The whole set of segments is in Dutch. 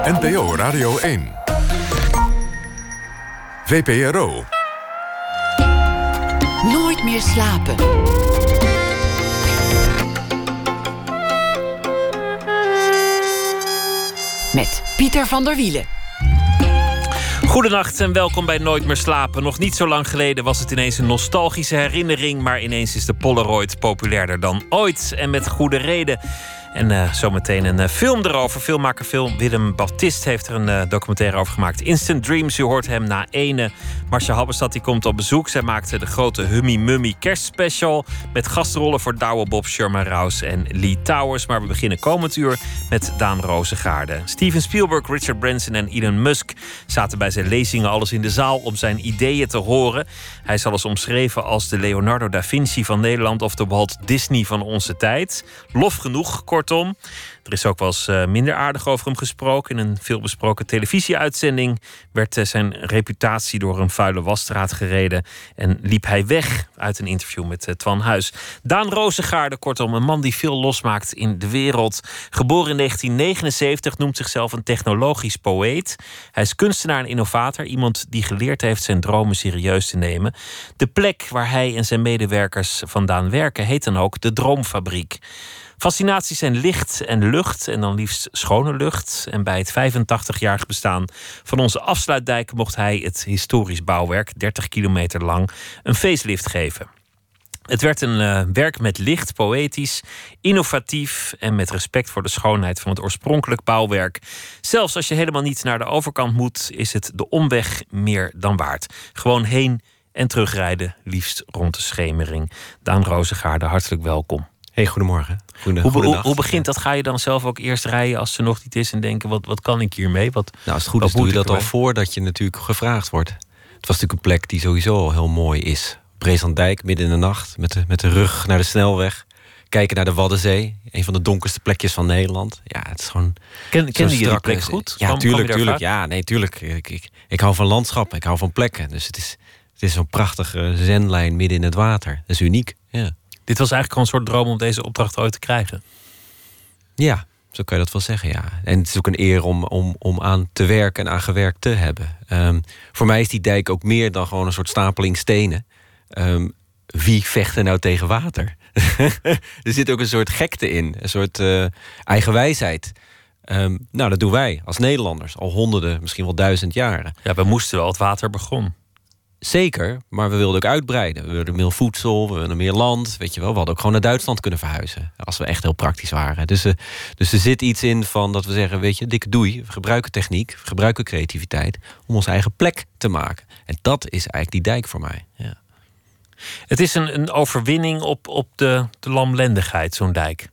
NPO Radio 1. VPRO. Nooit meer slapen. Met Pieter van der Wielen. Goedenacht en welkom bij Nooit meer slapen. Nog niet zo lang geleden was het ineens een nostalgische herinnering, maar ineens is de Polaroid populairder dan ooit. En met goede reden. En zometeen een film erover. Filmmaker Willem Baptist heeft er een documentaire over gemaakt. Instant Dreams, u hoort hem na ene. Marcia Habbestad die komt op bezoek. Zij maakte de grote Hummy Mummy kerstspecial met gastrollen voor Douwe Bob, Sherma Rouse en Lee Towers. Maar we beginnen komend uur met Daan Rozengaarde. Steven Spielberg, Richard Branson en Elon Musk zaten bij zijn lezingen alles in de zaal om zijn ideeën te horen. Hij is alles omschreven als de Leonardo da Vinci van Nederland of de Walt Disney van onze tijd. Lof genoeg, kortom. Er is ook wel eens minder aardig over hem gesproken. In een veelbesproken televisieuitzending werd zijn reputatie door een vuile wasstraat gereden en liep hij weg uit een interview met Twan Huis. Daan Rozengaarde, kortom, een man die veel losmaakt in de wereld. Geboren in 1979, noemt zichzelf een technologisch poëet. Hij is kunstenaar en innovator, iemand die geleerd heeft zijn dromen serieus te nemen. De plek waar hij en zijn medewerkers vandaan werken heet dan ook de Droomfabriek. Fascinaties zijn licht en lucht en dan liefst schone lucht. En bij het 85-jarig bestaan van onze afsluitdijk mocht hij het historisch bouwwerk, 30 kilometer lang, een facelift geven. Het werd een werk met licht, poëtisch, innovatief en met respect voor de schoonheid van het oorspronkelijk bouwwerk. Zelfs als je helemaal niet naar de overkant moet, is het de omweg meer dan waard. Gewoon heen en terugrijden, liefst rond de schemering. Daan Rozengaarde, hartelijk welkom. Hey, goedemorgen. Hoe begint dat? Ga je dan zelf ook eerst rijden als er nog niet is en denken, wat kan ik hiermee? Nou, als het goed is doe je dat al voordat je natuurlijk gevraagd wordt. Het was natuurlijk een plek die sowieso al heel mooi is. Breeslanddijk, midden in de nacht, met de rug naar de snelweg. Kijken naar de Waddenzee, een van de donkerste plekjes van Nederland. Ja, het is gewoon... Kende je die plek goed? Ja, tuurlijk. Ja, nee, tuurlijk. Ik hou van landschappen, ik hou van plekken. Dus het is zo'n prachtige zenlijn midden in het water. Dat is uniek, ja. Dit was eigenlijk gewoon een soort droom om deze opdracht ooit te krijgen. Ja, zo kan je dat wel zeggen, ja. En het is ook een eer om aan te werken en aan gewerkt te hebben. Voor mij is die dijk ook meer dan gewoon een soort stapeling stenen. Wie vecht er nou tegen water? Er zit ook een soort gekte in, een soort eigenwijsheid. Nou, dat doen wij als Nederlanders al honderden, misschien wel 1000 jaren. Ja, we moesten wel, het water begon. Zeker, maar we wilden ook uitbreiden. We wilden meer voedsel, we wilden meer land. Weet je wel, we hadden ook gewoon naar Duitsland kunnen verhuizen. Als we echt heel praktisch waren. Dus er zit iets in van dat we zeggen, weet je, dikke doei. We gebruiken techniek, we gebruiken creativiteit om onze eigen plek te maken. En dat is eigenlijk die dijk voor mij. Ja. Het is een overwinning op de lamlendigheid, zo'n dijk.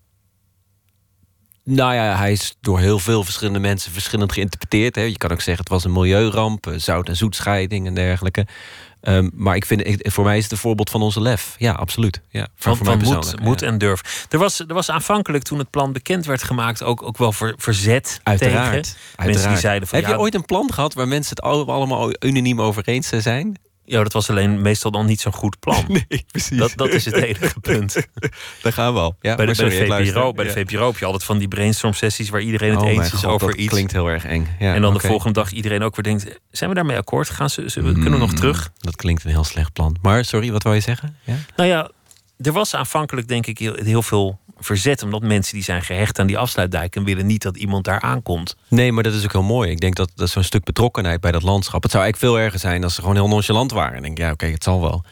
Nou ja, hij is door heel veel verschillende mensen verschillend geïnterpreteerd. Hè. Je kan ook zeggen, het was een milieuramp, zout- en zoetscheiding en dergelijke. Maar ik vind, voor mij is het een voorbeeld van onze lef. Ja, absoluut. Ja, van moed en durf. Er was aanvankelijk, toen het plan bekend werd gemaakt, ook wel verzet uiteraard, tegen. Mensen die zeiden van, heb je ooit een plan gehad waar mensen het allemaal unaniem over eens zijn? Ja, dat was alleen meestal dan niet zo'n goed plan. Nee, precies. Dat is het enige punt. Daar gaan we al. Ja, bij de VPRO heb je altijd van die brainstorm sessies waar iedereen het eens is over iets. Dat klinkt heel erg eng. Ja, en dan de volgende dag iedereen ook weer denkt, zijn we daarmee akkoord? Kunnen we nog terug? Dat klinkt een heel slecht plan. Maar sorry, wat wou je zeggen? Ja? Nou ja, er was aanvankelijk denk ik heel veel verzet, omdat mensen die zijn gehecht aan die afsluitdijk en willen niet dat iemand daar aankomt. Nee, maar dat is ook heel mooi. Ik denk dat zo'n stuk betrokkenheid bij dat landschap, het zou eigenlijk veel erger zijn als ze gewoon heel nonchalant waren. En denk, ja, oké, het zal wel.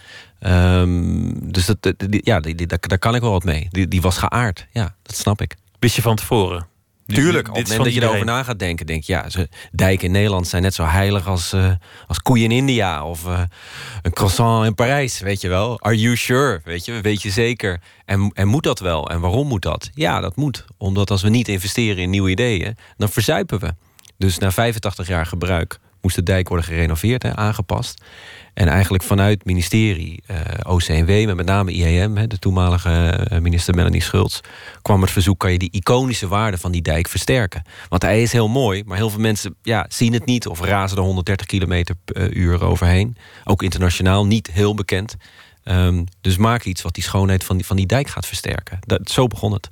Dus daar kan ik wel wat mee. Die was geaard. Ja, dat snap ik. Wist je van tevoren? Tuurlijk, op het moment dat je erover na gaat denken, denk je, ja, dijken in Nederland zijn net zo heilig als koeien in India of een croissant in Parijs, weet je wel. Are you sure? Weet je zeker? En moet dat wel? En waarom moet dat? Ja, dat moet. Omdat als we niet investeren in nieuwe ideeën, dan verzuipen we. Dus na 85 jaar gebruik moest de dijk worden gerenoveerd, aangepast. En eigenlijk vanuit het ministerie, OCMW, maar met name IEM, de toenmalige minister Melanie Schultz, kwam het verzoek, kan je die iconische waarde van die dijk versterken? Want hij is heel mooi, maar heel veel mensen zien het niet of razen er 130 kilometer per uur overheen. Ook internationaal niet heel bekend. Dus maak iets wat die schoonheid van die dijk gaat versterken. Zo begon het. Ja.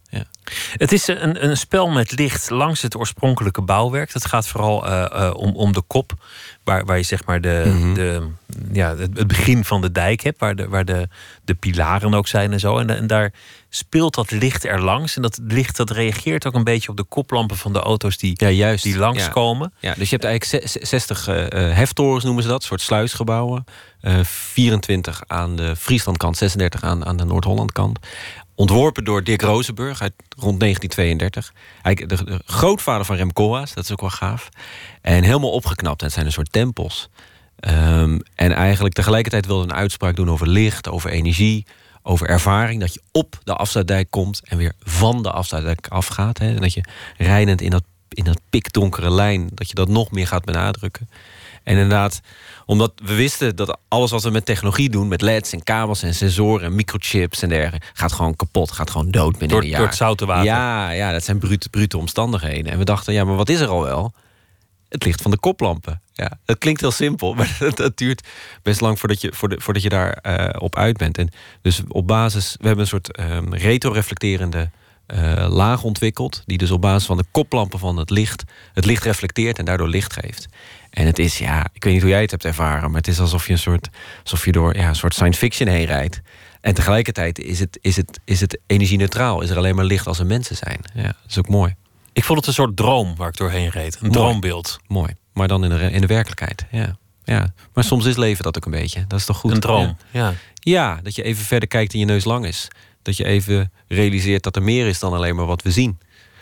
Het is een spel met licht langs het oorspronkelijke bouwwerk. Het gaat vooral om de kop, waar je zeg maar het begin van de dijk hebt, waar de pilaren ook zijn en zo. En daar speelt dat licht er langs. En dat licht dat reageert ook een beetje op de koplampen van de auto's die langskomen. Ja, dus je hebt eigenlijk 60 heftorens noemen ze dat, soort sluisgebouwen. 24 aan de Frieslandkant, 36 aan de Noord-Hollandkant. Ontworpen door Dirk Rozenburg uit rond 1932. Eigenlijk de grootvader van Rem Koolhaas, dat is ook wel gaaf. En helemaal opgeknapt. Het zijn een soort tempels. En eigenlijk tegelijkertijd wilde een uitspraak doen over licht, over energie, over ervaring. Dat je op de afsluitdijk komt en weer van de afsluitdijk afgaat. Hè. En dat je rijdend in dat pikdonkere lijn, dat je dat nog meer gaat benadrukken. En inderdaad, omdat we wisten dat alles wat we met technologie doen, met LED's en kabels en sensoren en microchips en dergelijke, gaat gewoon kapot, gaat gewoon dood binnen een jaar. Door het zoute water. Ja, dat zijn brute omstandigheden. En we dachten, ja, maar wat is er al wel? Het licht van de koplampen. Ja, dat klinkt heel simpel, maar dat duurt best lang voordat je daar op uit bent. En dus op basis, we hebben een soort retroreflecterende laag ontwikkeld, die dus op basis van de koplampen van het licht reflecteert en daardoor licht geeft. En het is, ik weet niet hoe jij het hebt ervaren, maar het is alsof je door een soort science fiction heen rijdt. En tegelijkertijd is het energie-neutraal. Is er alleen maar licht als er mensen zijn. Ja, dat is ook mooi. Ik vond het een soort droom waar ik doorheen reed. Een droombeeld. Mooi. Maar dan in de werkelijkheid. Ja. Maar soms is leven dat ook een beetje. Dat is toch goed? Een droom, Ja, dat je even verder kijkt en je neus lang is. Dat je even realiseert dat er meer is dan alleen maar wat we zien.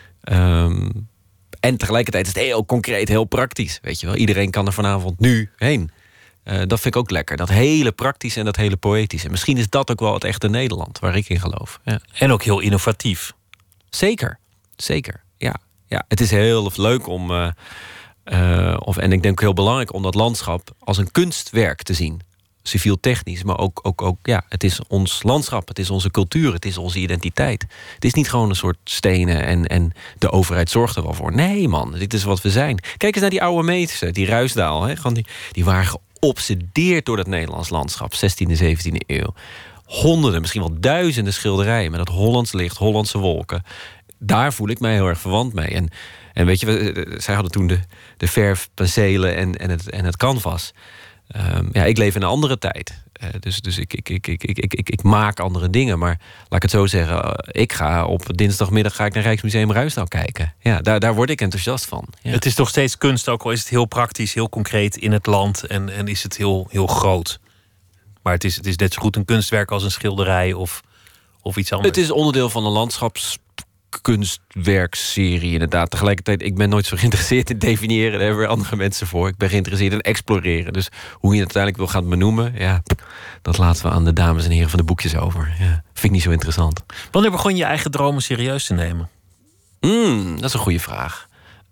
En tegelijkertijd is het heel concreet, heel praktisch. Weet je wel, iedereen kan er vanavond nu heen. Dat vind ik ook lekker. Dat hele praktische en dat hele poëtische. Misschien is dat ook wel het echte Nederland, waar ik in geloof. Ja. En ook heel innovatief. Zeker. Ja, het is heel leuk om, en ik denk heel belangrijk om dat landschap als een kunstwerk te zien. Civiel-technisch, maar ook het is ons landschap, het is onze cultuur, het is onze identiteit. Het is niet gewoon een soort stenen en de overheid zorgt er wel voor. Nee man, dit is wat we zijn. Kijk eens naar die oude meesters, die Ruisdaal. Hè? Die waren geobsedeerd door het Nederlands landschap, 16e, 17e eeuw. Honderden, misschien wel duizenden schilderijen met dat Hollands licht, Hollandse wolken. Daar voel ik mij heel erg verwant mee. En weet je, zij hadden toen de verfpenselen en het canvas. Ik leef in een andere tijd. Dus ik maak andere dingen. Maar laat ik het zo zeggen, ik ga op dinsdagmiddag naar Rijksmuseum Ruisdaal kijken. Ja, daar word ik enthousiast van. Ja. Het is nog steeds kunst, ook al is het heel praktisch, heel concreet in het land en is het heel, heel groot. Maar het is net zo goed een kunstwerk als een schilderij of iets anders. Het is onderdeel van een landschapskunstwerkserie, inderdaad. Tegelijkertijd, ik ben nooit zo geïnteresseerd in definiëren. Daar hebben we andere mensen voor. Ik ben geïnteresseerd in exploreren. Dus hoe je het uiteindelijk wil gaan benoemen, dat laten we aan de dames en heren van de boekjes over. Ja, vind ik niet zo interessant. Wanneer begon je je eigen dromen serieus te nemen? Dat is een goede vraag.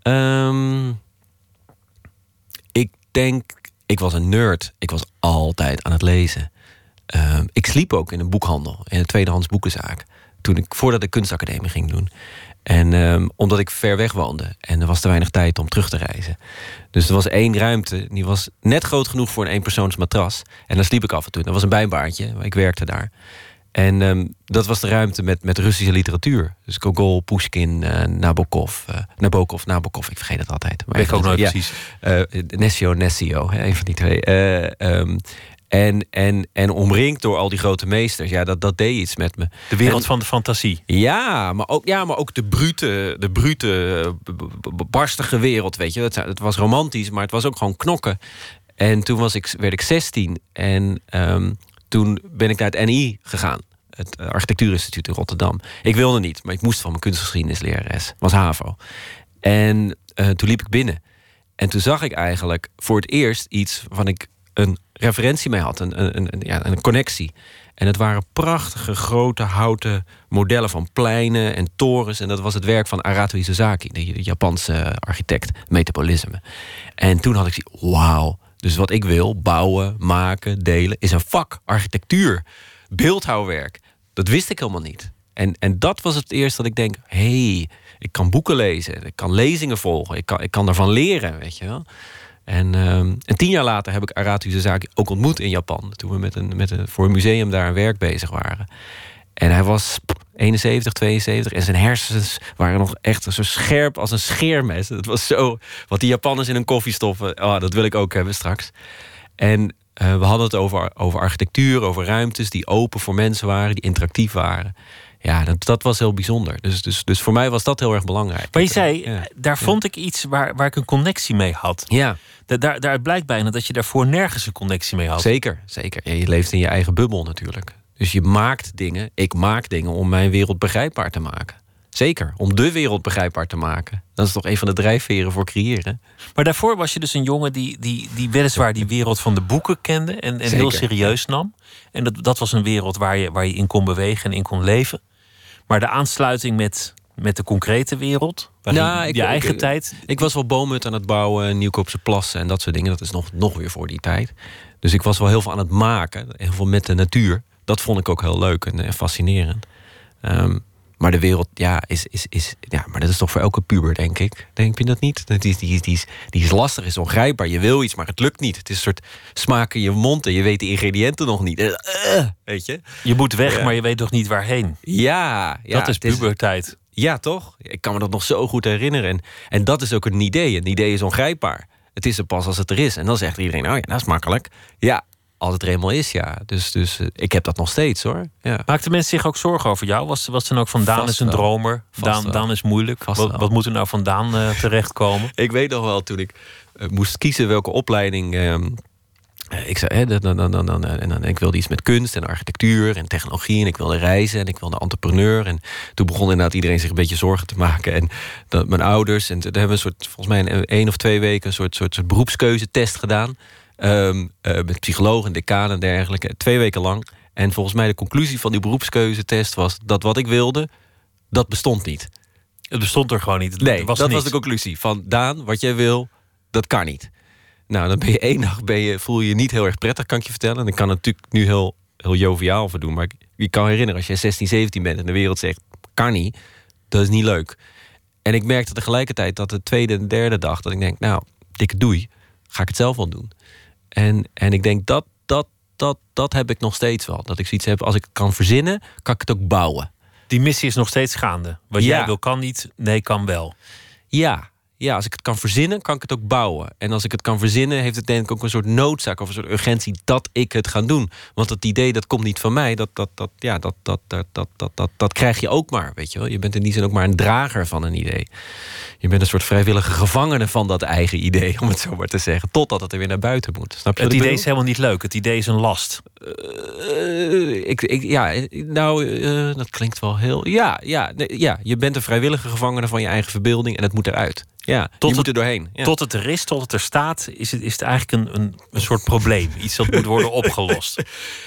Ik denk, ik was een nerd. Ik was altijd aan het lezen. Ik sliep ook in een boekhandel, in een tweedehands boekenzaak. Voordat ik kunstacademie ging doen. En omdat ik ver weg woonde. En er was te weinig tijd om terug te reizen. Dus er was één ruimte. Die was net groot genoeg voor een eenpersoons matras. En daar sliep ik af en toe. Dat was een bijbaantje. Ik werkte daar. En dat was de ruimte met Russische literatuur. Dus Gogol, Pushkin, Nabokov. Ik vergeet het altijd. Maar ik ook nooit precies. Nessio, een van die twee. En omringd door al die grote meesters. Ja, dat deed iets met me. De wereld van de fantasie. Ja, maar ook de brute, barstige wereld, weet je. Het was romantisch, maar het was ook gewoon knokken. En toen werd ik 16. En toen ben ik naar het NI gegaan. Het Architectuurinstituut in Rotterdam. Ik wilde niet, maar ik moest van mijn kunstgeschiedenislerares. Was HAVO. En toen liep ik binnen. En toen zag ik eigenlijk voor het eerst iets waarvan ik een referentie mee had, een connectie. En het waren prachtige, grote houten modellen van pleinen en torens. En dat was het werk van Arato Isozaki, de Japanse architect, metabolisme. En toen had ik wauw, dus wat ik wil, bouwen, maken, delen, is een vak, architectuur, beeldhouwwerk. Dat wist ik helemaal niet. En dat was het eerst dat ik denk, ik kan boeken lezen, ik kan lezingen volgen, ik kan daarvan leren, weet je wel. En 10 jaar later heb ik Arato Isozaki ook ontmoet in Japan. Toen we voor een museum daar een werk bezig waren. En hij was 71, 72. En zijn hersens waren nog echt zo scherp als een scheermes. Dat was zo... Wat die Japanners in hun koffie stoppen, dat wil ik ook hebben straks. En we hadden het over architectuur, over ruimtes die open voor mensen waren, die interactief waren. Ja, dat was heel bijzonder. Dus voor mij was dat heel erg belangrijk. Maar je zei, daar vond ik iets waar ik een connectie mee had. Ja. Daaruit blijkt bijna dat je daarvoor nergens een connectie mee had. Zeker. Ja, je leeft in je eigen bubbel natuurlijk. Dus je maakt dingen, ik maak dingen om mijn wereld begrijpbaar te maken. Zeker, om de wereld begrijpbaar te maken. Dat is toch een van de drijfveren voor creëren. Maar daarvoor was je dus een jongen die weliswaar die wereld van de boeken kende en heel serieus nam. En dat was een wereld waar je in kon bewegen en in kon leven. Maar de aansluiting met de concrete wereld, je eigen tijd... Ik was wel boomhut aan het bouwen, Nieuwkoopse plassen en dat soort dingen. Dat is nog weer voor die tijd. Dus ik was wel heel veel aan het maken, heel veel met de natuur. Dat vond ik ook heel leuk en fascinerend. Maar de wereld, maar dat is toch voor elke puber, denk ik. Denk je dat niet? Die is lastig, is ongrijpbaar. Je wil iets, maar het lukt niet. Het is een soort smaak in je mond en je weet de ingrediënten nog niet. Weet je? Je moet weg, maar je weet toch niet waarheen? Ja, dat is puberteit. Ja, toch? Ik kan me dat nog zo goed herinneren. En dat is ook een idee. Een idee is ongrijpbaar. Het is er pas als het er is. En dan zegt iedereen, dat is makkelijk. Ja, als het er eenmaal is, ja. Dus ik heb dat nog steeds, hoor. Ja. Maakten mensen zich ook zorgen over jou? Was dan ook van Daan is een dromer? Daan is moeilijk? Wat moet er nou van Daan terechtkomen? Ik weet nog wel, toen ik moest kiezen welke opleiding... ik zei, ik wilde iets met kunst en architectuur en technologie... en ik wilde reizen en ik wilde entrepreneur. En toen begon inderdaad iedereen zich een beetje zorgen te maken. En mijn ouders, en toen hebben we volgens mij 1 of 2 weken... een soort beroepskeuzetest gedaan... met psycholoog en decaan en dergelijke, 2 weken lang. En volgens mij de conclusie van die beroepskeuzetest was... dat wat ik wilde, dat bestond niet. Het bestond er gewoon niet. Nee, was de conclusie. Van Daan, wat jij wil, dat kan niet. Nou, dan ben je 1 dag voel je je niet heel erg prettig, kan ik je vertellen. En ik kan natuurlijk nu heel joviaal voor doen. Maar je kan herinneren, als je 16, 17 bent... en de wereld zegt, kan niet, dat is niet leuk. En ik merkte tegelijkertijd dat de 2e en 3e dag... dat ik denk, dikke doei, ga ik het zelf wel doen. En ik denk dat heb ik nog steeds wel. Dat ik zoiets heb, als ik het kan verzinnen, kan ik het ook bouwen. Die missie is nog steeds gaande. Wat jij wil kan niet, nee kan wel. Ja, als ik het kan verzinnen, kan ik het ook bouwen. En als ik het kan verzinnen, heeft het denk ik ook een soort noodzaak... of een soort urgentie dat ik het ga doen. Want dat idee, dat komt niet van mij. Dat krijg je ook maar, weet je wel. Je bent in die zin ook maar een drager van een idee. Je bent een soort vrijwillige gevangene van dat eigen idee... om het zo maar te zeggen, totdat het er weer naar buiten moet. Snap je? Het idee is helemaal niet leuk. Het idee is een last. Dat klinkt wel heel... Ja, je bent een vrijwillige gevangene van je eigen verbeelding... en het moet eruit. Ja, je moet er doorheen. Ja. Tot het er is, tot het er staat, is het eigenlijk een soort probleem. Iets dat moet worden opgelost.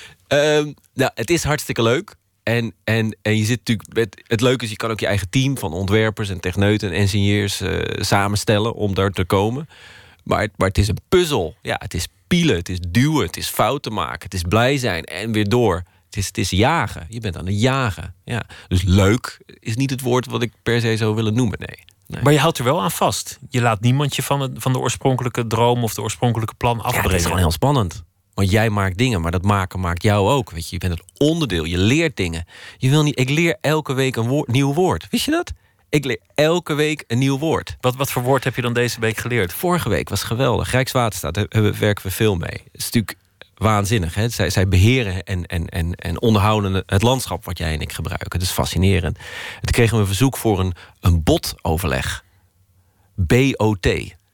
Het is hartstikke leuk. En je zit natuurlijk... Het leuke is, je kan ook je eigen team van ontwerpers en techneuten en ingenieurs samenstellen om daar te komen. Maar het is een puzzel. Ja, het is pielen, het is duwen, het is fouten maken, het is blij zijn en weer door. Het is jagen. Je bent aan het jagen. Ja. Dus leuk is niet het woord wat ik per se zou willen noemen, nee. Maar je houdt er wel aan vast. Je laat niemand je van de oorspronkelijke droom of de oorspronkelijke plan afbrengen. Ja, dat is gewoon heel spannend. Want jij maakt dingen, maar dat maken maakt jou ook. Weet je, je bent het onderdeel, je leert dingen. Ik leer elke week een nieuw woord. Wist je dat? Ik leer elke week een nieuw woord. Wat voor woord heb je dan deze week geleerd? Vorige week was geweldig. Rijkswaterstaat, daar werken we veel mee. Het is natuurlijk waanzinnig. Hè? Zij beheren en onderhouden het landschap wat jij en ik gebruiken. Het is fascinerend. Toen kregen we een verzoek voor een botoverleg. BOT.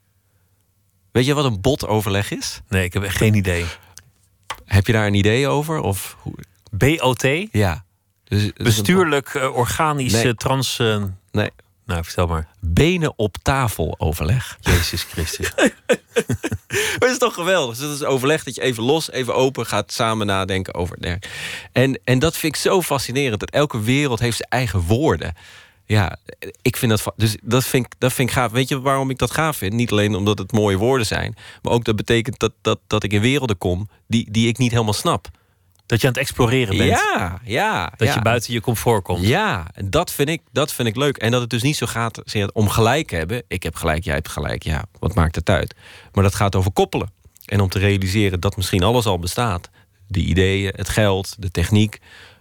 Weet je wat een botoverleg is? Nee, ik heb echt geen idee. Heb je daar een idee over? Of BOT? Ja. Dus bestuurlijk, organische, trans... Nee. Nou, vertel maar. Benen op tafel overleg. Jezus Christus. Maar het is toch geweldig. Dus dat is overleg dat je even los, even open gaat samen nadenken over. En dat vind ik zo fascinerend. Dat elke wereld heeft zijn eigen woorden. Ja, ik vind dat. Dus dat vind ik gaaf. Weet je waarom ik dat gaaf vind? Niet alleen omdat het mooie woorden zijn, maar ook dat betekent dat ik in werelden kom die ik niet helemaal snap. Dat je aan het exploreren bent. Ja. Dat je buiten je comfort komt. Ja, en dat vind ik leuk. En dat het dus niet zo gaat om gelijk hebben. Ik heb gelijk, jij hebt gelijk. Ja, wat maakt het uit? Maar dat gaat over koppelen. En om te realiseren dat misschien alles al bestaat. De ideeën, het geld, de techniek.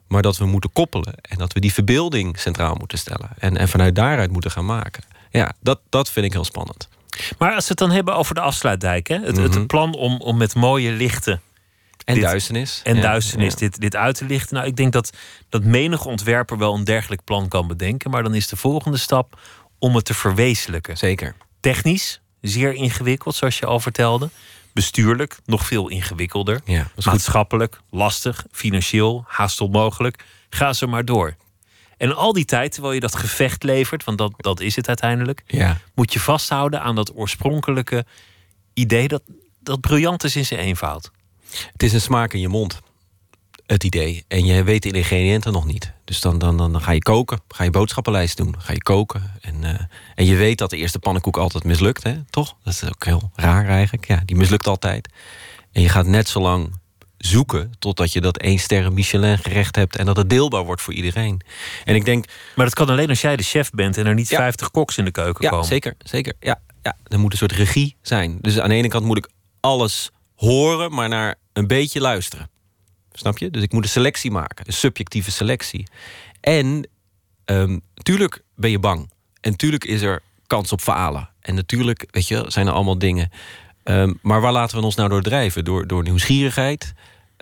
Maar dat we moeten koppelen. En dat we die verbeelding centraal moeten stellen. En vanuit daaruit moeten gaan maken. Ja, dat vind ik heel spannend. Maar als we het dan hebben over de afsluitdijk. Hè? Het plan om met mooie lichten... En duisternis. En duisternis, dit uit te lichten. Nou, ik denk dat menig ontwerper wel een dergelijk plan kan bedenken. Maar dan is de volgende stap om het te verwezenlijken. Zeker. Technisch, zeer ingewikkeld, zoals je al vertelde. Bestuurlijk, nog veel ingewikkelder. Ja, maatschappelijk, lastig. Financieel, haast onmogelijk. Ga zo maar door. En al die tijd, terwijl je dat gevecht levert... want dat is het uiteindelijk... moet je vasthouden aan dat oorspronkelijke idee... dat briljant is in zijn eenvoud. Het is een smaak in je mond, het idee. En je weet de ingrediënten nog niet. Dus dan ga je koken, ga je boodschappenlijst doen. Ga je koken. En je weet dat de eerste pannenkoek altijd mislukt, hè? Toch? Dat is ook heel raar eigenlijk. Ja, die mislukt altijd. En je gaat net zo lang zoeken totdat je dat 1 sterren Michelin gerecht hebt... en dat het deelbaar wordt voor iedereen. En ik denk... Maar dat kan alleen als jij de chef bent... en er niet 50 koks in de keuken komen. Zeker. Ja, er moet een soort regie zijn. Dus aan de ene kant moet ik alles horen... maar naar een beetje luisteren. Snap je? Dus ik moet een selectie maken. Een subjectieve selectie. En tuurlijk ben je bang. En tuurlijk is er kans op falen. En natuurlijk, weet je, zijn er allemaal dingen... maar waar laten we ons nou door drijven? Door nieuwsgierigheid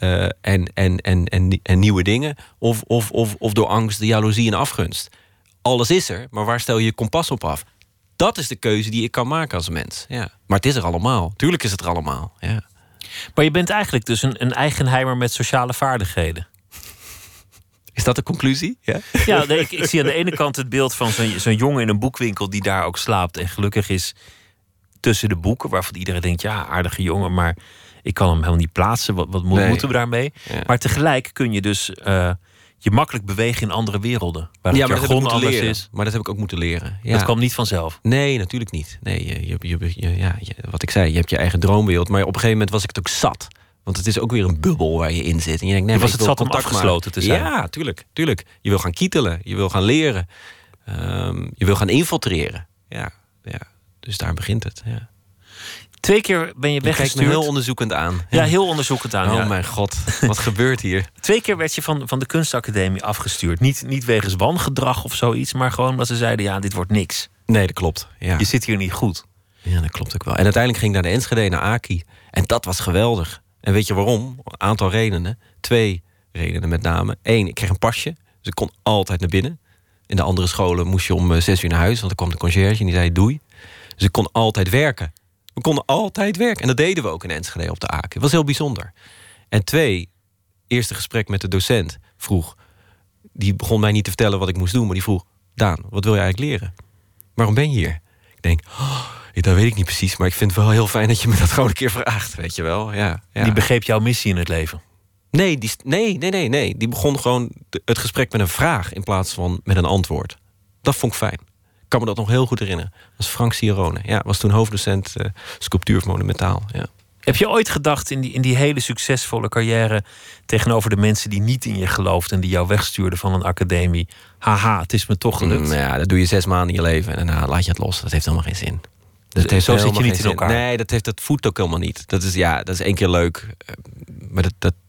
en nieuwe dingen? Of door angst, de jaloezie en afgunst? Alles is er, maar waar stel je je kompas op af? Dat is de keuze die ik kan maken als mens. Ja. Maar het is er allemaal. Tuurlijk is het er allemaal. Ja. Maar je bent eigenlijk dus een eigenheimer met sociale vaardigheden. Is dat de conclusie? Ja, nee, ik zie aan de ene kant het beeld van zo'n jongen in een boekwinkel... die daar ook slaapt en gelukkig is... tussen de boeken, waarvan iedereen denkt... ja, aardige jongen, maar ik kan hem helemaal niet plaatsen. Wat moeten we daarmee? Ja. Maar tegelijk kun je dus je makkelijk bewegen in andere werelden. Waar het jargon anders is. Maar dat heb ik ook moeten leren. Ja. Dat kwam niet vanzelf. Nee, natuurlijk niet. Nee, wat ik zei, je hebt je eigen droombeeld. Maar op een gegeven moment was ik het ook zat. Want het is ook weer een bubbel waar je in zit. En je denkt, nee, was het zat om afgesloten te zijn? Ja, tuurlijk. Je wil gaan kietelen. Je wil gaan leren. Je wil gaan infiltreren. Ja. Dus daar begint het, ja. 2 keer ben je weggestuurd. Je kijkt me heel onderzoekend aan. Ja, heel onderzoekend aan. Oh mijn god, wat gebeurt hier? 2 keer werd je van de kunstacademie afgestuurd. Niet wegens wangedrag of zoiets, maar gewoon omdat ze zeiden... ja, dit wordt niks. Nee, dat klopt. Ja. Je zit hier niet goed. Ja, dat klopt ook wel. En uiteindelijk ging ik naar de Enschede, naar Aki. En dat was geweldig. En weet je waarom? Een aantal redenen. 2 redenen met name. 1, ik kreeg een pasje. Dus ik kon altijd naar binnen. In de andere scholen moest je om 6 uur naar huis. Want er kwam de conciërge en die zei doei. Dus ik kon altijd werken. We konden altijd werken. En dat deden we ook in Enschede op de Aki. Het was heel bijzonder. En 2, eerste gesprek met de docent vroeg... die begon mij niet te vertellen wat ik moest doen... maar die vroeg, Daan, wat wil je eigenlijk leren? Waarom ben je hier? Ik denk, dat weet ik niet precies... maar ik vind het wel heel fijn dat je me dat gewoon een keer vraagt. Weet je wel, ja. Die begreep jouw missie in het leven? Nee. Die begon gewoon het gesprek met een vraag... in plaats van met een antwoord. Dat vond ik fijn. Ik kan me dat nog heel goed herinneren. Dat was Frank Sierone. Ja, was toen hoofddocent sculptuur monumentaal. Ja. Heb je ooit gedacht in die hele succesvolle carrière... tegenover de mensen die niet in je geloofden... en die jou wegstuurden van een academie... haha, het is me toch gelukt? Ja, dat doe je 6 maanden in je leven... en daarna laat je het los. Dat heeft helemaal geen zin. Zo zit je niet in elkaar? Nee, dat voedt ook helemaal niet. Dat is 1 keer leuk. Maar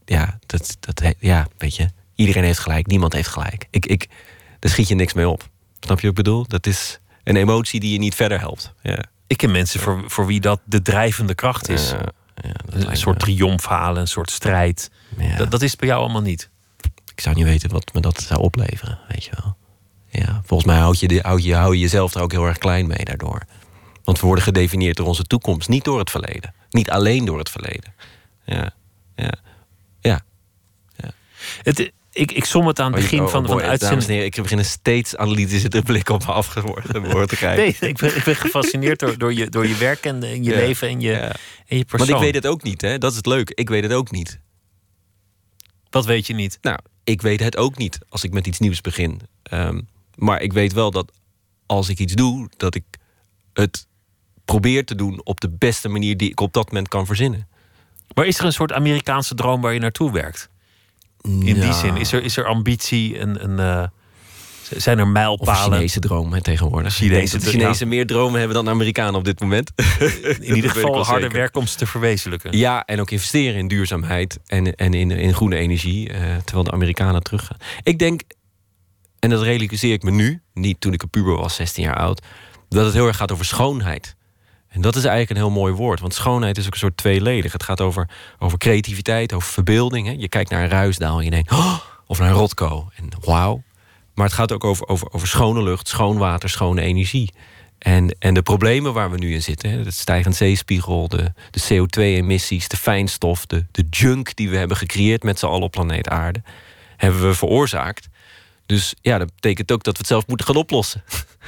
weet je... iedereen heeft gelijk, niemand heeft gelijk. Daar schiet je niks mee op. Snap je wat ik bedoel? Dat is een emotie die je niet verder helpt. Ja. Ik ken mensen voor wie dat de drijvende kracht is. Een soort triomfhalen, een soort strijd. Ja. Dat is bij jou allemaal niet. Ik zou niet weten wat me dat zou opleveren, weet je wel. Ja, volgens mij hou je jezelf er ook heel erg klein mee daardoor. Want we worden gedefinieerd door onze toekomst, niet door het verleden. Niet alleen door het verleden. Ja. Ik som het aan het begin van de uitzending. Dames en heren, ik begin een steeds analytische blik op me afgeworden te krijgen. Nee, ik ben gefascineerd door je werk en je leven en je persoon. Want ik weet het ook niet, hè? Dat is het leuke. Ik weet het ook niet. Wat weet je niet? Nou, ik weet het ook niet als ik met iets nieuws begin. Maar ik weet wel dat als ik iets doe, dat ik het probeer te doen op de beste manier die ik op dat moment kan verzinnen. Maar is er een soort Amerikaanse droom waar je naartoe werkt? In die zin, is er ambitie, Zijn er mijlpalen? Of Chinese dromen tegenwoordig. Chinese meer dromen hebben dan de Amerikanen op dit moment. In ieder geval harder werk om ze te verwezenlijken. Ja, en ook investeren in duurzaamheid en in groene energie. Terwijl de Amerikanen teruggaan. Ik denk, en dat realiseer ik me nu, niet toen ik een puber was, 16 jaar oud, dat het heel erg gaat over schoonheid. En dat is eigenlijk een heel mooi woord. Want schoonheid is ook een soort tweeledig. Het gaat over creativiteit, over verbeelding. Hè. Je kijkt naar een Ruisdael en je denkt, of naar een Rothko. En wauw. Maar het gaat ook over schone lucht, schoon water, schone energie. En de problemen waar we nu in zitten, het stijgend zeespiegel, de CO2-emissies, de fijnstof, de junk die we hebben gecreëerd met z'n allen op planeet Aarde, hebben we veroorzaakt. Dus ja, dat betekent ook dat we het zelf moeten gaan oplossen.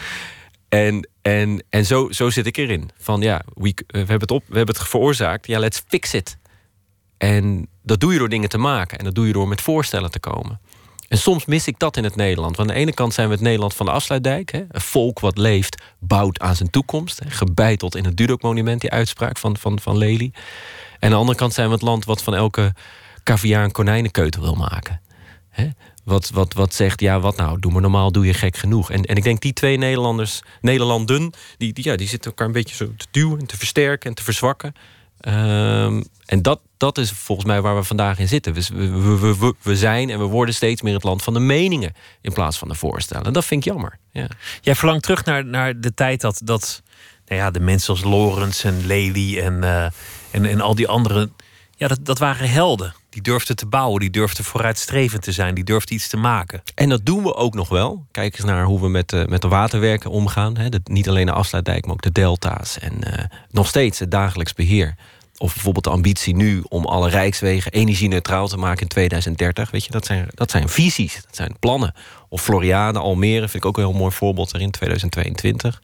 En zo zit ik erin. Van ja, we hebben het veroorzaakt. Ja, let's fix it. En dat doe je door dingen te maken. En dat doe je door met voorstellen te komen. En soms mis ik dat in het Nederland. Want aan de ene kant zijn we het Nederland van de Afsluitdijk. Hè? Een volk wat leeft, bouwt aan zijn toekomst. Hè? Gebeiteld in het Dudok-monument, die uitspraak van Lely. En aan de andere kant zijn we het land wat van elke caviar een konijnenkeutel wil maken. Hè? Wat zegt, ja, wat nou, doe maar normaal, doe je gek genoeg. En ik denk die twee Nederlanden, die zitten elkaar een beetje zo te duwen en te versterken en te verzwakken. En dat is volgens mij waar we vandaag in zitten. We zijn en we worden steeds meer het land van de meningen in plaats van de voorstellen. En dat vind ik jammer. Ja. Jij verlangt terug naar de tijd dat de mensen als Lorentz en Lely en al die anderen, ja, dat waren helden. Die durfden te bouwen, die durfden vooruitstrevend te zijn, die durfden iets te maken. En dat doen we ook nog wel. Kijk eens naar hoe we met de waterwerken omgaan. Hè. Niet alleen de Afsluitdijk, maar ook de delta's. En nog steeds het dagelijks beheer. Of bijvoorbeeld de ambitie nu om alle rijkswegen energie-neutraal te maken in 2030. Weet je, dat zijn visies, dat zijn plannen. Of Floriade, Almere, vind ik ook een heel mooi voorbeeld erin, 2022.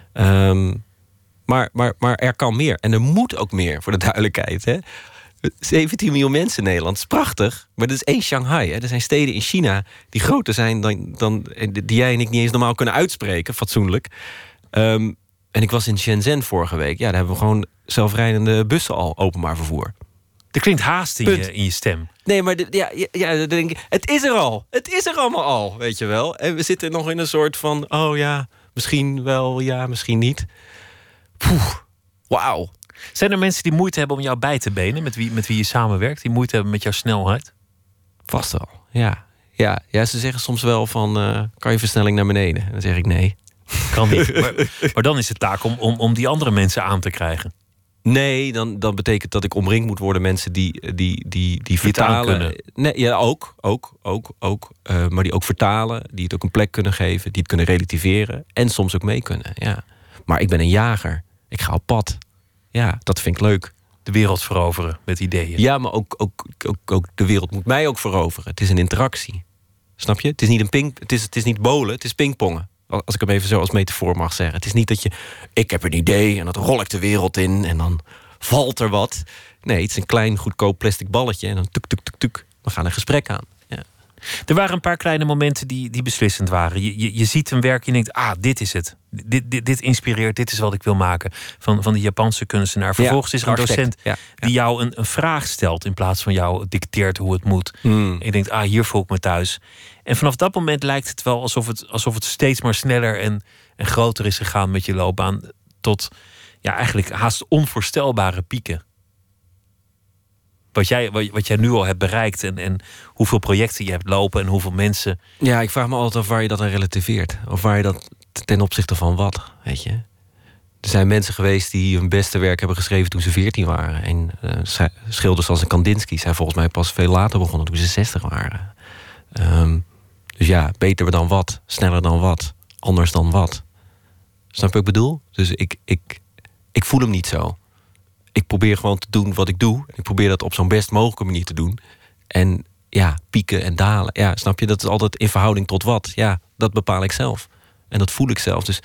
Maar er kan meer. En er moet ook meer, voor de duidelijkheid. Hè. 17 miljoen mensen in Nederland, is prachtig. Maar dat is één Shanghai. Hè. Er zijn steden in China die groter zijn dan die jij en ik niet eens normaal kunnen uitspreken, fatsoenlijk. En ik was in Shenzhen vorige week. Ja, daar hebben we gewoon zelfrijdende bussen al, openbaar vervoer. Er klinkt haast in je stem. Nee, maar dan denk ik, het is er al. Het is er allemaal al, weet je wel. En we zitten nog in een soort van, oh ja, misschien wel, ja, misschien niet. Wauw. Zijn er mensen die moeite hebben om jou bij te benen, met wie je samenwerkt, die moeite hebben met jouw snelheid? Vast wel, ja. Ja, ze zeggen soms wel van, kan je versnelling naar beneden? En dan zeg ik nee. Kan niet. Maar dan is het taak om die andere mensen aan te krijgen. Nee, dan betekent dat ik omringd moet worden mensen die vertalen kunnen. Nee, ja, ook. Maar die ook vertalen, die het ook een plek kunnen geven, die het kunnen relativeren en soms ook mee kunnen. Ja. Maar ik ben een jager. Ik ga op pad. Ja, dat vind ik leuk. De wereld veroveren met ideeën. Ja, maar ook de wereld moet mij ook veroveren. Het is een interactie. Snap je? Het is niet het is niet bowlen, het is pingpongen. Als ik hem even zo als metafoor mag zeggen. Het is niet dat ik heb een idee en dat rol ik de wereld in en dan valt er wat. Nee, het is een klein goedkoop plastic balletje en dan tuk. We gaan een gesprek aan. Ja. Er waren een paar kleine momenten die beslissend waren. Je ziet een werk en je denkt, dit is het. Dit inspireert, dit is wat ik wil maken. Van de Japanse kunstenaar. Vervolgens is er een docent die jou een vraag stelt in plaats van jou dicteert hoe het moet. En je denkt, hier voel ik me thuis. En vanaf dat moment lijkt het wel alsof het steeds maar sneller en groter is gegaan met je loopbaan. Tot eigenlijk haast onvoorstelbare pieken. Wat jij nu al hebt bereikt en hoeveel projecten je hebt lopen en hoeveel mensen. Ja, ik vraag me altijd af waar je dat aan relativeert. Of waar je dat ten opzichte van wat, weet je. Er zijn mensen geweest die hun beste werk hebben geschreven toen ze 14 waren. En schilders als een Kandinsky zijn volgens mij pas veel later begonnen toen ze 60 waren. Dus ja, beter dan wat, sneller dan wat, anders dan wat. Snap je wat ik bedoel? Dus ik voel hem niet zo. Ik probeer gewoon te doen wat ik doe. Ik probeer dat op zo'n best mogelijke manier te doen. En ja, pieken en dalen. Ja, snap je? Dat is altijd in verhouding tot wat. Ja, dat bepaal ik zelf. En dat voel ik zelf. Dus,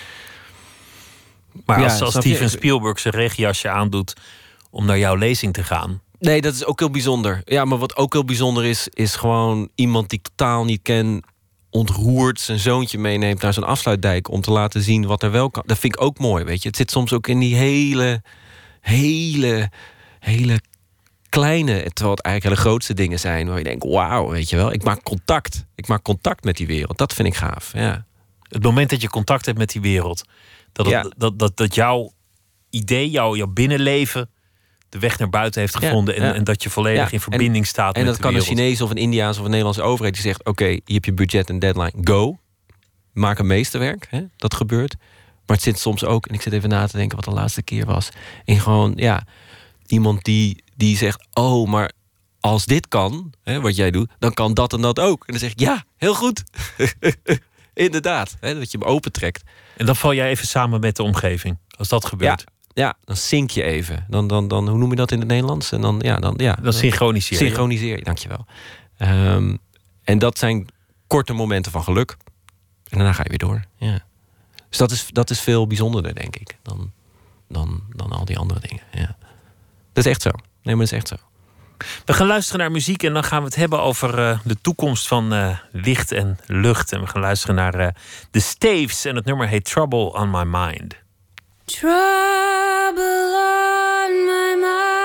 maar als Steven Spielberg zijn regiejasje aandoet om naar jouw lezing te gaan. Nee, dat is ook heel bijzonder. Ja, maar wat ook heel bijzonder is gewoon iemand die ik totaal niet ken, ontroerd zijn zoontje meeneemt naar zo'n afsluitdijk om te laten zien wat er wel kan. Dat vind ik ook mooi, weet je. Het zit soms ook in die hele kleine, terwijl het eigenlijk hele grootste dingen zijn waar je denkt, wauw, weet je wel, ik maak contact met die wereld. Dat vind ik gaaf. Ja. Het moment dat je contact hebt met die wereld, dat jouw idee, jouw binnenleven de weg naar buiten heeft gevonden en dat je volledig in verbinding staat met de wereld. En dat kan een Chinees of een Indiaans of een Nederlandse overheid die zegt, oké, hier heb je budget en deadline, go. Maak een meesterwerk, hè? Dat gebeurt. Maar het zit soms ook, en ik zit even na te denken wat de laatste keer was, in gewoon, iemand die zegt, oh, maar als dit kan, hè, wat jij doet, dan kan dat en dat ook. En dan zeg ik, ja, heel goed. Inderdaad, hè, dat je hem opentrekt. En dan val jij even samen met de omgeving, als dat gebeurt. Ja, dan zink je even. Dan, hoe noem je dat in het Nederlands? En dan synchroniseer je. Synchroniseer je, dankjewel. En dat zijn korte momenten van geluk. En daarna ga je weer door. Ja. Dus dat is veel bijzonderder, denk ik, dan al die andere dingen. Ja. Dat is echt zo. Nee, maar dat is echt zo. We gaan luisteren naar muziek en dan gaan we het hebben over de toekomst van licht en lucht. En we gaan luisteren naar The Staves en het nummer heet Trouble on My Mind. Trouble on my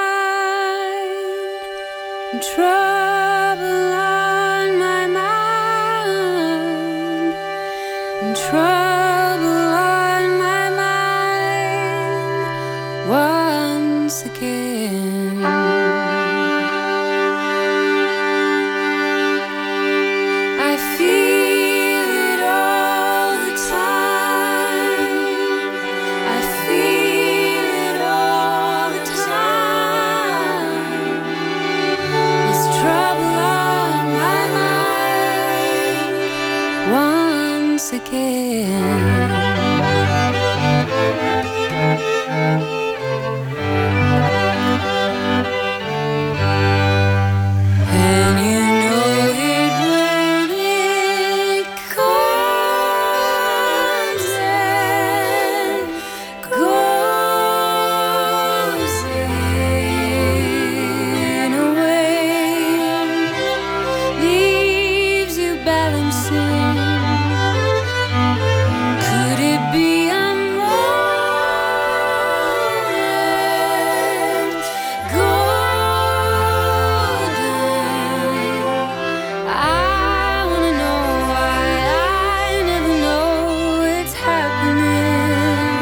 mind. Trouble on my mind. Trouble on my mind. Once again. I feel it all the time. I feel it all the time. There's trouble on my mind once again. And you know it when it comes and goes in a way, leaves you balancing. Could it be a moment golden? I wanna know why I never know it's happening.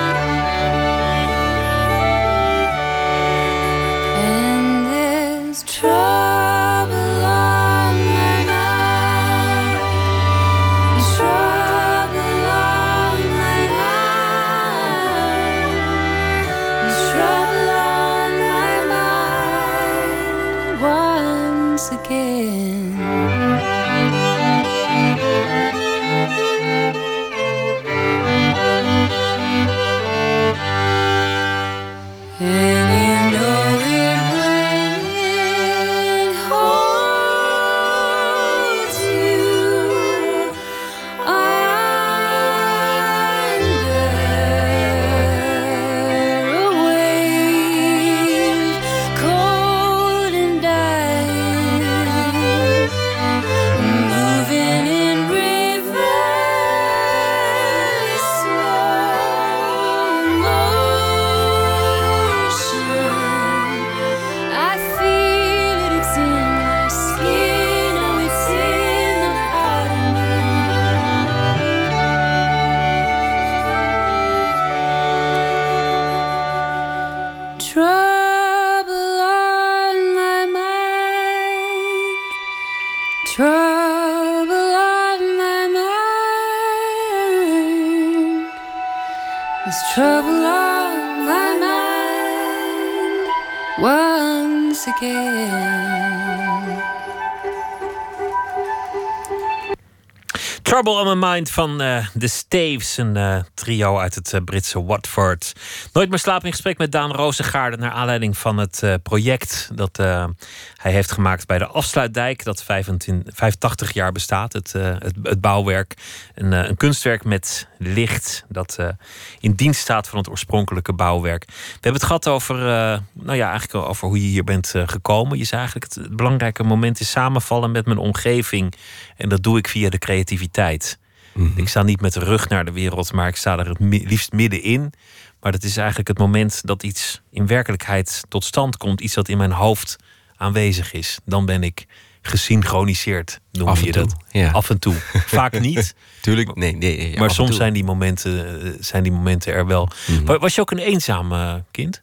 And there's trouble on my mind. There's trouble on my mind. There's trouble on my mind once again. And you know it when it holds you under a wave, cold and dying, moving in reverse slow motion. I feel it, it's in my skin, oh, it's in the heart of me. Trouble on my mind. Trouble on my mind. There's trouble on my mind once again. Trouble on My Mind van The Staves, een trio uit het Britse Watford. Nooit meer slapen in gesprek met Daan Rozengaarde naar aanleiding van het project dat hij heeft gemaakt bij de Afsluitdijk, dat 85 jaar bestaat, het bouwwerk. Een kunstwerk met licht dat in dienst staat van het oorspronkelijke bouwwerk. We hebben het gehad over, eigenlijk over hoe je hier bent gekomen. Je zei eigenlijk het belangrijke moment is samenvallen met mijn omgeving. En dat doe ik via de creativiteit. Mm-hmm. Ik sta niet met de rug naar de wereld, maar ik sta er het liefst middenin. Maar dat is eigenlijk het moment dat iets in werkelijkheid tot stand komt. Iets dat in mijn hoofd aanwezig is. Dan ben ik gesynchroniseerd, noem je dat. Ja. Af en toe. Vaak niet. Tuurlijk, nee. Maar soms zijn die momenten er wel. Mm-hmm. Was je ook een eenzaam kind?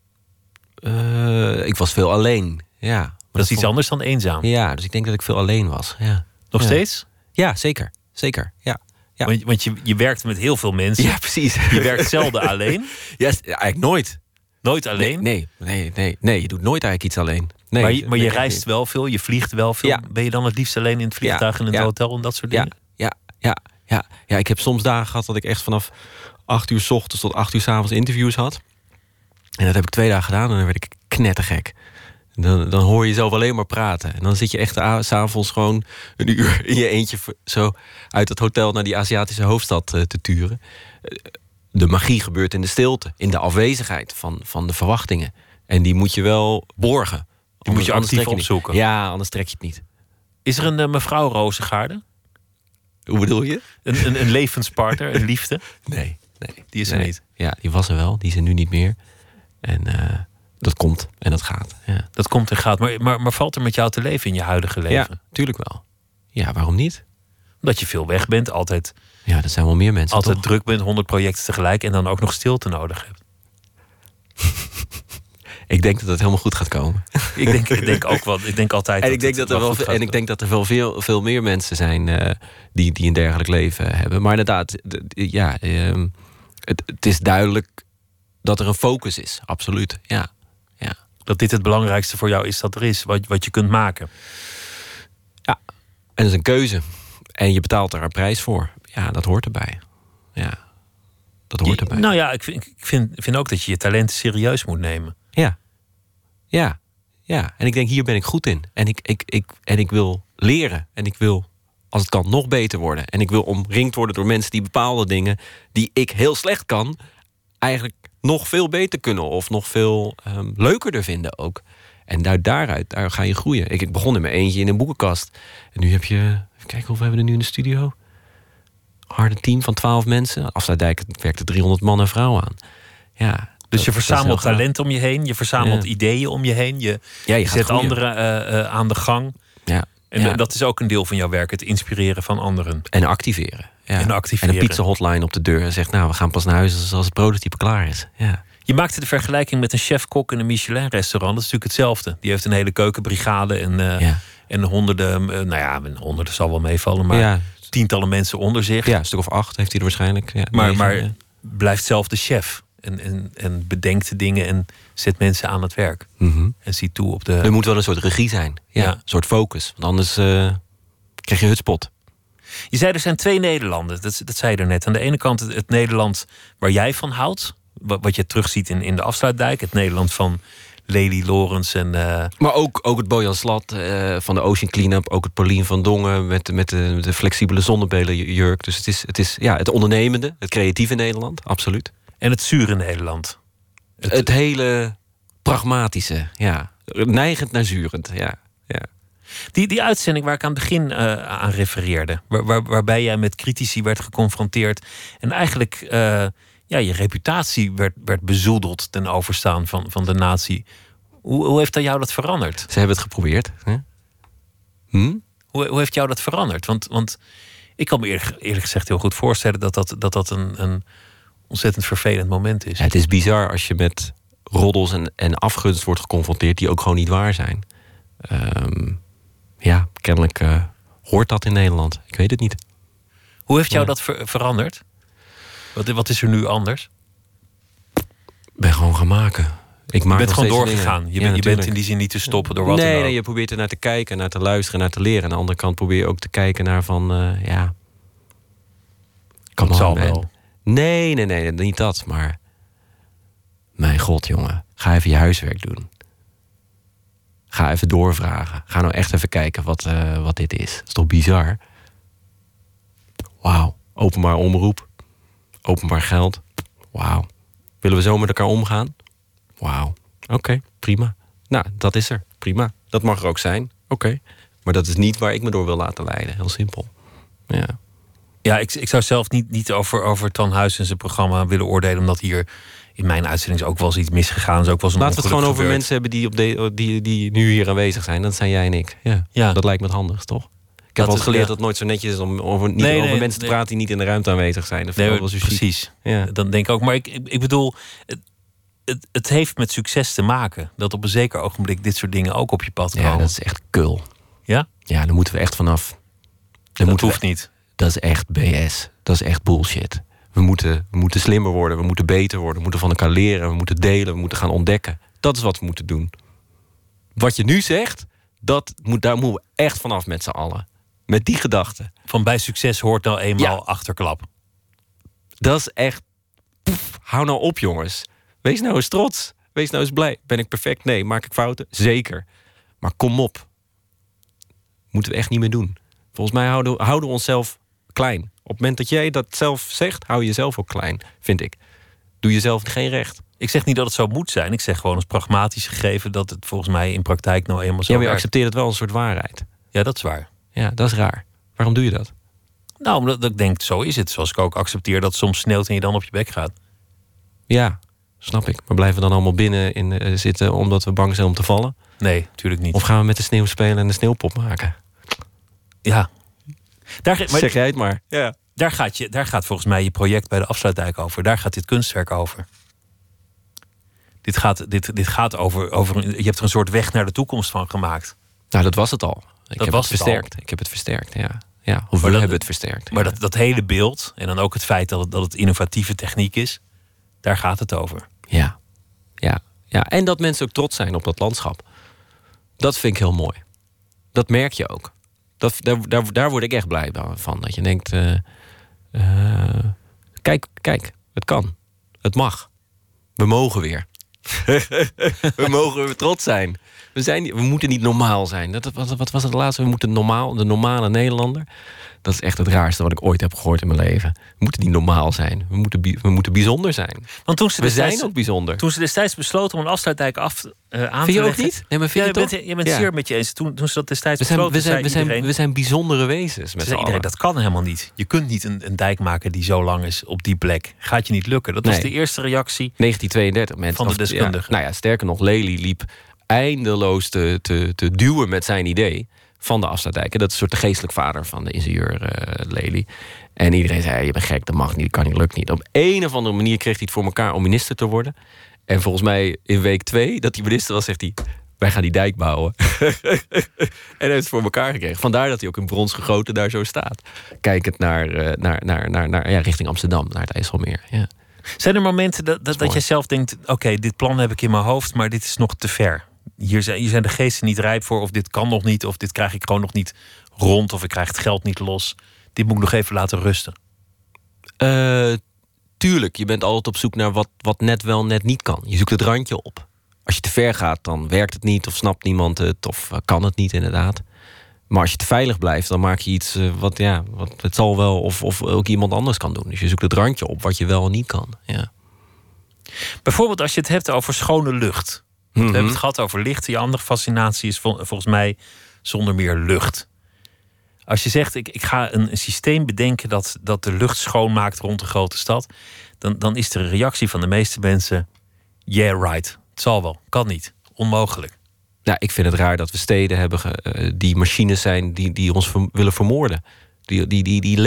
Ik was veel alleen, ja. Dat is iets anders dan eenzaam. Ja, dus ik denk dat ik veel alleen was. Ja. Nog steeds? Ja, zeker. Zeker, ja. Want je werkt met heel veel mensen. Ja, precies. Je werkt zelden alleen. Ja, eigenlijk nooit. Nooit alleen? Nee, je doet nooit eigenlijk iets alleen. Nee, maar je reist wel veel, je vliegt wel veel. Ja. Ben je dan het liefst alleen in het vliegtuig en in het hotel en dat soort dingen? Ja, ik heb soms dagen gehad dat ik echt vanaf 8 uur 's ochtends tot 8 uur 's avonds interviews had. En dat heb ik 2 dagen gedaan en dan werd ik knettergek. Dan hoor je jezelf alleen maar praten. En dan zit je echt 's avonds gewoon een uur in je eentje zo uit het hotel naar die Aziatische hoofdstad te turen. De magie gebeurt in de stilte, in de afwezigheid van de verwachtingen. En die moet je wel borgen. Die moet je anders actief trek je niet. opzoeken. Ja, anders trek je het niet. Is er een mevrouw Rozengaarde? Hoe bedoel je? Een levenspartner, een liefde? Nee. Die is er niet. Ja, die was er wel. Die is er nu niet meer. En dat komt en dat gaat. Ja. Dat komt en gaat. Maar valt er met jou te leven in je huidige leven? Ja, tuurlijk wel. Ja, waarom niet? Omdat je veel weg bent, altijd Ja, dat zijn wel meer mensen, toch? druk bent, 100 projecten tegelijk en dan ook nog stilte nodig hebt. Ik denk dat het helemaal goed gaat komen. Ik denk ook wel. Ik denk altijd. En ik denk dat er wel veel meer mensen zijn die een dergelijk leven hebben. Maar inderdaad, het is duidelijk dat er een focus is. Absoluut. Ja. Dat dit het belangrijkste voor jou is dat er is, wat je kunt maken. Ja. En dat is een keuze. En je betaalt er een prijs voor. Ja, dat hoort erbij. Ja. Dat hoort erbij. Nou ja, ik vind ook dat je je talenten serieus moet nemen. Ja. En ik denk, hier ben ik goed in. En ik wil leren. En ik wil, als het kan, nog beter worden. En ik wil omringd worden door mensen die bepaalde dingen die ik heel slecht kan, eigenlijk nog veel beter kunnen. Of nog veel leuker vinden ook. En daar ga je groeien. Ik begon in mijn eentje in een boekenkast. En nu heb je, even kijken, hoeveel hebben we er nu in de studio? Harde team van 12 mensen. Afsluitdijk werkte 300 man en vrouwen aan. Ja. Dus je verzamelt talent om je heen. Je verzamelt ideeën om je heen. Je zet anderen aan de gang. Ja. En dat is ook een deel van jouw werk. Het inspireren van anderen. En activeren. Ja. En een pizza hotline op de deur. En zegt, nou, we gaan pas naar huis als het prototype klaar is. Ja. Je maakte de vergelijking met een chef-kok in een Michelin-restaurant. Dat is natuurlijk hetzelfde. Die heeft een hele keukenbrigade. En honderden, honderden zal wel meevallen. Maar tientallen mensen onder zich. Ja, een stuk of 8 heeft hij er waarschijnlijk. Ja, maar blijft zelf de chef. En bedenkt de dingen en zet mensen aan het werk. Mm-hmm. En ziet toe op de... Er moet wel een soort regie zijn. Ja. Een soort focus. Want anders krijg je hutspot. Je zei, er zijn 2 Nederlanden. Dat zei je er net. Aan de ene kant het Nederland waar jij van houdt. Wat je terugziet in de Afsluitdijk. Het Nederland van Lely Lorens en... Maar ook het Bojan Slat van de Ocean Cleanup. Ook het Paulien van Dongen met de flexibele zonnebelenjurk. Dus het is het ondernemende, het creatieve Nederland. Absoluut. En het zure Nederland. Het hele pragmatische, ja. Neigend naar zurend, ja. Die uitzending waar ik aan het begin aan refereerde. Waarbij jij met critici werd geconfronteerd. En eigenlijk je reputatie werd bezoedeld ten overstaan van de natie. Hoe heeft jou dat veranderd? Ze hebben het geprobeerd. Hè? Hoe heeft jou dat veranderd? Want ik kan me eerlijk gezegd heel goed voorstellen dat een ontzettend vervelend moment is. Ja, het is bizar als je met roddels en afgunst wordt geconfronteerd die ook gewoon niet waar zijn. Kennelijk hoort dat in Nederland. Ik weet het niet. Hoe heeft jou dat veranderd? Wat is er nu anders? Ik ben gewoon gaan maken. Je bent gewoon doorgegaan. Je bent in die zin niet te stoppen door wat dan ook. Nee, je probeert er naar te kijken, naar te luisteren, naar te leren. Aan de andere kant probeer je ook te kijken naar van... Het zal wel. Nee, niet dat. Maar mijn god, jongen. Ga even je huiswerk doen. Ga even doorvragen. Ga nou echt even kijken wat dit is. Dat is toch bizar? Wauw. Openbaar omroep. Openbaar geld. Wauw. Willen we zo met elkaar omgaan? Wauw. Oké, prima. Nou, dat is er. Prima. Dat mag er ook zijn. Oké. Maar dat is niet waar ik me door wil laten leiden. Heel simpel. Ja. Ja, ik zou zelf niet over Ton Huis en zijn programma willen oordelen, omdat hier in mijn uitzending is ook wel eens iets misgegaan. Is ook wel eens een Laten we het gewoon over gebeurd. mensen hebben die nu hier aanwezig zijn. Dat zijn jij en ik. Ja. Dat lijkt me het handigst, toch? Ik heb al eens geleerd dat het nooit zo netjes is om over mensen te praten die niet in de ruimte aanwezig zijn. Dat vind ik wel zo precies. Ja. Dan denk ik ook. Maar ik bedoel, het heeft met succes te maken. Dat op een zeker ogenblik dit soort dingen ook op je pad komen. Ja, dat is echt kul. Ja? Ja, daar moeten we echt vanaf. Dat hoeft niet. Dat is echt BS. Dat is echt bullshit. We moeten slimmer worden, we moeten beter worden, we moeten van elkaar leren, we moeten delen, we moeten gaan ontdekken. Dat is wat we moeten doen. Wat je nu zegt, daar moeten we echt vanaf met z'n allen. Met die gedachte. Van bij succes hoort nou eenmaal achterklap. Dat is echt... hou nou op, jongens. Wees nou eens trots. Wees nou eens blij. Ben ik perfect? Nee. Maak ik fouten? Zeker. Maar kom op. Moeten we echt niet meer doen. Volgens mij houden we onszelf klein. Op het moment dat jij dat zelf zegt, hou je jezelf ook klein, vind ik. Doe jezelf geen recht. Ik zeg niet dat het zo moet zijn. Ik zeg gewoon als pragmatisch gegeven dat het volgens mij in praktijk nou eenmaal zo Ja, maar je werkt. accepteert het wel een soort waarheid. Ja, dat is waar. Ja, dat is raar. Waarom doe je dat? Nou, omdat ik denk, zo is het. Zoals ik ook accepteer dat het soms sneeuwt en je dan op je bek gaat. Ja, snap ik. Maar blijven we dan allemaal binnen zitten omdat we bang zijn om te vallen? Nee, natuurlijk niet. Of gaan we met de sneeuw spelen en de sneeuwpop maken? Ja. Zeg jij het maar. Ja. Daar gaat volgens mij je project bij de Afsluitdijk over. Daar gaat dit kunstwerk over. Dit gaat over je hebt er een soort weg naar de toekomst van gemaakt. Nou, dat was het al. Ik heb het versterkt, ja. Of we hebben het versterkt. Maar dat hele beeld, en dan ook het feit dat het innovatieve techniek is, daar gaat het over. Ja. En dat mensen ook trots zijn op dat landschap. Dat vind ik heel mooi. Dat merk je ook. Daar word ik echt blij van. Dat je denkt, kijk, het kan. Het mag. We mogen weer. We mogen weer trots zijn. We moeten niet normaal zijn. Wat was het laatste? We moeten de normale Nederlander. Dat is echt het raarste wat ik ooit heb gehoord in mijn leven. We moeten niet normaal zijn. We moeten bijzonder zijn. Want we zijn ook bijzonder. Toen ze destijds besloten om een Afsluitdijk aan vind te je leggen... ook niet? Nee, maar vind je bent zeer met je eens. Toen ze dat destijds besloten, we zijn bijzondere wezens met z'n allen. Iedereen, dat kan helemaal niet. Je kunt niet een dijk maken die zo lang is op die plek. Gaat je niet lukken. Dat was de eerste reactie 1932 van de deskundigen. Nou ja, sterker nog, Lely liep eindeloos te duwen met zijn idee van de Afsluitdijk. Dat is een soort de geestelijk vader van de ingenieur Lely. En iedereen zei, je bent gek, dat mag niet, dat kan niet, lukt niet. Op een of andere manier kreeg hij het voor elkaar om minister te worden. En volgens mij in week 2, dat hij minister was, zegt hij, wij gaan die dijk bouwen. En hij heeft het voor elkaar gekregen. Vandaar dat hij ook in brons gegoten daar zo staat. Kijkend naar richting Amsterdam, naar het IJsselmeer. Ja. Zijn er momenten dat je zelf denkt, oké, dit plan heb ik in mijn hoofd, maar dit is nog te ver. Hier zijn de geesten niet rijp voor, of dit kan nog niet, of dit krijg ik gewoon nog niet rond, of ik krijg het geld niet los. Dit moet ik nog even laten rusten. Tuurlijk, je bent altijd op zoek naar wat net wel, net niet kan. Je zoekt het randje op. Als je te ver gaat, dan werkt het niet, of snapt niemand het, of kan het niet inderdaad. Maar als je te veilig blijft, dan maak je iets wat het zal wel, of ook iemand anders kan doen. Dus je zoekt het randje op wat je wel en niet kan. Ja. Bijvoorbeeld als je het hebt over schone lucht. We hebben het gehad over licht. Die andere fascinatie is volgens mij zonder meer lucht. Als je zegt, ik ga een systeem bedenken dat de lucht schoonmaakt rond de grote stad, dan is de reactie van de meeste mensen, yeah, right. Het zal wel. Kan niet. Onmogelijk. Nou, ik vind het raar dat we steden hebben die machines zijn die ons willen vermoorden. Die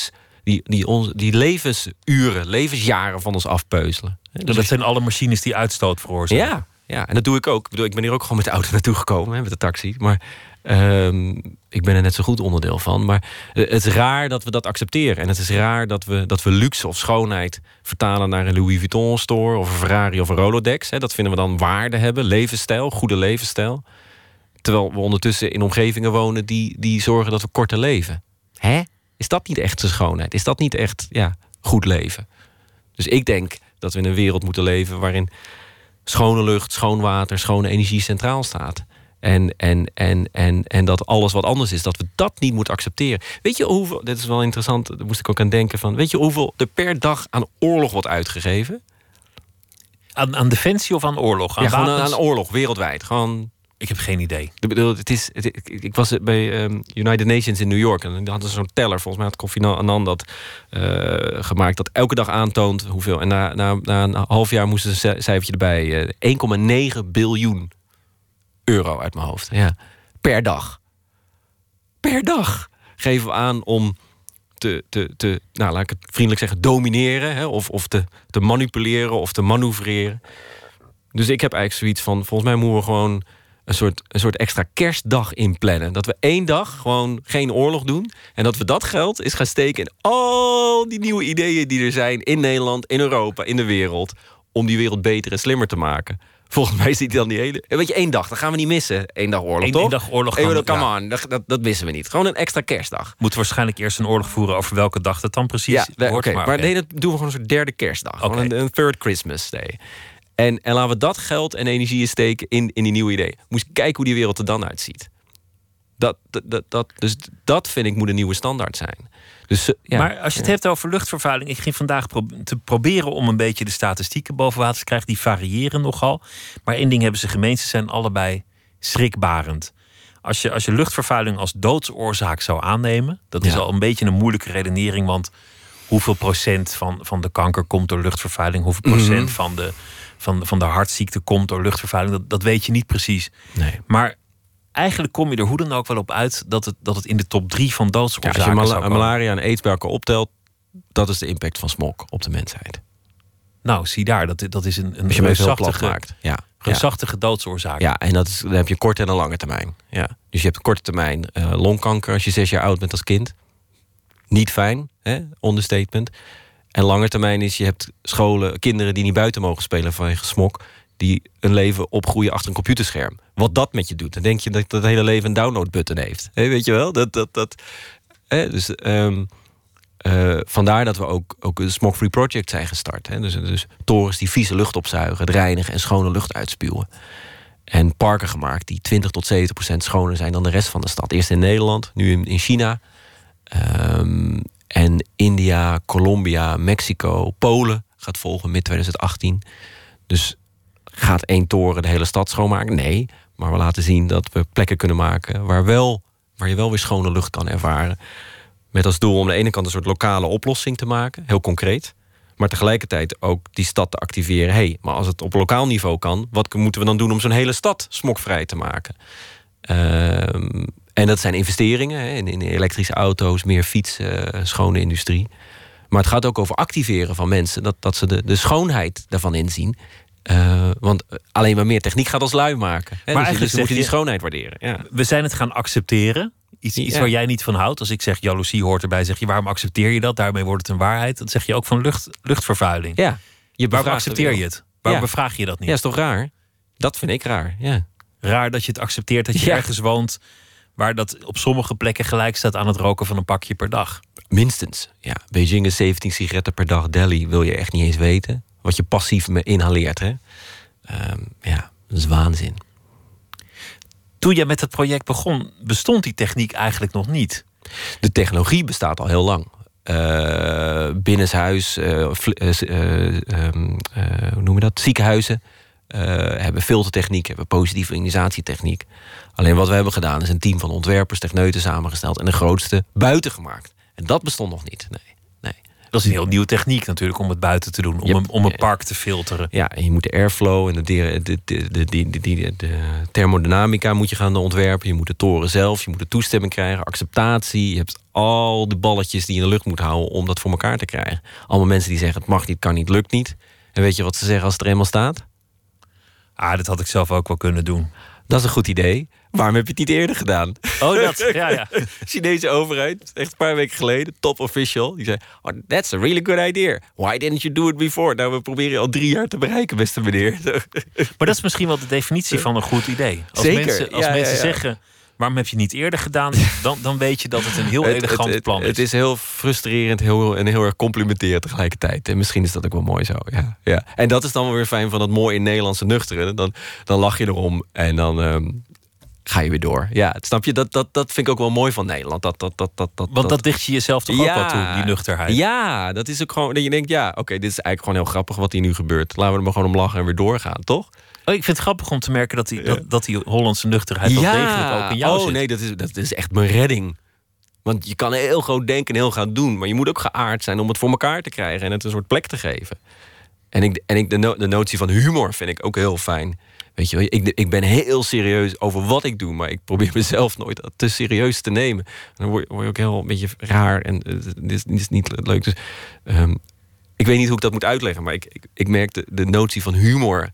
levensuren, levensjaren van ons afpeuzelen. Dus dat zijn alle machines die uitstoot veroorzaken. Ja, en dat doe ik ook. Ik ben hier ook gewoon met de auto naartoe gekomen, met de taxi. Maar ik ben er net zo goed onderdeel van. Maar het is raar dat we dat accepteren. En het is raar dat we luxe of schoonheid vertalen naar een Louis Vuitton store of een Ferrari of een Rolodex. Dat vinden we dan waarde hebben. Levensstijl, goede levensstijl. Terwijl we ondertussen in omgevingen wonen die zorgen dat we korter leven. Is dat niet echt de schoonheid? Is dat niet echt goed leven? Dus ik denk dat we in een wereld moeten leven waarin schone lucht, schoon water, schone energie centraal staat. En dat alles wat anders is, dat we dat niet moeten accepteren. Weet je hoeveel, dit is wel interessant, daar moest ik ook aan denken van, weet je hoeveel er per dag aan oorlog wordt uitgegeven? Aan defensie of aan oorlog? Gewoon aan oorlog, wereldwijd. Gewoon Ik heb geen idee. Ik bedoel, ik was bij United Nations in New York. En dan hadden ze zo'n teller. Volgens mij had Kofi Annan dat gemaakt. Dat elke dag aantoont hoeveel. En na een half jaar moesten ze een cijfertje erbij. 1,9 biljoen euro uit mijn hoofd. Ja. Per dag. Per dag geven we aan om laat ik het vriendelijk zeggen, domineren. Hè, of te manipuleren of te manoeuvreren. Dus ik heb eigenlijk zoiets van, volgens mij moeten we gewoon een soort extra kerstdag inplannen. Dat we 1 dag gewoon geen oorlog doen. En dat we dat geld eens gaan steken in al die nieuwe ideeën die er zijn in Nederland, in Europa, in de wereld. Om die wereld beter en slimmer te maken. Volgens mij is die dan die hele... Weet je, 1 dag, dat gaan we niet missen. 1 dag oorlog, toch? 1 dag oorlog. Come on, dat missen we niet. Gewoon een extra kerstdag. Moeten waarschijnlijk eerst een oorlog voeren over welke dag dat dan precies wordt. Okay. Maar nee, dat doen we gewoon een soort derde kerstdag. Gewoon een third Christmas day. En laten we dat geld en energie steken in die nieuwe ideeën. Moest kijken hoe die wereld er dan uitziet. Dus dat vind ik moet een nieuwe standaard zijn. Dus, maar als je het hebt over luchtvervuiling... ik ging vandaag te proberen om een beetje de statistieken boven water te krijgen. Die variëren nogal. Maar 1 ding hebben ze gemeen, ze zijn allebei schrikbarend. Als je luchtvervuiling als doodsoorzaak zou aannemen... dat is al een beetje een moeilijke redenering... want hoeveel procent van de kanker komt door luchtvervuiling? Hoeveel procent van de hartziekte komt door luchtvervuiling? Dat weet je niet precies. Nee. Maar eigenlijk kom je er hoe dan ook wel op uit... dat het in de top 3 van doodsoorzaken zou komen. Als je malaria en aids bij elkaar optelt... dat is de impact van smog op de mensheid. Nou, zie daar. Dat is een reusachtige doodsoorzaak. Ja, en dan heb je korte en een lange termijn. Ja. Dus je hebt korte termijn longkanker als je 6 jaar oud bent als kind. Niet fijn, hè? Understatement. En lange termijn is, je hebt kinderen die niet buiten mogen spelen vanwege smog... die een leven opgroeien achter een computerscherm. Wat dat met je doet. Dan denk je dat het hele leven een downloadbutton heeft. Weet je wel? Dus vandaar dat we ook een smog-free project zijn gestart. Hè? Dus torens die vieze lucht opzuigen, het reinigen en schone lucht uitspuwen. En parken gemaakt die 20% tot 70% schoner zijn dan de rest van de stad. Eerst in Nederland, nu in China... en India, Colombia, Mexico, Polen gaat volgen mid 2018. Dus gaat 1 toren de hele stad schoonmaken? Nee, maar we laten zien dat we plekken kunnen maken... waar je wel weer schone lucht kan ervaren. Met als doel om aan de ene kant een soort lokale oplossing te maken. Heel concreet. Maar tegelijkertijd ook die stad te activeren. Maar als het op lokaal niveau kan... wat moeten we dan doen om zo'n hele stad smogvrij te maken? En dat zijn investeringen in elektrische auto's, meer fietsen, schone industrie. Maar het gaat ook over activeren van mensen... dat ze de schoonheid daarvan inzien. Want alleen maar meer techniek gaat als lui maken. Maar dus we moeten die schoonheid waarderen. Ja. We zijn het gaan accepteren. Iets waar jij niet van houdt. Als ik zeg jaloezie hoort erbij, zeg je waarom accepteer je dat? Daarmee wordt het een waarheid. Dan zeg je ook van luchtvervuiling. Ja. Waarom accepteer je het? Waarom bevraag je dat niet? Ja, is toch raar? Dat vind ik raar, ja. Raar dat je het accepteert dat je ergens woont... waar dat op sommige plekken gelijk staat aan het roken van een pakje per dag. Minstens, ja. Beijing is 17 sigaretten per dag. Delhi wil je echt niet eens weten. Wat je passief inhaleert, hè. Dat is waanzin. Toen je met het project begon, bestond die techniek eigenlijk nog niet? De technologie bestaat al heel lang. Binnenshuis, hoe noem je dat? Ziekenhuizen hebben filtertechniek, hebben positieve ionisatietechniek. Alleen wat we hebben gedaan is een team van ontwerpers, techneuten samengesteld en de grootste buiten gemaakt. En dat bestond nog niet. Nee. Dat is een heel nieuwe techniek natuurlijk om het buiten te doen, om een park te filteren. Ja, en je moet de airflow en de thermodynamica moet je gaan ontwerpen. Je moet de toren zelf, je moet de toestemming krijgen, acceptatie. Je hebt al die balletjes die je in de lucht moet houden om dat voor elkaar te krijgen. Allemaal mensen die zeggen het mag niet, kan niet, lukt niet. En weet je wat ze zeggen als het er eenmaal staat? Dat had ik zelf ook wel kunnen doen. Dat is een goed idee. Waarom heb je het niet eerder gedaan? Oh, dat, ja. Chinese overheid, echt een paar weken geleden, top official. Die zei, that's a really good idea. Why didn't you do it before? Nou, we proberen al 3 jaar te bereiken, beste meneer. Maar dat is misschien wel de definitie van een goed idee. Als mensen zeggen, waarom heb je niet eerder gedaan? Dan weet je dat het een heel elegant plan is. Het is heel frustrerend en heel erg complimenterend tegelijkertijd. En misschien is dat ook wel mooi zo. Ja. En dat is dan wel weer fijn van dat mooie Nederlandse nuchteren. Dan lach je erom en dan... ga je weer door. Ja, snap je? Dat vind ik ook wel mooi van Nederland. Want dat dicht je jezelf toch ook wel toe, die nuchterheid? Ja, dat is ook gewoon dat je denkt, ja, oké, dit is eigenlijk gewoon heel grappig wat hier nu gebeurt. Laten we er maar gewoon om lachen en weer doorgaan, toch? Oh, ik vind het grappig om te merken dat die Hollandse nuchterheid wel degelijk ook in jou zit. Nee, dat is echt mijn redding. Want je kan heel groot denken en heel gaan doen, maar je moet ook geaard zijn om het voor elkaar te krijgen en het een soort plek te geven. En de notie van humor vind ik ook heel fijn. Weet je, ik ben heel serieus over wat ik doe, maar ik probeer mezelf nooit te serieus te nemen. Dan word je ook heel een beetje raar en dit is niet leuk. Dus ik weet niet hoe ik dat moet uitleggen, maar ik merk de notie van humor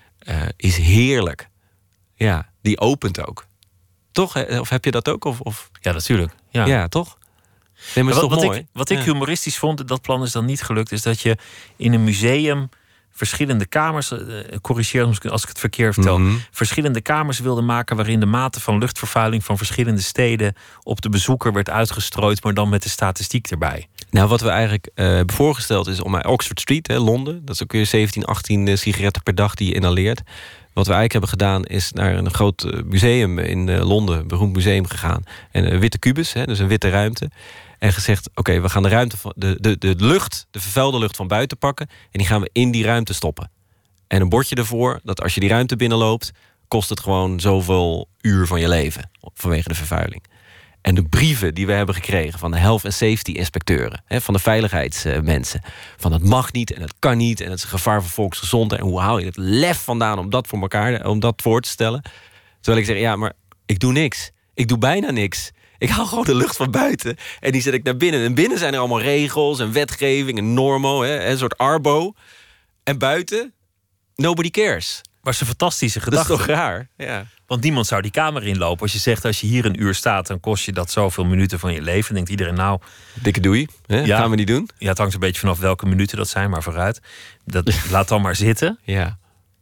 is heerlijk. Ja, die opent ook. Toch? Of heb je dat ook? Of? Ja, natuurlijk. Ja, toch? Nee, maar wat ik humoristisch vond, dat plan is dan niet gelukt, is dat je in een museum verschillende kamers, corrigeer als ik het verkeerd vertel, verschillende kamers wilde maken waarin de mate van luchtvervuiling van verschillende steden op de bezoeker werd uitgestrooid, maar dan met de statistiek erbij. Nou, wat we eigenlijk hebben voorgesteld is om Oxford Street, Londen, dat is ook weer 17, 18 sigaretten per dag die je inhaleert. Wat we eigenlijk hebben gedaan is naar een groot museum in Londen, een beroemd museum gegaan. En een witte kubus, dus een witte ruimte. En gezegd, oké, we gaan de ruimte van de lucht, de vervuilde lucht van buiten pakken. En die gaan we in die ruimte stoppen. En een bordje ervoor, dat als je die ruimte binnenloopt, kost het gewoon zoveel uur van je leven. Vanwege de vervuiling. En de brieven die we hebben gekregen van de health and safety inspecteuren, van de veiligheidsmensen, van het mag niet en het kan niet en het is een gevaar voor volksgezondheid. En hoe haal je het lef vandaan om dat voor te stellen? Terwijl ik zeg, ja, maar ik doe niks. Ik doe bijna niks. Ik haal gewoon de lucht van buiten en die zet ik naar binnen. En binnen zijn er allemaal regels en wetgeving en normo, een soort arbo. En buiten, nobody cares. Maar is een fantastische gedachte. Dat is toch raar? Ja. Want niemand zou die kamer inlopen. Als je zegt, als je hier een uur staat, dan kost je dat zoveel minuten van je leven. Dan denkt iedereen, nou, dikke doei, ja, gaan we niet doen. Ja, het hangt een beetje vanaf welke minuten dat zijn, maar vooruit. Laat dan maar zitten. Ja.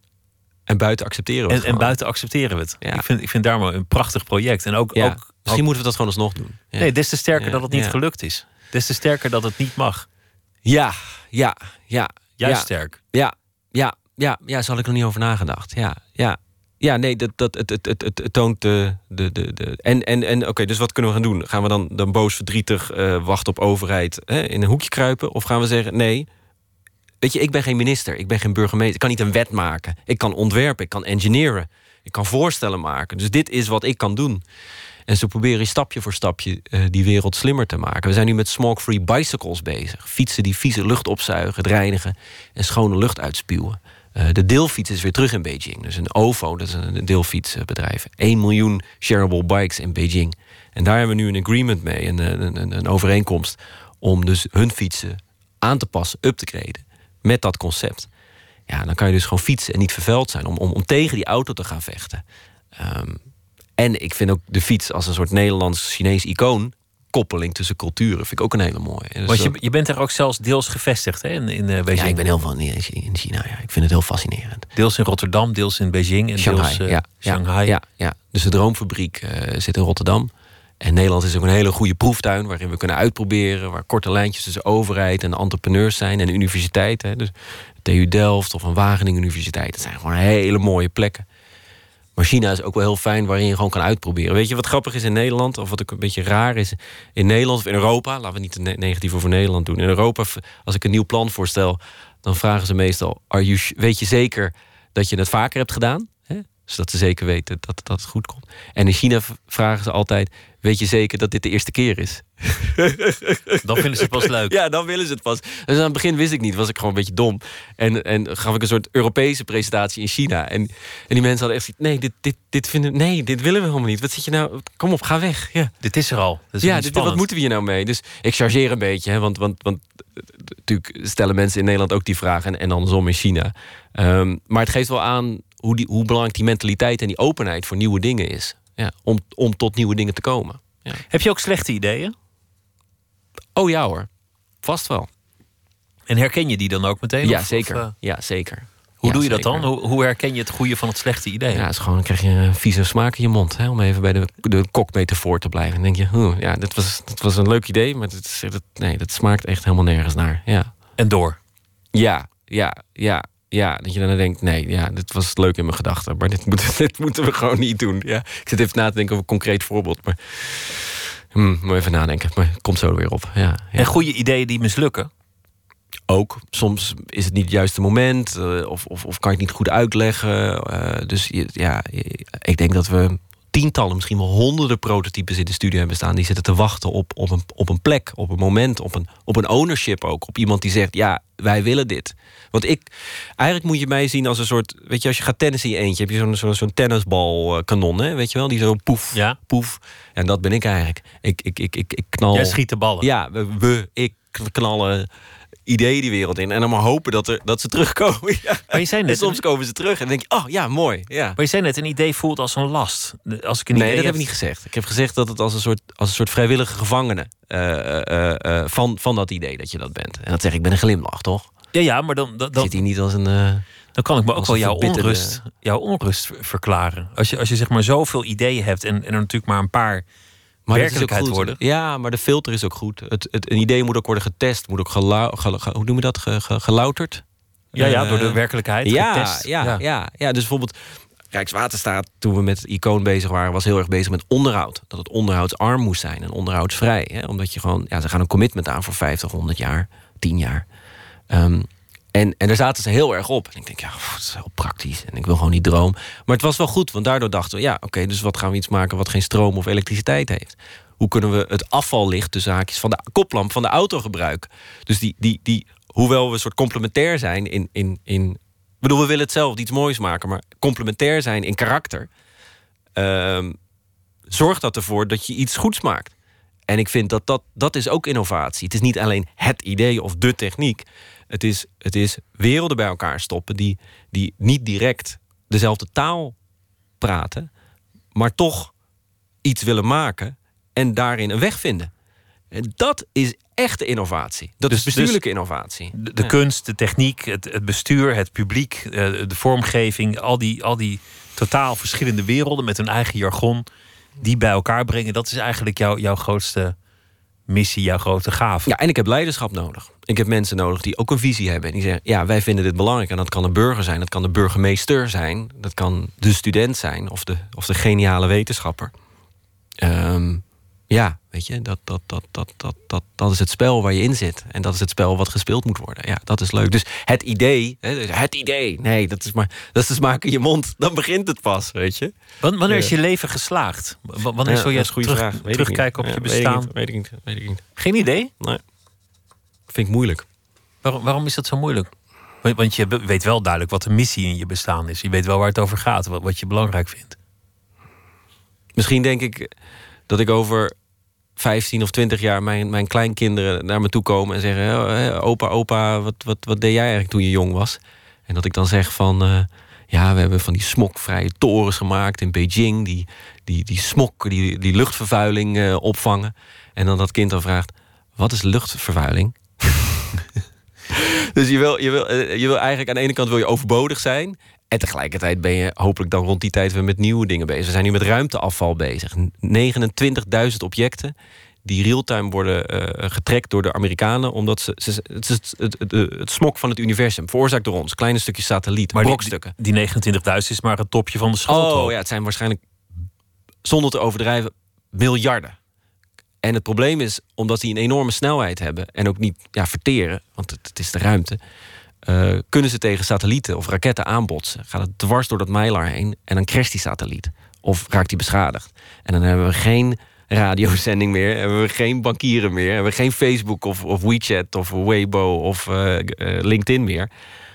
En buiten accepteren we het. En buiten accepteren we het. Ja. Ik vind daarom een prachtig project. En ook, misschien moeten we dat gewoon alsnog doen. Ja. Nee, des te sterker dat het niet gelukt is. Des te sterker dat het niet mag. Ja. Juist sterk. Ja, zo had ik nog niet over nagedacht. Ja, nee, het toont de. En oké, dus wat kunnen we gaan doen? Gaan we dan boos, verdrietig, wachten op overheid, in een hoekje kruipen? Of gaan we zeggen, nee, weet je, ik ben geen minister, ik ben geen burgemeester, ik kan niet een wet maken. Ik kan ontwerpen, ik kan engineeren, ik kan voorstellen maken. Dus dit is wat ik kan doen. En ze proberen stapje voor stapje die wereld slimmer te maken. We zijn nu met smoke-free bicycles bezig. Fietsen die vieze lucht opzuigen, het reinigen en schone lucht uitspuwen. De deelfiets is weer terug in Beijing. Dus een OVO, dat is een deelfietsbedrijf. 1 miljoen shareable bikes in Beijing. En daar hebben we nu een agreement mee, een overeenkomst, om dus hun fietsen aan te passen, up te graden, met dat concept. Ja, dan kan je dus gewoon fietsen en niet vervuild zijn, om tegen die auto te gaan vechten. En ik vind ook de fiets als een soort Nederlands-Chinees icoon, koppeling tussen culturen, vind ik ook een hele mooie. Dus want je bent er ook zelfs deels gevestigd, hè, in Beijing? Ja, ik ben heel veel in China. Ja. Ik vind het heel fascinerend. Deels in Rotterdam, deels in Beijing en Shanghai, deels Shanghai. Ja. Dus de Droomfabriek zit in Rotterdam. En Nederland is ook een hele goede proeftuin waarin we kunnen uitproberen, waar korte lijntjes tussen overheid en entrepreneurs zijn en de universiteit. Hè. Dus TU Delft of een Wageningen Universiteit. Dat zijn gewoon hele mooie plekken. Maar China is ook wel heel fijn waarin je gewoon kan uitproberen. Weet je wat grappig is in Nederland, of wat ook een beetje raar is? In Nederland of in Europa, laten we niet te negatief over Nederland doen. In Europa, als ik een nieuw plan voorstel, dan vragen ze meestal, weet je zeker dat je het vaker hebt gedaan? Zodat ze zeker weten dat het goed komt. En in China vragen ze altijd, weet je zeker dat dit de eerste keer is? Dan vinden ze het pas leuk. Ja, dan willen ze het pas. Dus aan het begin wist ik niet, was ik gewoon een beetje dom. En gaf ik een soort Europese presentatie in China. En die mensen hadden echt zoiets, dit willen we helemaal niet. Wat zit je nou? Kom op, ga weg. Ja. Dit is er al. Wat moeten we hier nou mee? Dus ik chargeer een beetje, want natuurlijk stellen mensen in Nederland ook die vraag en andersom in China. Maar het geeft wel aan hoe belangrijk die mentaliteit en die openheid voor nieuwe dingen is. Ja, om tot nieuwe dingen te komen. Ja. Heb je ook slechte ideeën? Oh ja hoor, vast wel. En herken je die dan ook meteen? Ja, zeker. Ja, zeker. Hoe doe je dat dan? Hoe herken je het goede van het slechte idee? Ja, het is gewoon, dan krijg je een vieze smaak in je mond. Om even bij de kokmetafoor te blijven. Dan denk je, dit was een leuk idee, maar dat smaakt echt helemaal nergens naar. Ja. En door? Ja. Ja, dat je dan denkt, nee, ja, dit was leuk in mijn gedachten. Maar dit moeten we gewoon niet doen. Ja. Ik zit even na te denken over een concreet voorbeeld. Maar moet even nadenken. Maar het komt zo weer op. Ja. En goede ideeën die mislukken? Ook. Soms is het niet het juiste moment. Of kan je het niet goed uitleggen. Dus ik denk dat we tientallen, misschien wel honderden prototypes in de studio hebben staan. Die zitten te wachten op een plek, op een moment, op een ownership ook. Op iemand die zegt, ja, wij willen dit. Want eigenlijk moet je mij zien als een soort, weet je, als je gaat tennissen in je eentje, heb je zo'n tennisbalkanon, hè, weet je wel, die zo poef, poef. En dat ben ik eigenlijk. Ik knal. Jij schiet de ballen. Ja, ik knallen ideeën die wereld in. En dan maar hopen dat ze terugkomen. Ja. Maar je zei net, en soms komen ze terug en dan denk je, oh ja, mooi. Ja. Maar je zei net, een idee voelt als een last. Als ik een nee, idee dat heb ik niet gezegd. Ik heb gezegd dat het als een soort vrijwillige gevangene van dat idee dat je dat bent. En dat zeg ik met een glimlach, toch? Ja, maar dan zit hij niet als een... Dan kan ik me ook wel jouw onrust verklaren. Als je zeg maar zoveel ideeën hebt en er natuurlijk maar een paar maar werkelijkheid worden. Ja, maar de filter is ook goed. Een idee moet ook worden getest. Moet ook hoe noem je dat? Gelouterd? Ja, door de werkelijkheid getest. Ja, dus bijvoorbeeld Rijkswaterstaat, toen we met het icoon bezig waren, was heel erg bezig met onderhoud. Dat het onderhoudsarm moest zijn en onderhoudsvrij. Hè? Omdat je gewoon, ze gaan een commitment aan voor 50, 100 jaar, 10 jaar. En daar zaten ze heel erg op. En ik denk, dat is heel praktisch. En ik wil gewoon die droom. Maar het was wel goed, want daardoor dachten we, oké, dus wat gaan we iets maken wat geen stroom of elektriciteit heeft? Hoe kunnen we het afvallicht tussen haakjes van de koplamp van de auto gebruiken? Dus die hoewel we een soort complementair zijn in ik bedoel, we willen hetzelfde iets moois maken, maar complementair zijn in karakter, zorgt dat ervoor dat je iets goeds maakt. En ik vind dat is ook innovatie. Het is niet alleen het idee of de techniek. Het is werelden bij elkaar stoppen die niet direct dezelfde taal praten, maar toch iets willen maken en daarin een weg vinden. En dat is echte innovatie. Dat is bestuurlijke innovatie. De kunst, de techniek, het bestuur, het publiek, de vormgeving, al die totaal verschillende werelden met hun eigen jargon, die bij elkaar brengen, dat is eigenlijk jouw grootste missie, jouw grote gave. Ja, en ik heb leiderschap nodig. Ik heb mensen nodig die ook een visie hebben. En die zeggen, wij vinden dit belangrijk. En dat kan een burger zijn, dat kan de burgemeester zijn, dat kan de student zijn of de geniale wetenschapper. Weet je, dat is het spel waar je in zit. En dat is het spel wat gespeeld moet worden. Ja, dat is leuk. Dus het idee, nee, dat is de smaak in je mond. Dan begint het pas, weet je. Wanneer is je leven geslaagd? Wanneer zul je terugkijken op je bestaan? Weet ik niet. Geen idee? Nee. Vind ik moeilijk. Waarom is dat zo moeilijk? Want je weet wel duidelijk wat de missie in je bestaan is. Je weet wel waar het over gaat, wat je belangrijk vindt. Misschien denk ik dat ik over 15 of 20 jaar mijn kleinkinderen naar me toe komen en zeggen, opa, wat deed jij eigenlijk toen je jong was? En dat ik dan zeg van, we hebben van die smokvrije torens gemaakt in Beijing, die smok, die luchtvervuiling opvangen. En dan dat kind dan vraagt, wat is luchtvervuiling? Dus je wil eigenlijk aan de ene kant wil je overbodig zijn, en tegelijkertijd ben je hopelijk dan rond die tijd weer met nieuwe dingen bezig. We zijn nu met ruimteafval bezig. 29.000 objecten die real-time worden getrackt door de Amerikanen, omdat het smok van het universum veroorzaakt door ons. Kleine stukjes satelliet, maar brokstukken. Die 29.000 is maar het topje van de school. Oh ja, het zijn waarschijnlijk, zonder te overdrijven, miljarden. En het probleem is, omdat die een enorme snelheid hebben en ook niet verteren, want het is de ruimte, kunnen ze tegen satellieten of raketten aanbotsen. Gaat het dwars door dat mijlaar heen en dan crasht die satelliet. Of raakt die beschadigd. En dan hebben we geen radiozending meer, hebben we geen bankieren meer, hebben we geen Facebook of WeChat of Weibo of LinkedIn meer.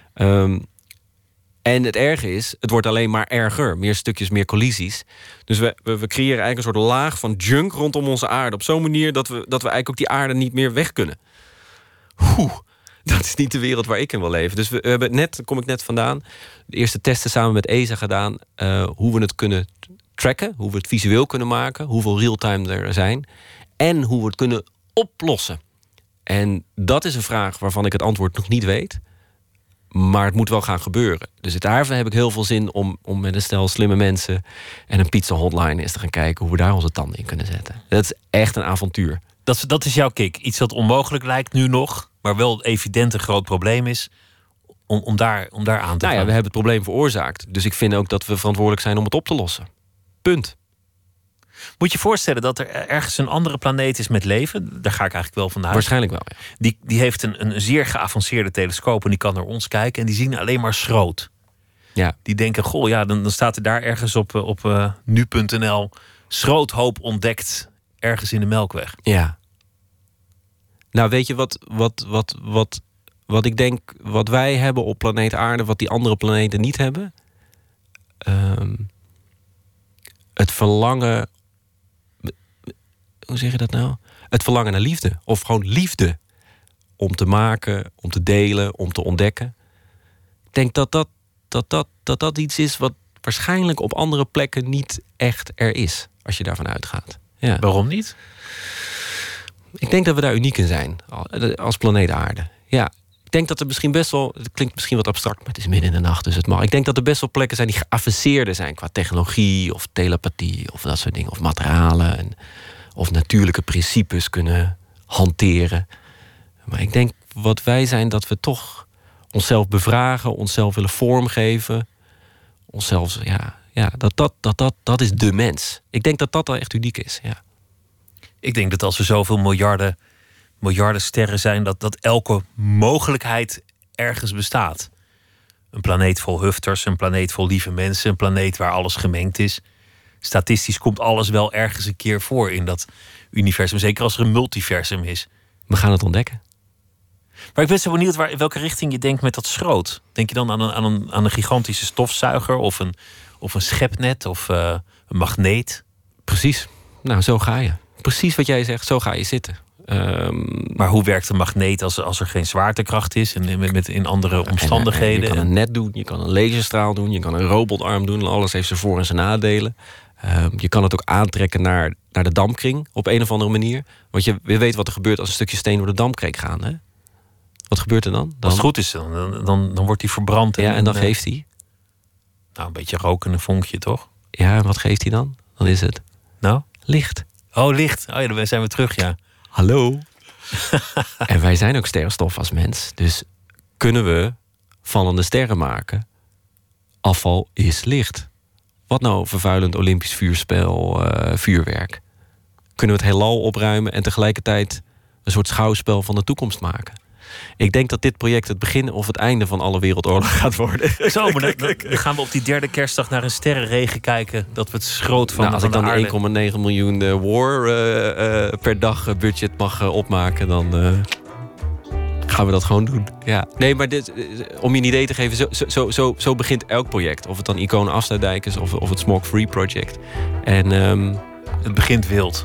En het erge is, het wordt alleen maar erger. Meer stukjes, meer collisies. Dus we creëren eigenlijk een soort laag van junk rondom onze aarde. Op zo'n manier dat we eigenlijk ook die aarde niet meer weg kunnen. Dat is niet de wereld waar ik in wil leven. Dus we hebben daar kom ik net vandaan, de eerste testen samen met ESA gedaan, hoe we het kunnen tracken, hoe we het visueel kunnen maken, hoeveel real-time er zijn en hoe we het kunnen oplossen. En dat is een vraag waarvan ik het antwoord nog niet weet, maar het moet wel gaan gebeuren. Dus daarvoor heb ik heel veel zin om met een stel slimme mensen en een pizza hotline eens te gaan kijken hoe we daar onze tanden in kunnen zetten. Dat is echt een avontuur. Dat is jouw kick. Iets dat onmogelijk lijkt nu nog, maar wel evident een groot probleem is. om daar aan te gaan. We hebben het probleem veroorzaakt. Dus ik vind ook dat we verantwoordelijk zijn om het op te lossen. Punt. Moet je voorstellen dat er ergens een andere planeet is met leven? Daar ga ik eigenlijk wel vanuit. Waarschijnlijk wel, ja. Die heeft een zeer geavanceerde telescoop en die kan naar ons kijken en die zien alleen maar schroot. Ja. Die denken, dan staat er daar ergens op nu.nl... schroothoop ontdekt ergens in de Melkweg. Ja. Nou, weet je wat ik denk, wat wij hebben op planeet Aarde, wat die andere planeten niet hebben? Het verlangen... Hoe zeg je dat nou? Het verlangen naar liefde. Of gewoon liefde. Om te maken, om te delen, om te ontdekken. Ik denk dat iets is wat waarschijnlijk op andere plekken niet echt er is. Als je daarvan uitgaat. Ja. Waarom niet? Ik denk dat we daar uniek in zijn. Als planeet Aarde. Ja. Ik denk dat er misschien best wel... Het klinkt misschien wat abstract, maar het is midden in de nacht, dus het mag. Ik denk dat er best wel plekken zijn die geavanceerder zijn qua technologie of telepathie of dat soort dingen. Of materialen of natuurlijke principes kunnen hanteren. Maar ik denk wat wij zijn, dat we toch onszelf bevragen, onszelf willen vormgeven. Onszelf, dat is de mens. Ik denk dat dat echt uniek is, ja. Ik denk dat als er zoveel miljarden sterren zijn, dat elke mogelijkheid ergens bestaat. Een planeet vol hufters, een planeet vol lieve mensen, een planeet waar alles gemengd is. Statistisch komt alles wel ergens een keer voor in dat universum. Zeker als er een multiversum is. We gaan het ontdekken. Maar ik ben zo benieuwd in welke richting je denkt met dat schroot. Denk je dan aan een gigantische stofzuiger of een schepnet of een magneet? Precies. Nou, zo ga je. Precies wat jij zegt, zo ga je zitten. Maar hoe werkt een magneet als er geen zwaartekracht is en in andere omstandigheden? Je kan een net doen, je kan een laserstraal doen, je kan een robotarm doen. Alles heeft zijn voor- en zijn nadelen. Je kan het ook aantrekken naar de dampkring op een of andere manier. Want je weet wat er gebeurt als een stukje steen door de dampkring gaat. Hè? Wat gebeurt er dan? Als het goed is, dan wordt hij verbrand. En dan geeft hij? Nou, een beetje roken, een vonkje, toch? Ja, en wat geeft hij dan? Dan is het? Nou? Licht. Oh, licht. Oh ja, dan zijn we terug, ja. Hallo. En wij zijn ook sterrenstof als mens. Dus kunnen we vallende sterren maken? Afval is licht. Wat nou vervuilend Olympisch vuurspel, vuurwerk? Kunnen we het heelal opruimen en tegelijkertijd een soort schouwspel van de toekomst maken? Ik denk dat dit project het begin of het einde van alle wereldoorlog gaat worden. Zo, maar dan gaan we op die derde kerstdag naar een sterrenregen kijken. Dat we het schroot van als ik dan aarde... die 1,9 miljoen war per dag budget mag opmaken, dan gaan we dat gewoon doen. Ja. Nee, maar om je een idee te geven, zo begint elk project. Of het dan Iconen Afsluitdijk is of het Smog Free Project. En het begint wild.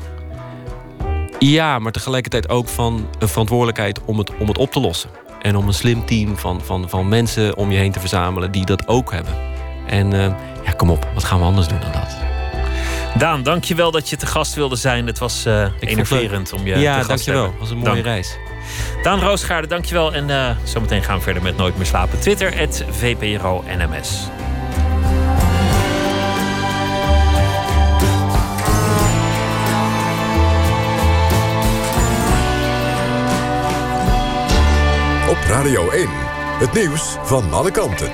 Ja, maar tegelijkertijd ook van een verantwoordelijkheid om het op te lossen. En om een slim team van mensen om je heen te verzamelen die dat ook hebben. En kom op, wat gaan we anders doen dan dat? Daan, dankjewel dat je te gast wilde zijn. Het was enerverend om je te gast te hebben. Dankjewel. Het was een mooie reis. Daan Roosgaarde, dankjewel. En zometeen gaan we verder met Nooit meer slapen. Twitter, @VPRO-NMS. Op Radio 1, het nieuws van alle kanten.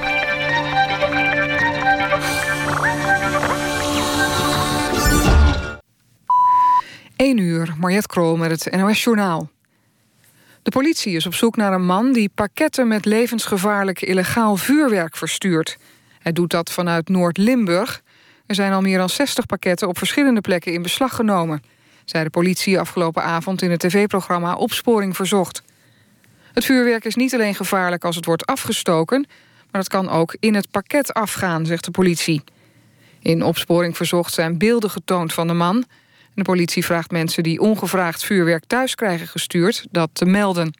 1:00, Mariette Krol met het NOS-journaal. De politie is op zoek naar een man die pakketten met levensgevaarlijk illegaal vuurwerk verstuurt. Hij doet dat vanuit Noord-Limburg. Er zijn al meer dan 60 pakketten op verschillende plekken in beslag genomen, zei de politie afgelopen avond in het tv-programma Opsporing Verzocht. Het vuurwerk is niet alleen gevaarlijk als het wordt afgestoken, maar het kan ook in het pakket afgaan, zegt de politie. In Opsporing Verzocht zijn beelden getoond van de man. En de politie vraagt mensen die ongevraagd vuurwerk thuis krijgen gestuurd dat te melden.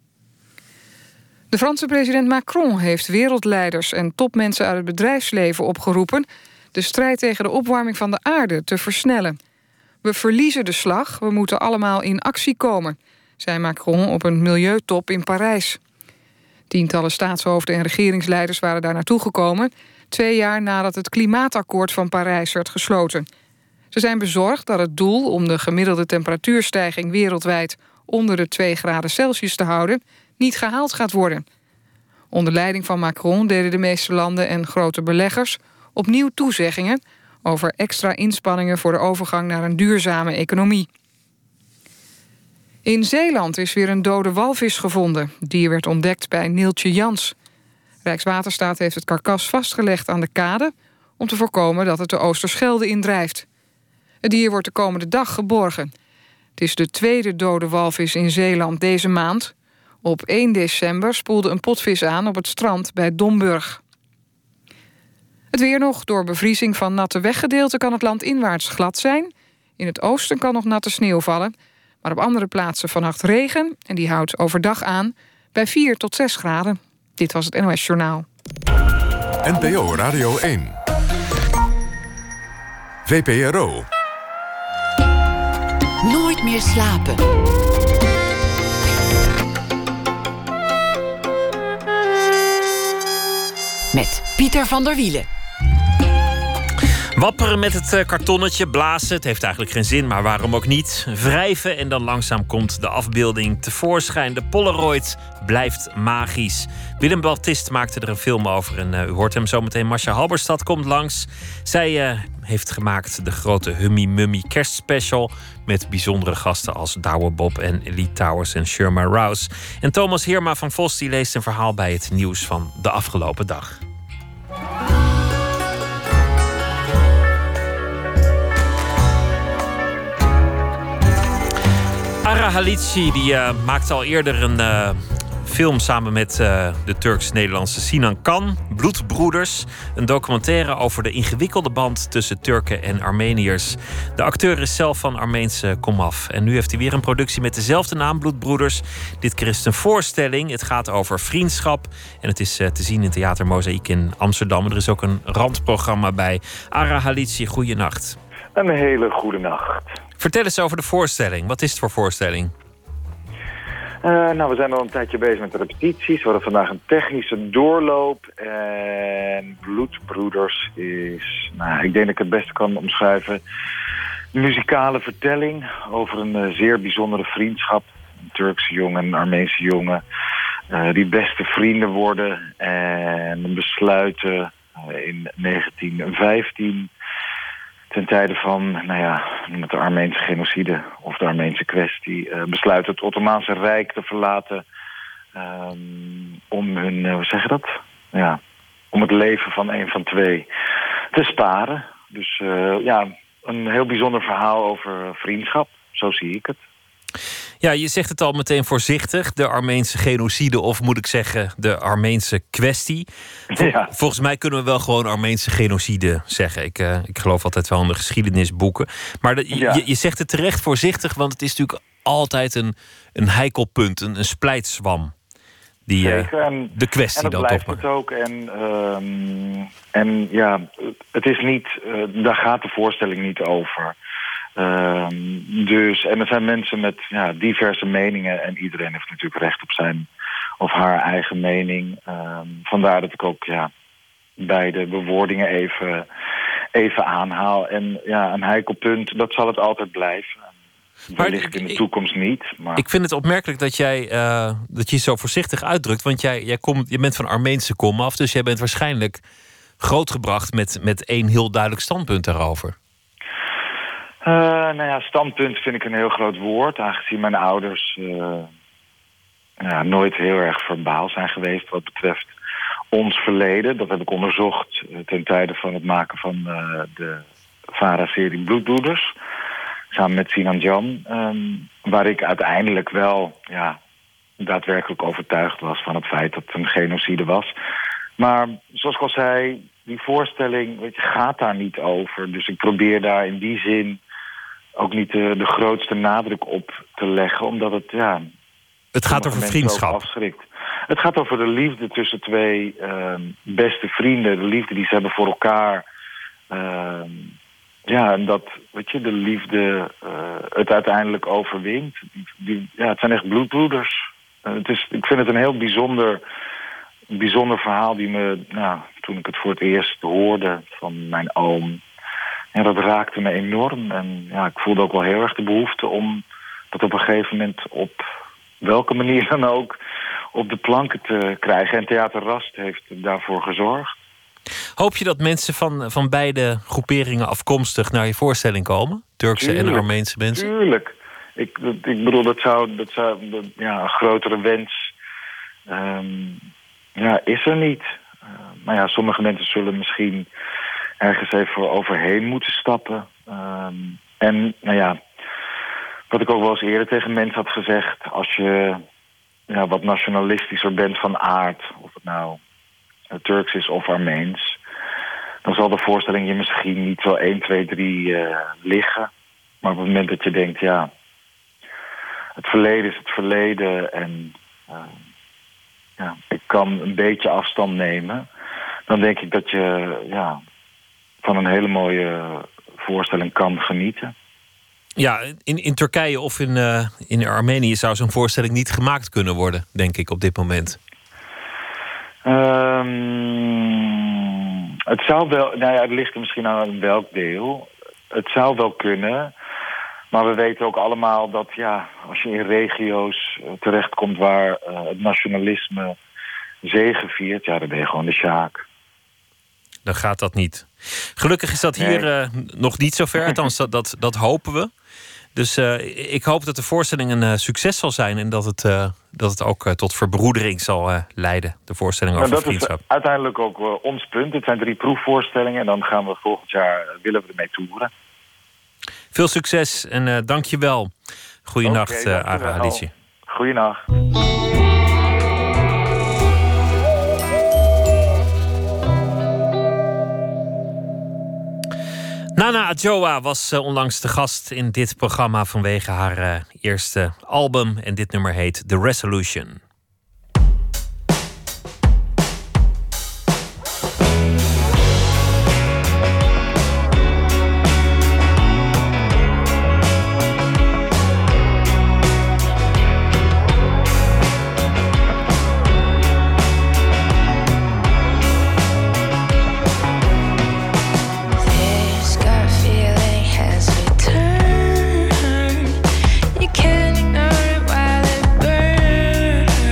De Franse president Macron heeft wereldleiders en topmensen uit het bedrijfsleven opgeroepen de strijd tegen de opwarming van de aarde te versnellen. We verliezen de slag, we moeten allemaal in actie komen, zei Macron op een milieutop in Parijs. Tientallen staatshoofden en regeringsleiders waren daar naartoe gekomen, 2 jaar nadat het klimaatakkoord van Parijs werd gesloten. Ze zijn bezorgd dat het doel om de gemiddelde temperatuurstijging wereldwijd onder de 2 graden Celsius te houden niet gehaald gaat worden. Onder leiding van Macron deden de meeste landen en grote beleggers opnieuw toezeggingen over extra inspanningen voor de overgang naar een duurzame economie. In Zeeland is weer een dode walvis gevonden. Het dier werd ontdekt bij Neeltje Jans. Rijkswaterstaat heeft het karkas vastgelegd aan de kade om te voorkomen dat het de Oosterschelde indrijft. Het dier wordt de komende dag geborgen. Het is de tweede dode walvis in Zeeland deze maand. Op 1 december spoelde een potvis aan op het strand bij Domburg. Het weer nog. Door bevriezing van natte weggedeelten kan het land inwaarts glad zijn. In het oosten kan nog natte sneeuw vallen. Maar op andere plaatsen vannacht regen. En die houdt overdag aan bij 4 tot 6 graden. Dit was het NOS Journaal. NPO Radio 1. VPRO. Nooit meer slapen. Met Pieter van der Wielen. Wapperen met het kartonnetje, blazen. Het heeft eigenlijk geen zin, maar waarom ook niet? Wrijven en dan langzaam komt de afbeelding tevoorschijn. De Polaroid blijft magisch. Willem Baptist maakte er een film over. En u hoort hem zometeen. Masha Halberstad komt langs. Zij heeft gemaakt de grote Hummy Mummy kerstspecial. Met bijzondere gasten als Douwe Bob en Lee Towers en Sherma Rouse. En Thomas Heerma van Vos die leest een verhaal bij het nieuws van de afgelopen dag. Ara Halici die maakte al eerder een film samen met de Turks-Nederlandse Sinan Kan, Bloedbroeders. Een documentaire over de ingewikkelde band tussen Turken en Armeniërs. De acteur is zelf van Armeense komaf. En nu heeft hij weer een productie met dezelfde naam, Bloedbroeders. Dit keer is het een voorstelling. Het gaat over vriendschap. En het is te zien in Theater Mozaïek in Amsterdam. Er is ook een randprogramma bij. Ara Halici, goeienacht. Een hele goede nacht. Vertel eens over de voorstelling. Wat is het voor voorstelling? We zijn al een tijdje bezig met de repetities. We hadden vandaag een technische doorloop. En Bloedbroeders is, ik denk dat ik het beste kan omschrijven, een muzikale vertelling over een zeer bijzondere vriendschap. Een Turkse jongen en een Armeense jongen. Die beste vrienden worden en besluiten in 1915... ten tijde van met de Armeense genocide of de Armeense kwestie besluit het Ottomaanse Rijk te verlaten om hun, om het leven van een van twee te sparen. Dus een heel bijzonder verhaal over vriendschap, zo zie ik het. Ja, je zegt het al meteen voorzichtig. De Armeense genocide, of moet ik zeggen, de Armeense kwestie. Ja. Volgens mij kunnen we wel gewoon Armeense genocide zeggen. Ik geloof altijd wel in de geschiedenisboeken. Maar je zegt het terecht voorzichtig, want het is natuurlijk altijd een heikel punt, een splijtswam. De kwestie en dan blijft toch het ook. Het is niet, daar gaat de voorstelling niet over. En er zijn mensen met diverse meningen en iedereen heeft natuurlijk recht op zijn of haar eigen mening. Vandaar dat ik ook beide bewoordingen even aanhaal. En een heikel punt, dat zal het altijd blijven. Wellicht in de toekomst niet. Maar ik vind het opmerkelijk dat je zo voorzichtig uitdrukt, want je bent van Armeense komaf, dus jij bent waarschijnlijk grootgebracht met één heel duidelijk standpunt daarover. Standpunt vind ik een heel groot woord, aangezien mijn ouders nooit heel erg verbaal zijn geweest wat betreft ons verleden. Dat heb ik onderzocht ten tijde van het maken van de VARA-serie Bloedbroeders, samen met Sinan Can, waar ik uiteindelijk wel daadwerkelijk overtuigd was van het feit dat het een genocide was. Maar zoals ik al zei, die voorstelling gaat daar niet over. Dus ik probeer daar in die zin ook niet de grootste nadruk op te leggen, omdat het het gaat over vriendschap. Afschrikt. Het gaat over de liefde tussen twee beste vrienden, de liefde die ze hebben voor elkaar. En dat, de liefde het uiteindelijk overwint. Het zijn echt bloedbroeders. Ik vind het een heel bijzonder verhaal die me, toen ik het voor het eerst hoorde van mijn oom, dat raakte me enorm. En ik voelde ook wel heel erg de behoefte om dat op een gegeven moment op welke manier dan ook op de planken te krijgen. En Theater Rast heeft daarvoor gezorgd. Hoop je dat mensen van beide groeperingen afkomstig naar je voorstelling komen? Turkse en Armeense mensen? Tuurlijk. Ik bedoel, dat zou een grotere wens is er niet. Maar ja, sommige mensen zullen misschien ergens even overheen moeten stappen. En nou ja, wat ik ook wel eens eerder tegen mensen had gezegd, als je wat nationalistischer bent van aard, of het nou Turks is of Armeens, dan zal de voorstelling je misschien niet wel 1, 2, 3 liggen. Maar op het moment dat je denkt, ja, het verleden is het verleden en ik kan een beetje afstand nemen, dan denk ik dat je van een hele mooie voorstelling kan genieten. Ja, in Turkije of in Armenië zou zo'n voorstelling niet gemaakt kunnen worden, denk ik, op dit moment. Het zou wel, het ligt er misschien aan welk deel. Het zou wel kunnen, maar we weten ook allemaal dat als je in regio's terechtkomt waar het nationalisme zegeviert, dan ben je gewoon de sjaak. Dan gaat dat niet. Gelukkig is dat hier nog niet zo ver, althans dat hopen we. Dus ik hoop dat de voorstelling een succes zal zijn en dat het ook tot verbroedering zal leiden. De voorstelling over vriendschap. Dat is uiteindelijk ook ons punt. Het zijn 3 proefvoorstellingen en dan gaan we volgend jaar, willen we ermee toeren. Veel succes en dank je wel. Goeienacht, Ara Halici. Goeienacht. Nana Adjoa was onlangs de gast in dit programma vanwege haar eerste album. En dit nummer heet The Resolution. You can't ignore it while it burns.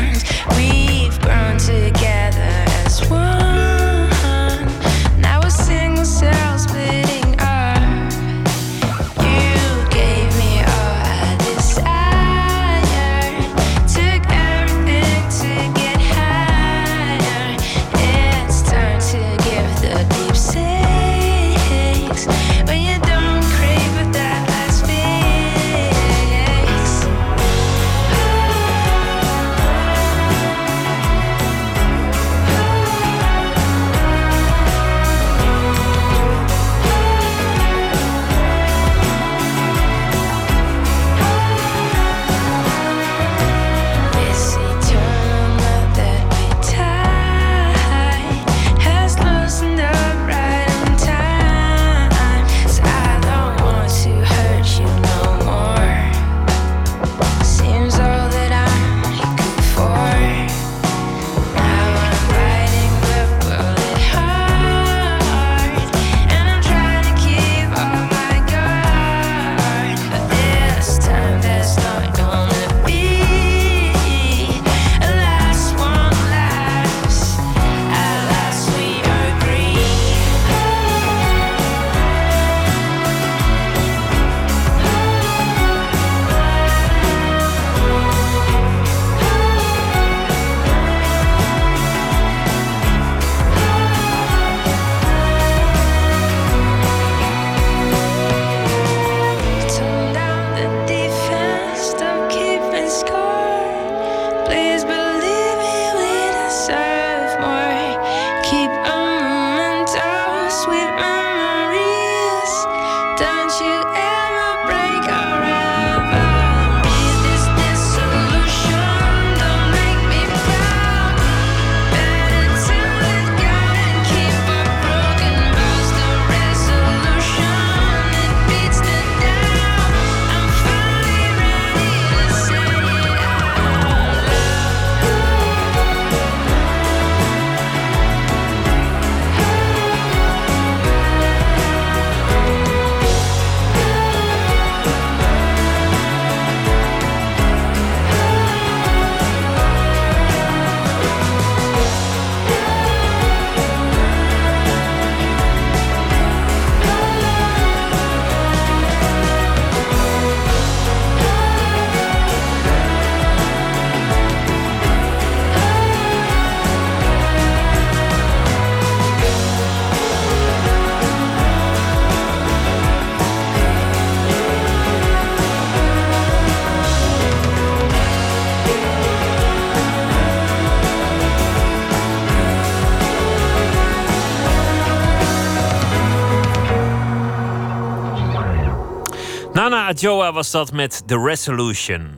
Nana Adjoa was dat met The Resolution.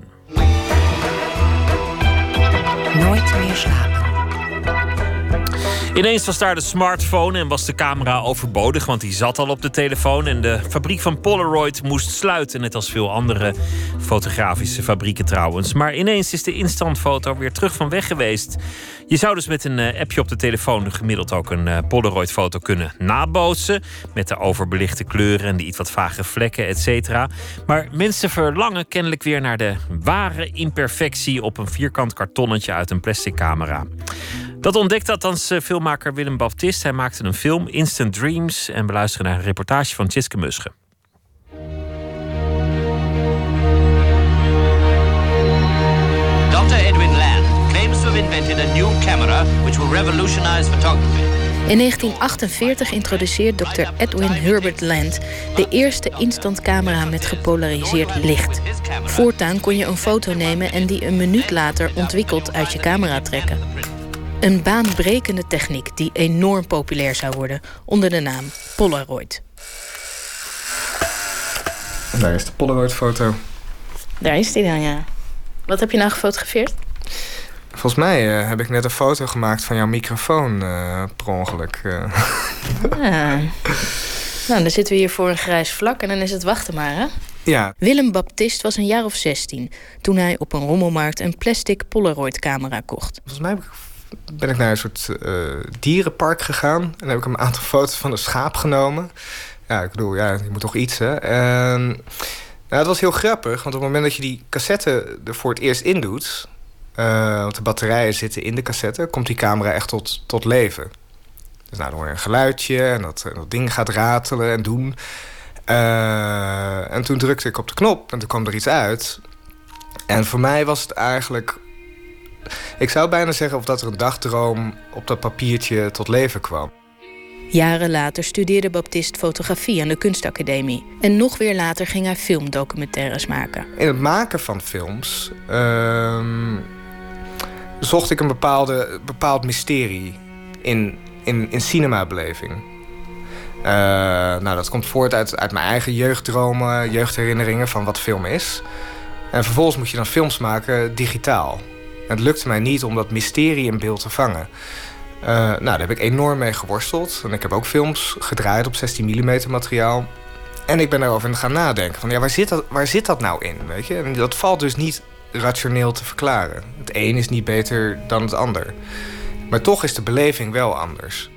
Nooit meer slapen. Ineens was daar de smartphone en was de camera overbodig, want die zat al op de telefoon. En de fabriek van Polaroid moest sluiten, net als veel andere fotografische fabrieken trouwens. Maar ineens is de instantfoto weer terug van weg geweest. Je zou dus met een appje op de telefoon gemiddeld ook een Polaroid-foto kunnen nabootsen. Met de overbelichte kleuren en de iets wat vage vlekken, et cetera. Maar mensen verlangen kennelijk weer naar de ware imperfectie op een vierkant kartonnetje uit een plastic camera. Dat ontdekte althans filmmaker Willem Baptist. Hij maakte een film, Instant Dreams. En we luisteren naar een reportage van Tjitske Musche. Dr. Edwin Land claims to have invented a new camera which will revolutionize photography. In 1948 introduceert Dr. Edwin Herbert Land de eerste instantcamera met gepolariseerd licht. Voortaan kon je een foto nemen en die een minuut later ontwikkeld uit je camera trekken. Een baanbrekende techniek die enorm populair zou worden onder de naam Polaroid. Daar is de Polaroid-foto. Daar is die dan, ja. Wat heb je nou gefotografeerd? Volgens mij heb ik net een foto gemaakt van jouw microfoon per ongeluk. Nou, dan zitten we hier voor een grijs vlak en dan is het wachten maar, hè? Ja. Willem Baptist was een jaar of 16 toen hij op een rommelmarkt een plastic Polaroid-camera kocht. Volgens mij ben ik naar een soort dierenpark gegaan. En heb ik een aantal foto's van een schaap genomen. Ja, ik bedoel, je moet toch iets, hè? Het was heel grappig, want op het moment dat je die cassette er voor het eerst in doet, want de batterijen zitten in de cassette, komt die camera echt tot leven. Dus dan hoor je een geluidje en dat ding gaat ratelen en doen. En toen drukte ik op de knop en toen kwam er iets uit. En voor mij was het eigenlijk, ik zou bijna zeggen of dat er een dagdroom op dat papiertje tot leven kwam. Jaren later studeerde Baptist fotografie aan de Kunstacademie. En nog weer later ging hij filmdocumentaires maken. In het maken van films zocht ik een bepaald mysterie in cinemabeleving. Dat komt voort uit mijn eigen jeugddromen, jeugdherinneringen van wat film is. En vervolgens moet je dan films maken digitaal. En het lukte mij niet om dat mysterie in beeld te vangen. Daar heb ik enorm mee geworsteld. En ik heb ook films gedraaid op 16 mm materiaal. En ik ben daarover gaan nadenken. Van, waar zit dat nou in? Weet je? En dat valt dus niet rationeel te verklaren. Het een is niet beter dan het ander. Maar toch is de beleving wel anders.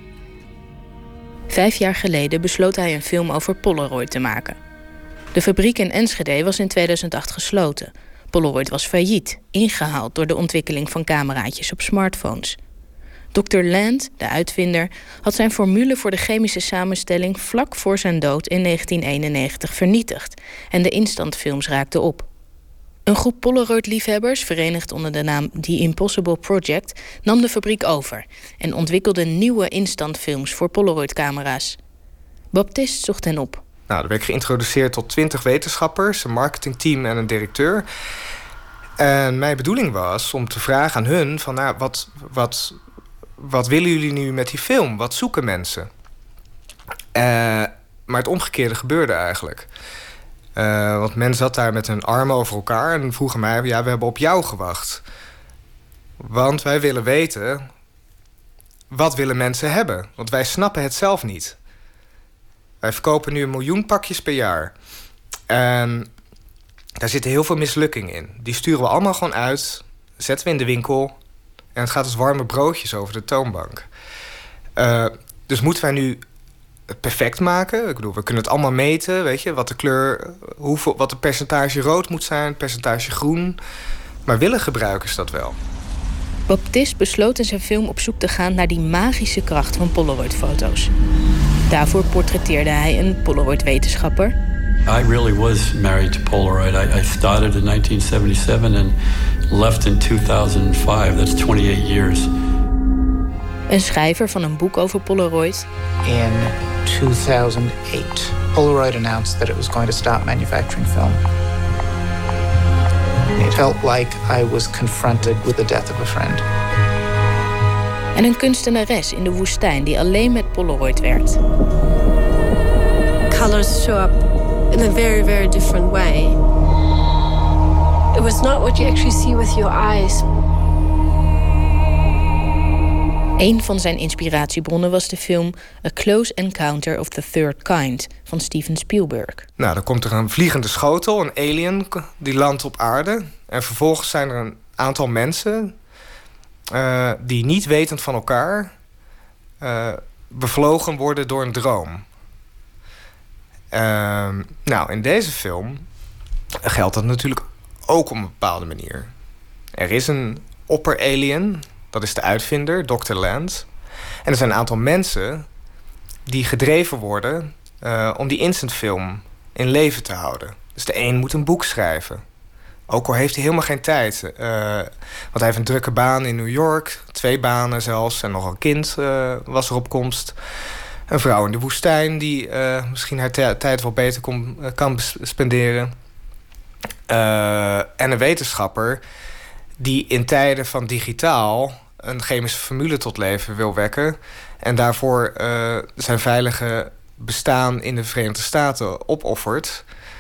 5 jaar geleden besloot hij een film over Polaroid te maken. De fabriek in Enschede was in 2008 gesloten. Polaroid was failliet, ingehaald door de ontwikkeling van cameraatjes op smartphones. Dr. Land, de uitvinder, had zijn formule voor de chemische samenstelling vlak voor zijn dood in 1991 vernietigd en de instantfilms raakten op. Een groep Polaroid-liefhebbers, verenigd onder de naam The Impossible Project, nam de fabriek over en ontwikkelde nieuwe instantfilms voor Polaroid-camera's. Baptist zocht hen op. Nou, dan werd ik geïntroduceerd tot 20 wetenschappers, een marketingteam en een directeur. En mijn bedoeling was om te vragen aan hun van, wat willen jullie nu met die film? Wat zoeken mensen? Maar het omgekeerde gebeurde eigenlijk. Want men zat daar met hun armen over elkaar en vroegen mij, we hebben op jou gewacht. Want wij willen weten, wat willen mensen hebben? Want wij snappen het zelf niet. Wij verkopen nu 1 miljoen pakjes per jaar. En daar zitten heel veel mislukkingen in. Die sturen we allemaal gewoon uit, zetten we in de winkel en het gaat als warme broodjes over de toonbank. Dus moeten wij nu het perfect maken? Ik bedoel, we kunnen het allemaal meten, weet je, wat de kleur, wat de percentage rood moet zijn, percentage groen. Maar willen gebruikers dat wel? Baptist besloot in zijn film op zoek te gaan naar die magische kracht van Polaroid-foto's. Daarvoor portretteerde hij een Polaroid-wetenschapper. I really was married to Polaroid. I started in 1977 and left in 2005. That's 28 years. Een schrijver van een boek over Polaroid. In 2008, Polaroid announced that it was going to start manufacturing film. It felt like I was confronted with the death of a friend. En een kunstenares in de woestijn die alleen met Polaroid werkt. Colors show up in a very, very different way. It was not what you actually see with your eyes. Een van zijn inspiratiebronnen was de film A Close Encounter of the Third Kind van Steven Spielberg. Nou, dan komt er een vliegende schotel, een alien, die landt op aarde. En vervolgens zijn er een aantal mensen die niet wetend van elkaar bevlogen worden door een droom. Nou, in deze film geldt dat natuurlijk ook op een bepaalde manier. Er is een opper-alien, dat is de uitvinder, Dr. Land. En er zijn een aantal mensen die gedreven worden om die instantfilm in leven te houden. Dus de een moet een boek schrijven. Ook al heeft hij helemaal geen tijd. Want hij heeft een drukke baan in New York. 2 banen zelfs. En nog een kind was er op komst. Een vrouw in de woestijn die misschien haar tijd wel beter kan spenderen. En een wetenschapper die in tijden van digitaal een chemische formule tot leven wil wekken. En daarvoor zijn veilige bestaan in de Verenigde Staten opoffert.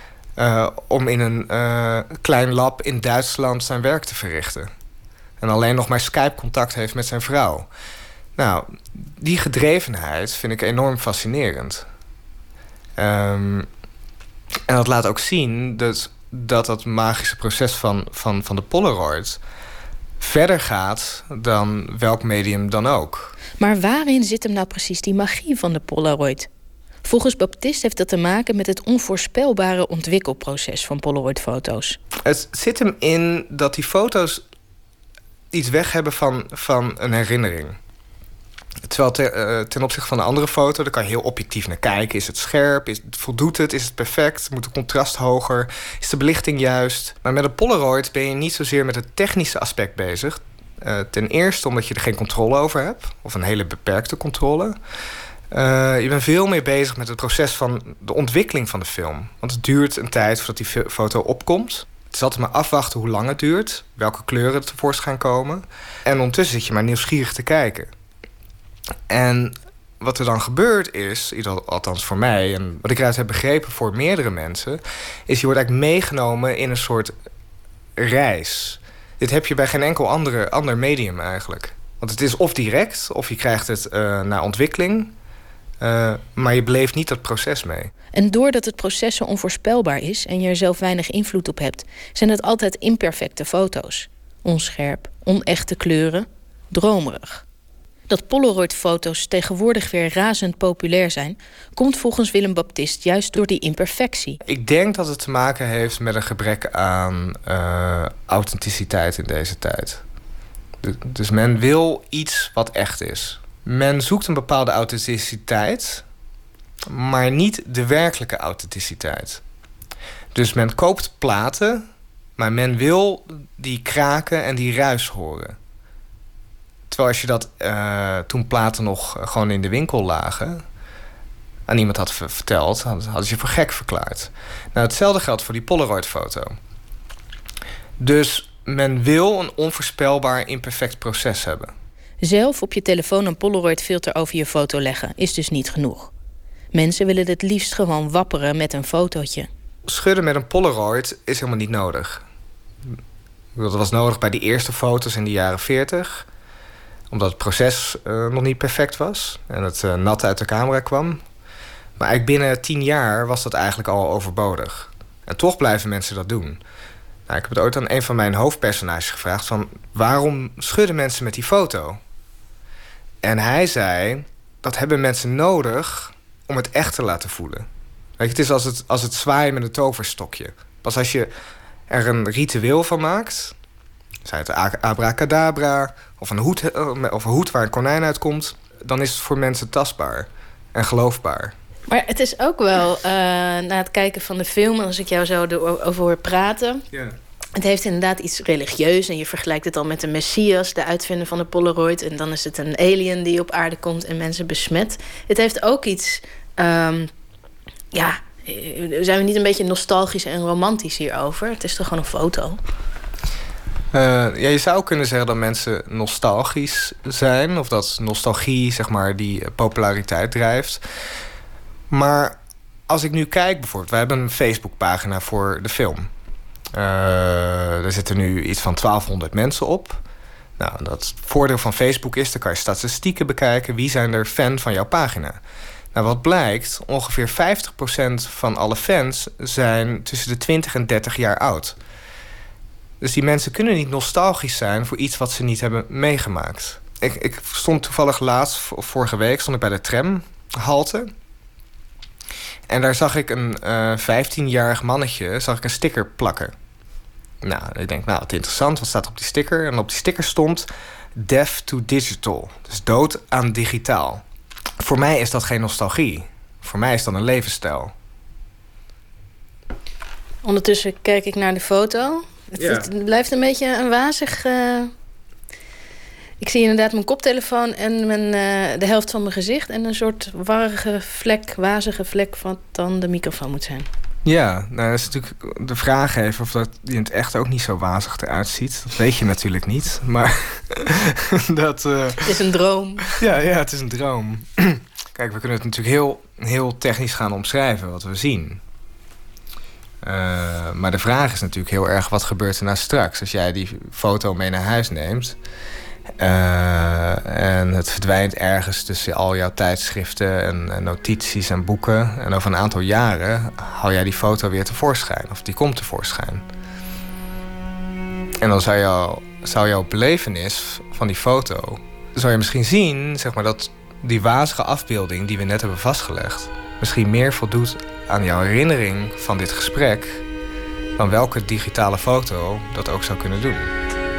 Om in een klein lab in Duitsland zijn werk te verrichten. En alleen nog maar Skype-contact heeft met zijn vrouw. Nou, die gedrevenheid vind ik enorm fascinerend. En dat laat ook zien dat magische proces van de Polaroid verder gaat dan welk medium dan ook. Maar waarin zit hem nou precies die magie van de Polaroid? Volgens Baptiste heeft dat te maken met het onvoorspelbare ontwikkelproces van Polaroid-foto's. Het zit hem in dat die foto's iets weg hebben van een herinnering. Terwijl ten opzichte van een andere foto, daar kan je heel objectief naar kijken. Is het scherp? Voldoet het? Is het perfect? Moet het contrast hoger? Is de belichting juist? Maar met een Polaroid ben je niet zozeer met het technische aspect bezig. Ten eerste omdat je er geen controle over hebt. Of een hele beperkte controle. Je bent veel meer bezig met het proces van de ontwikkeling van de film. Want het duurt een tijd voordat die foto opkomt. Het is altijd maar afwachten hoe lang het duurt. Welke kleuren er tevoorschijn komen. En ondertussen zit je maar nieuwsgierig te kijken. En wat er dan gebeurt is, althans voor mij, en wat ik eruit heb begrepen voor meerdere mensen, is je wordt eigenlijk meegenomen in een soort reis. Dit heb je bij geen enkel ander medium eigenlijk. Want het is of direct, of je krijgt het na ontwikkeling, maar je beleeft niet dat proces mee. En doordat het proces zo onvoorspelbaar is en je er zelf weinig invloed op hebt, zijn het altijd imperfecte foto's. Onscherp, onechte kleuren, dromerig. Dat Polaroid-foto's tegenwoordig weer razend populair zijn, komt volgens Willem Baptiste juist door die imperfectie. Ik denk dat het te maken heeft met een gebrek aan authenticiteit in deze tijd. Dus men wil iets wat echt is. Men zoekt een bepaalde authenticiteit, maar niet de werkelijke authenticiteit. Dus men koopt platen, maar men wil die kraken en die ruis horen. Terwijl als je dat toen platen nog gewoon in de winkel lagen aan iemand had verteld, hadden ze je voor gek verklaard. Nou, hetzelfde geldt voor die Polaroid-foto. Dus men wil een onvoorspelbaar, imperfect proces hebben. Zelf op je telefoon een Polaroid-filter over je foto leggen is dus niet genoeg. Mensen willen het liefst gewoon wapperen met een fotootje. Schudden met een Polaroid is helemaal niet nodig. Dat was nodig bij die eerste foto's in de jaren 40... omdat het proces nog niet perfect was en het nat uit de camera kwam. Maar eigenlijk binnen 10 jaar was dat eigenlijk al overbodig. En toch blijven mensen dat doen. Nou, ik heb het ooit aan een van mijn hoofdpersonages gevraagd van waarom schudden mensen met die foto? En hij zei, dat hebben mensen nodig om het echt te laten voelen. Weet je, het is als het zwaaien met een toverstokje. Pas als je er een ritueel van maakt, zij het abracadabra of een hoed waar een konijn uitkomt, dan is het voor mensen tastbaar en geloofbaar. Maar het is ook wel, na het kijken van de film, als ik jou zo erover hoor praten, yeah. Het heeft inderdaad iets religieus en je vergelijkt het al met de Messias, de uitvinder van de Polaroid, en dan is het een alien die op aarde komt en mensen besmet. Het heeft ook iets, zijn we niet een beetje nostalgisch en romantisch hierover? Het is toch gewoon een foto? Je zou kunnen zeggen dat mensen nostalgisch zijn, of dat nostalgie zeg maar die populariteit drijft. Maar als ik nu kijk bijvoorbeeld... wij hebben een Facebookpagina voor de film. Er zitten nu iets van 1200 mensen op. Nou, dat voordeel van Facebook is... dan kan je statistieken bekijken. Wie zijn er fan van jouw pagina? Nou, wat blijkt, ongeveer 50% van alle fans... zijn tussen de 20 en 30 jaar oud. Dus die mensen kunnen niet nostalgisch zijn... voor iets wat ze niet hebben meegemaakt. Ik stond toevallig laatst, vorige week... stond ik bij de tramhalte... En daar zag ik een 15-jarig mannetje... zag ik een sticker plakken. Nou, ik denk, wat interessant. Wat staat op die sticker? En op die sticker stond... Deaf to digital. Dus dood aan digitaal. Voor mij is dat geen nostalgie. Voor mij is dat een levensstijl. Ondertussen kijk ik naar de foto. Het blijft een beetje een wazig... Ik zie inderdaad mijn koptelefoon en de helft van mijn gezicht... en een soort warrige vlek, wazige vlek... wat dan de microfoon moet zijn. Ja, nou, dat is natuurlijk de vraag even... of dat die in het echt ook niet zo wazig eruit ziet. Dat weet je natuurlijk niet, maar... dat, het is een droom. Ja, het is een droom. Kijk, we kunnen het natuurlijk heel technisch gaan omschrijven... wat we zien. Maar de vraag is natuurlijk heel erg... wat gebeurt er nou straks? Als jij die foto mee naar huis neemt... en het verdwijnt ergens tussen al jouw tijdschriften en notities en boeken. En over een aantal jaren haal jij die foto weer tevoorschijn. Of die komt tevoorschijn. En dan zou jouw belevenis van die foto... zou je misschien zien, zeg maar, dat die wazige afbeelding die we net hebben vastgelegd... misschien meer voldoet aan jouw herinnering van dit gesprek... dan welke digitale foto dat ook zou kunnen doen.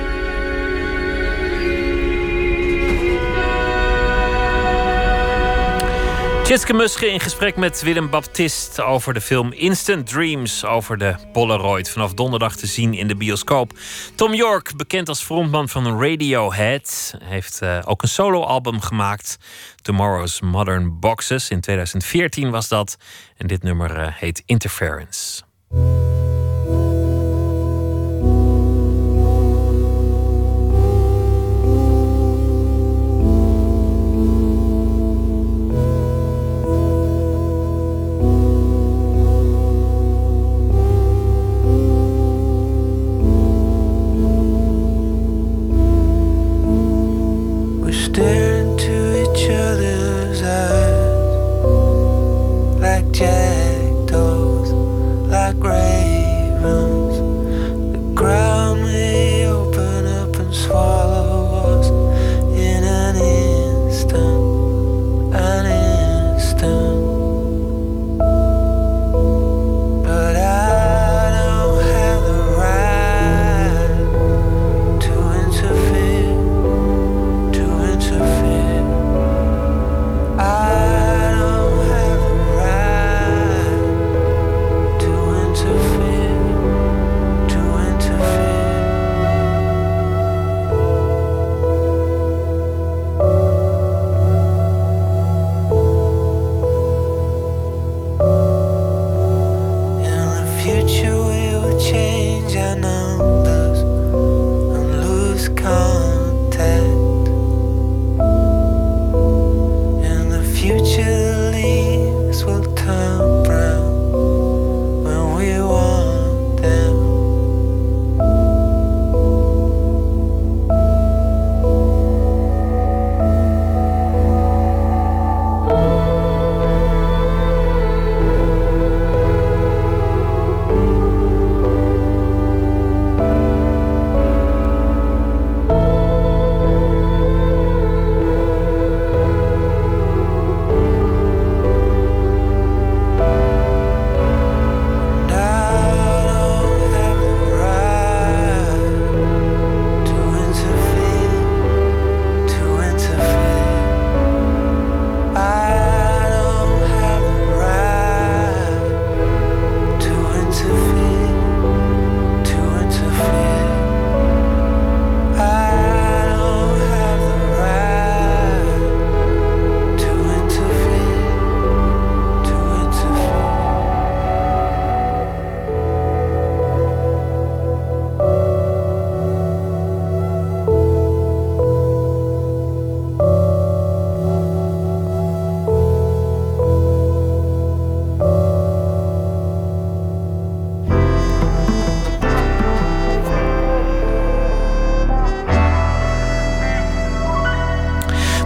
Tjitske Musche in gesprek met Willem Baptist over de film Instant Dreams, over de Polaroid, vanaf donderdag te zien in de bioscoop. Thom Yorke, bekend als frontman van Radiohead, heeft ook een soloalbum gemaakt. Tomorrow's Modern Boxes, in 2014 was dat. En dit nummer heet Interference. Stare into each other's eyes like jackdaws, like ravens. The ground may open up and swallow us in an instant, an instant. But I don't have the right to interfere. I don't have the right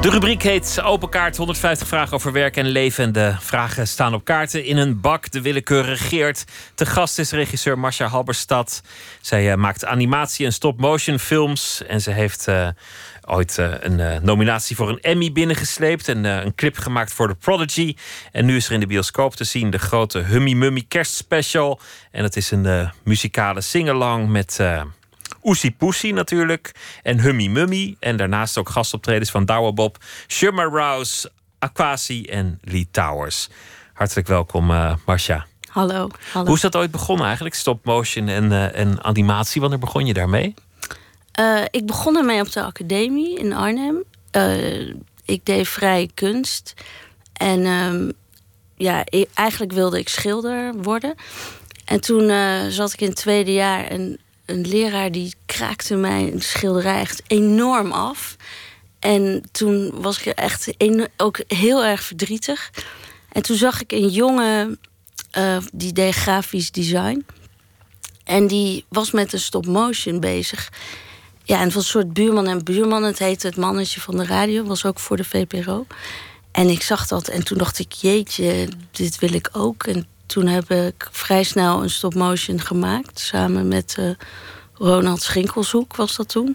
De rubriek heet Open Kaart, 150 vragen over werk en leven. En de vragen staan op kaarten in een bak. De willekeur regeert. Te gast is regisseur Marcia Halberstad. Zij maakt animatie- en stop-motion films. En ze heeft ooit een nominatie voor een Emmy binnengesleept. En een clip gemaakt voor The Prodigy. En nu is er in de bioscoop te zien de grote Hummy Mummy kerstspecial. En het is een muzikale sing-along met... Oesie Poesie natuurlijk. En Hummy Mummy. En daarnaast ook gastoptredens van Douwe Bob, Summer Rouse, Aquasi en Lee Towers. Hartelijk welkom, Marcia. Hallo. Hoe is dat ooit begonnen eigenlijk? Stop motion en animatie. Wanneer begon je daarmee? Ik begon ermee op de academie in Arnhem. Ik deed vrije kunst. En eigenlijk wilde ik schilder worden. En toen zat ik in het tweede jaar en een leraar die kraakte mijn schilderij echt enorm af. En toen was ik echt ook heel erg verdrietig. En toen zag ik een jongen die deed grafisch design. En die was met een stop-motion bezig. Ja, en het was een soort buurman en buurman. Het heette Het Mannetje van de Radio. Was ook voor de VPRO. En ik zag dat en toen dacht ik, jeetje, dit wil ik ook. En toen heb ik vrij snel een stop-motion gemaakt. Samen met Ronald Schinkelshoek was dat toen.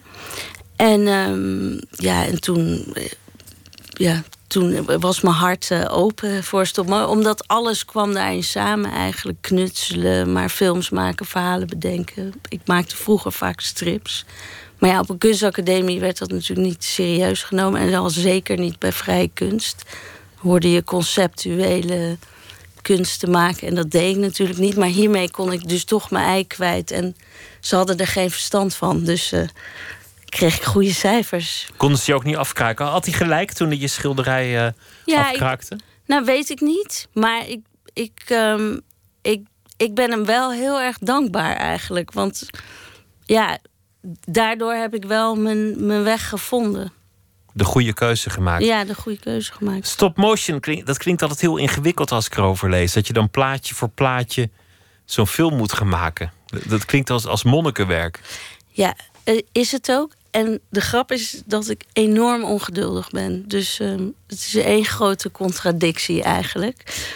En toen was mijn hart open voor stop-motion. Omdat alles kwam daarin samen eigenlijk. Knutselen, maar films maken, verhalen bedenken. Ik maakte vroeger vaak strips. Maar ja, op een kunstacademie werd dat natuurlijk niet serieus genomen. En al zeker niet bij vrije kunst. Hoorde je conceptuele kunst te maken. En dat deed ik natuurlijk niet. Maar hiermee kon ik dus toch mijn ei kwijt. En ze hadden er geen verstand van. Dus kreeg ik goede cijfers. Konden ze je ook niet afkraken? Had hij gelijk toen hij je schilderij afkraakte? Weet ik niet. Maar ik ben hem wel heel erg dankbaar eigenlijk. Want ja, daardoor heb ik wel mijn weg gevonden. De goede keuze gemaakt. Ja, de goede keuze gemaakt. Stop motion, dat klinkt altijd heel ingewikkeld als ik erover lees. Dat je dan plaatje voor plaatje zo'n film moet gaan maken. Dat klinkt als monnikenwerk. Ja, is het ook. En de grap is dat ik enorm ongeduldig ben. Dus het is één grote contradictie eigenlijk.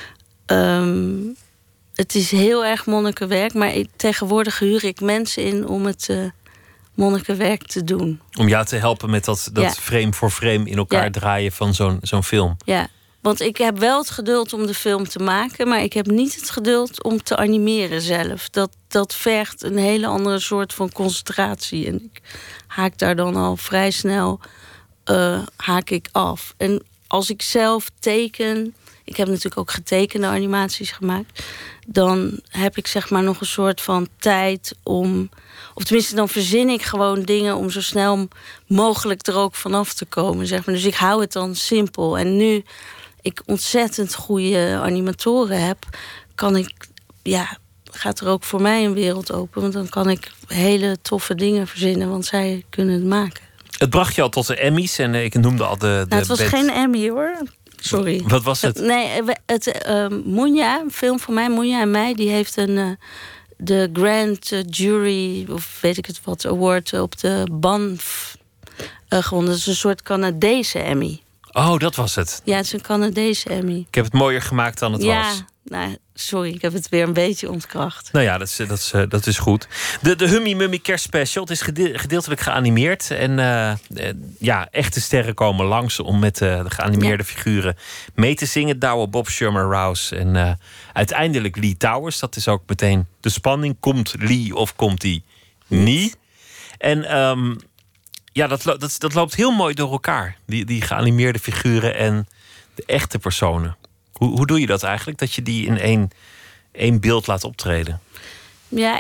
Het is heel erg monnikenwerk. Maar tegenwoordig huur ik mensen in om het monnikenwerk te doen. Om jou te helpen met dat frame voor frame in elkaar draaien van zo'n film. Ja, want ik heb wel het geduld om de film te maken, maar ik heb niet het geduld om te animeren zelf. Dat vergt een hele andere soort van concentratie. En ik haak daar dan al vrij snel af. En als ik zelf teken, ik heb natuurlijk ook getekende animaties gemaakt, dan heb ik zeg maar nog een soort van tijd om, of tenminste dan verzin ik gewoon dingen om zo snel mogelijk er ook vanaf te komen, zeg maar. Dus ik hou het dan simpel. En nu ik ontzettend goede animatoren heb, gaat er ook voor mij een wereld open. Want dan kan ik hele toffe dingen verzinnen, want zij kunnen het maken. Het bracht je al tot de Emmys en ik noemde al de het was geen Emmy hoor. Sorry. Wat was het? Moenja, een film van mij, Moenja en mij, die heeft de Grand Jury, of weet ik het wat, award op de Banff gewonnen. Dat is een soort Canadese Emmy. Oh, dat was het. Ja, het is een Canadese Emmy. Ik heb het mooier gemaakt dan het was. Nou, sorry, ik heb het weer een beetje ontkracht. Nou ja, dat is goed. De Hummy Mummy kerstspecial, het is gedeeltelijk geanimeerd. En echte sterren komen langs om met de geanimeerde figuren mee te zingen. Douwe Bob, Summer Rouse en uiteindelijk Lee Towers. Dat is ook meteen de spanning. Komt Lee of komt hij niet? En dat loopt heel mooi door elkaar. Die geanimeerde figuren en de echte personen. Hoe doe je dat eigenlijk? Dat je die in één beeld laat optreden? Ja,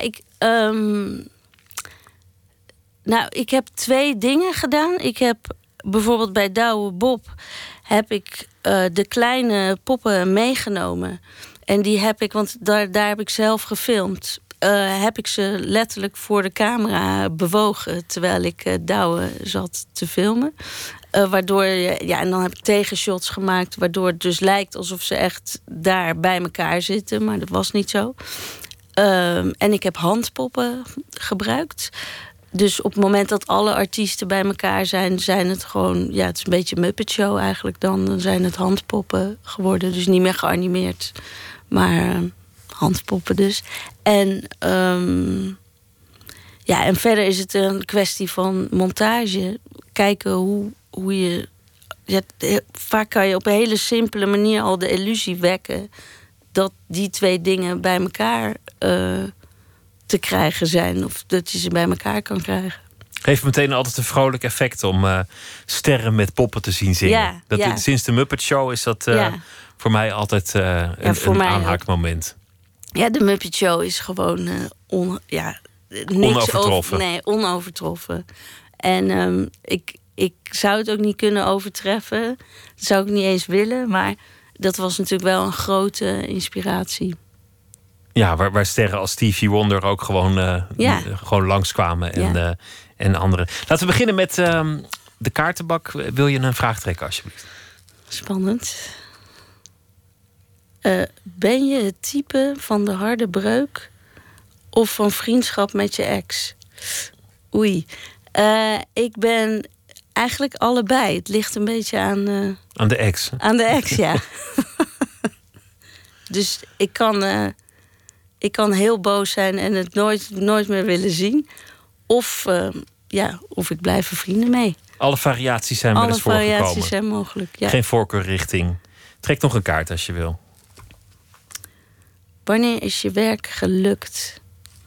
ik heb 2 dingen gedaan. Ik heb bijvoorbeeld bij Douwe Bob heb ik de kleine poppen meegenomen. En die heb ik, want daar heb ik zelf gefilmd. Heb ik ze letterlijk voor de camera bewogen terwijl ik Douwe zat te filmen. Waardoor en dan heb ik tegenshots gemaakt, waardoor het dus lijkt alsof ze echt daar bij elkaar zitten, maar dat was niet zo. En ik heb handpoppen gebruikt. Dus op het moment dat alle artiesten bij elkaar zijn het gewoon... Ja, het is een beetje Muppet Show eigenlijk dan. Dan zijn het handpoppen geworden. Dus niet meer geanimeerd, maar handpoppen dus. En en verder is het een kwestie van montage. Kijken hoe je... Ja, vaak kan je op een hele simpele manier al de illusie wekken... dat die twee dingen bij elkaar te krijgen zijn. Of dat je ze bij elkaar kan krijgen. Geeft meteen altijd een vrolijk effect om sterren met poppen te zien zingen. Ja. Sinds de Muppet Show is dat voor mij altijd een aanhaakmoment. Ja, de Muppet Show is gewoon onovertroffen. Onovertroffen. En ik zou het ook niet kunnen overtreffen. Dat zou ik niet eens willen. Maar dat was natuurlijk wel een grote inspiratie. Ja, waar sterren als Stevie Wonder ook gewoon langskwamen. En anderen. Laten we beginnen met de kaartenbak. Wil je een vraag trekken, alsjeblieft? Spannend. Ben je het type van de harde breuk of van vriendschap met je ex? Oei. Ik ben eigenlijk allebei. Het ligt een beetje aan... aan de ex? Aan de ex, ja. Dus ik kan heel boos zijn en het nooit meer willen zien. Of ik blijf er vrienden mee. Alle variaties zijn wel eens voorgekomen. Alle variaties zijn mogelijk, ja. Geen voorkeurrichting. Trek nog een kaart als je wil. Wanneer is je werk gelukt?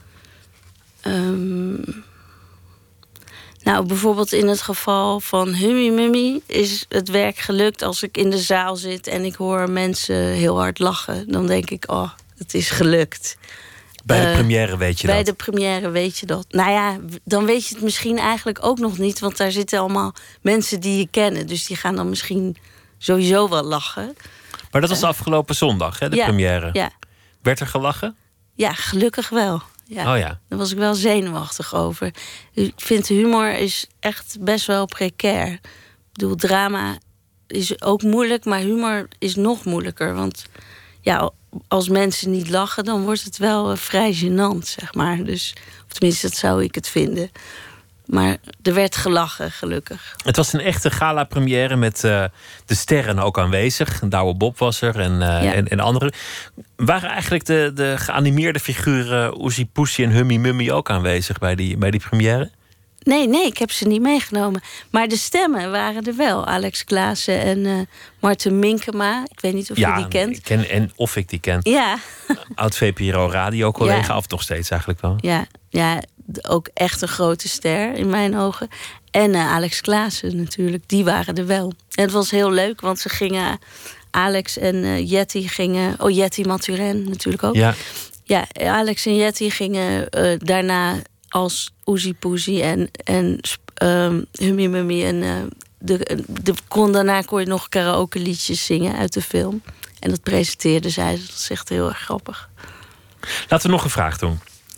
Nou, bijvoorbeeld in het geval van Hummy Mummy is het werk gelukt als ik in de zaal zit en ik hoor mensen heel hard lachen. Dan denk ik, het is gelukt. Bij de première weet je dat? Bij de première weet je dat. Nou ja, dan weet je het misschien eigenlijk ook nog niet, want daar zitten allemaal mensen die je kennen. Dus die gaan dan misschien sowieso wel lachen. Maar dat was afgelopen zondag, hè, de première? Ja. Werd er gelachen? Ja, gelukkig wel. Ja. Oh ja. Daar was ik wel zenuwachtig over. Ik vind humor is echt best wel precair. Ik bedoel, drama is ook moeilijk, maar humor is nog moeilijker. Want ja, als mensen niet lachen, dan wordt het wel vrij gênant, zeg maar. Dus, of tenminste, dat zou ik het vinden. Maar er werd gelachen, gelukkig. Het was een echte gala-première met de sterren ook aanwezig. Douwe Bob was er en anderen. Waren eigenlijk de geanimeerde figuren Oezie Poesie en Hummy Mummy ook aanwezig bij die première? Nee, ik heb ze niet meegenomen. Maar de stemmen waren er wel. Alex Klaassen en Marten Minkema. Ik weet niet of je die kent. Ik ken en of ik die ken. Ja. Oud VPRO radio-collega, of nog steeds eigenlijk wel. Ja, ook echt een grote ster in mijn ogen. En Alex Klaassen natuurlijk, die waren er wel. En het was heel leuk, want ze gingen... Alex en Jetty gingen... Oh, Jetty Maturin natuurlijk ook. Ja, Alex en Jetty gingen daarna als Oezie en Hummy Mummy. En daarna kon je nog karaoke liedjes zingen uit de film. En dat presenteerden zij. Dat was echt heel erg grappig. Laten we nog een vraag doen.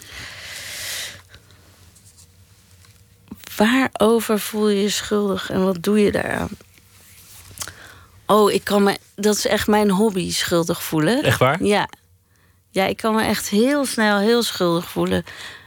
Waarover voel je je schuldig en wat doe je daaraan? Oh, dat is echt mijn hobby, schuldig voelen. Echt waar? Ja, ik kan me echt heel snel heel schuldig voelen.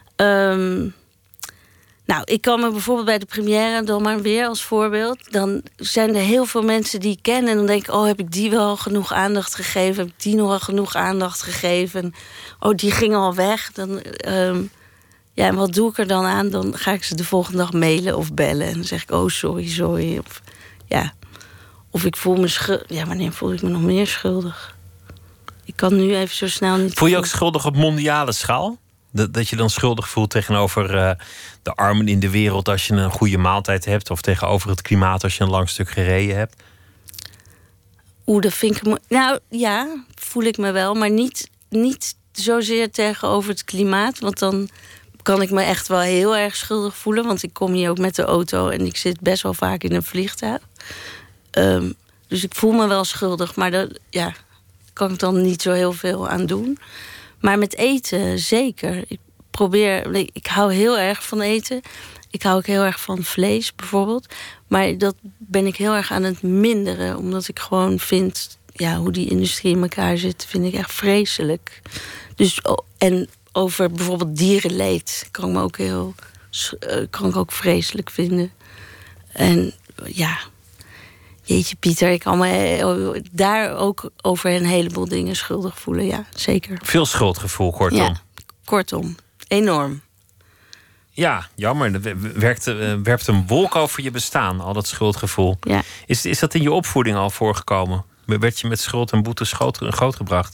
Nou, ik kan me bijvoorbeeld bij de première, dan maar weer als voorbeeld... dan zijn er heel veel mensen die ik ken... en dan denk ik, heb ik die wel genoeg aandacht gegeven? Heb ik die nog wel genoeg aandacht gegeven? Die ging al weg. Dan, en wat doe ik er dan aan? Dan ga ik ze de volgende dag mailen of bellen. En dan zeg ik, sorry. Of ik voel me schuldig. Ja, wanneer voel ik me nog meer schuldig? Ik kan nu even zo snel niet... Voel je ook schuldig op mondiale schaal? Dat je dan schuldig voelt tegenover de armen in de wereld... als je een goede maaltijd hebt... of tegenover het klimaat als je een lang stuk gereden hebt? Dat vind ik... Nou ja, voel ik me wel. Maar niet zozeer tegenover het klimaat. Want dan kan ik me echt wel heel erg schuldig voelen. Want ik kom hier ook met de auto... en ik zit best wel vaak in een vliegtuig. Dus ik voel me wel schuldig. Maar daar kan ik dan niet zo heel veel aan doen. Maar met eten, zeker. Ik hou heel erg van eten. Ik hou ook heel erg van vlees, bijvoorbeeld. Maar dat ben ik heel erg aan het minderen. Omdat ik gewoon vind... hoe die industrie in elkaar zit, vind ik echt vreselijk. Dus, en over bijvoorbeeld dierenleed kan ik me ook heel kan ik ook vreselijk vinden. En ja, jeetje Pieter, ik kan me daar ook over een heleboel dingen schuldig voelen. Ja, zeker. Veel schuldgevoel, kortom. Ja, kortom. Enorm. Ja, jammer. Er werpt een wolk over je bestaan, al dat schuldgevoel. Ja. Is dat in je opvoeding al voorgekomen? Werd je met schuld en boete grootgebracht?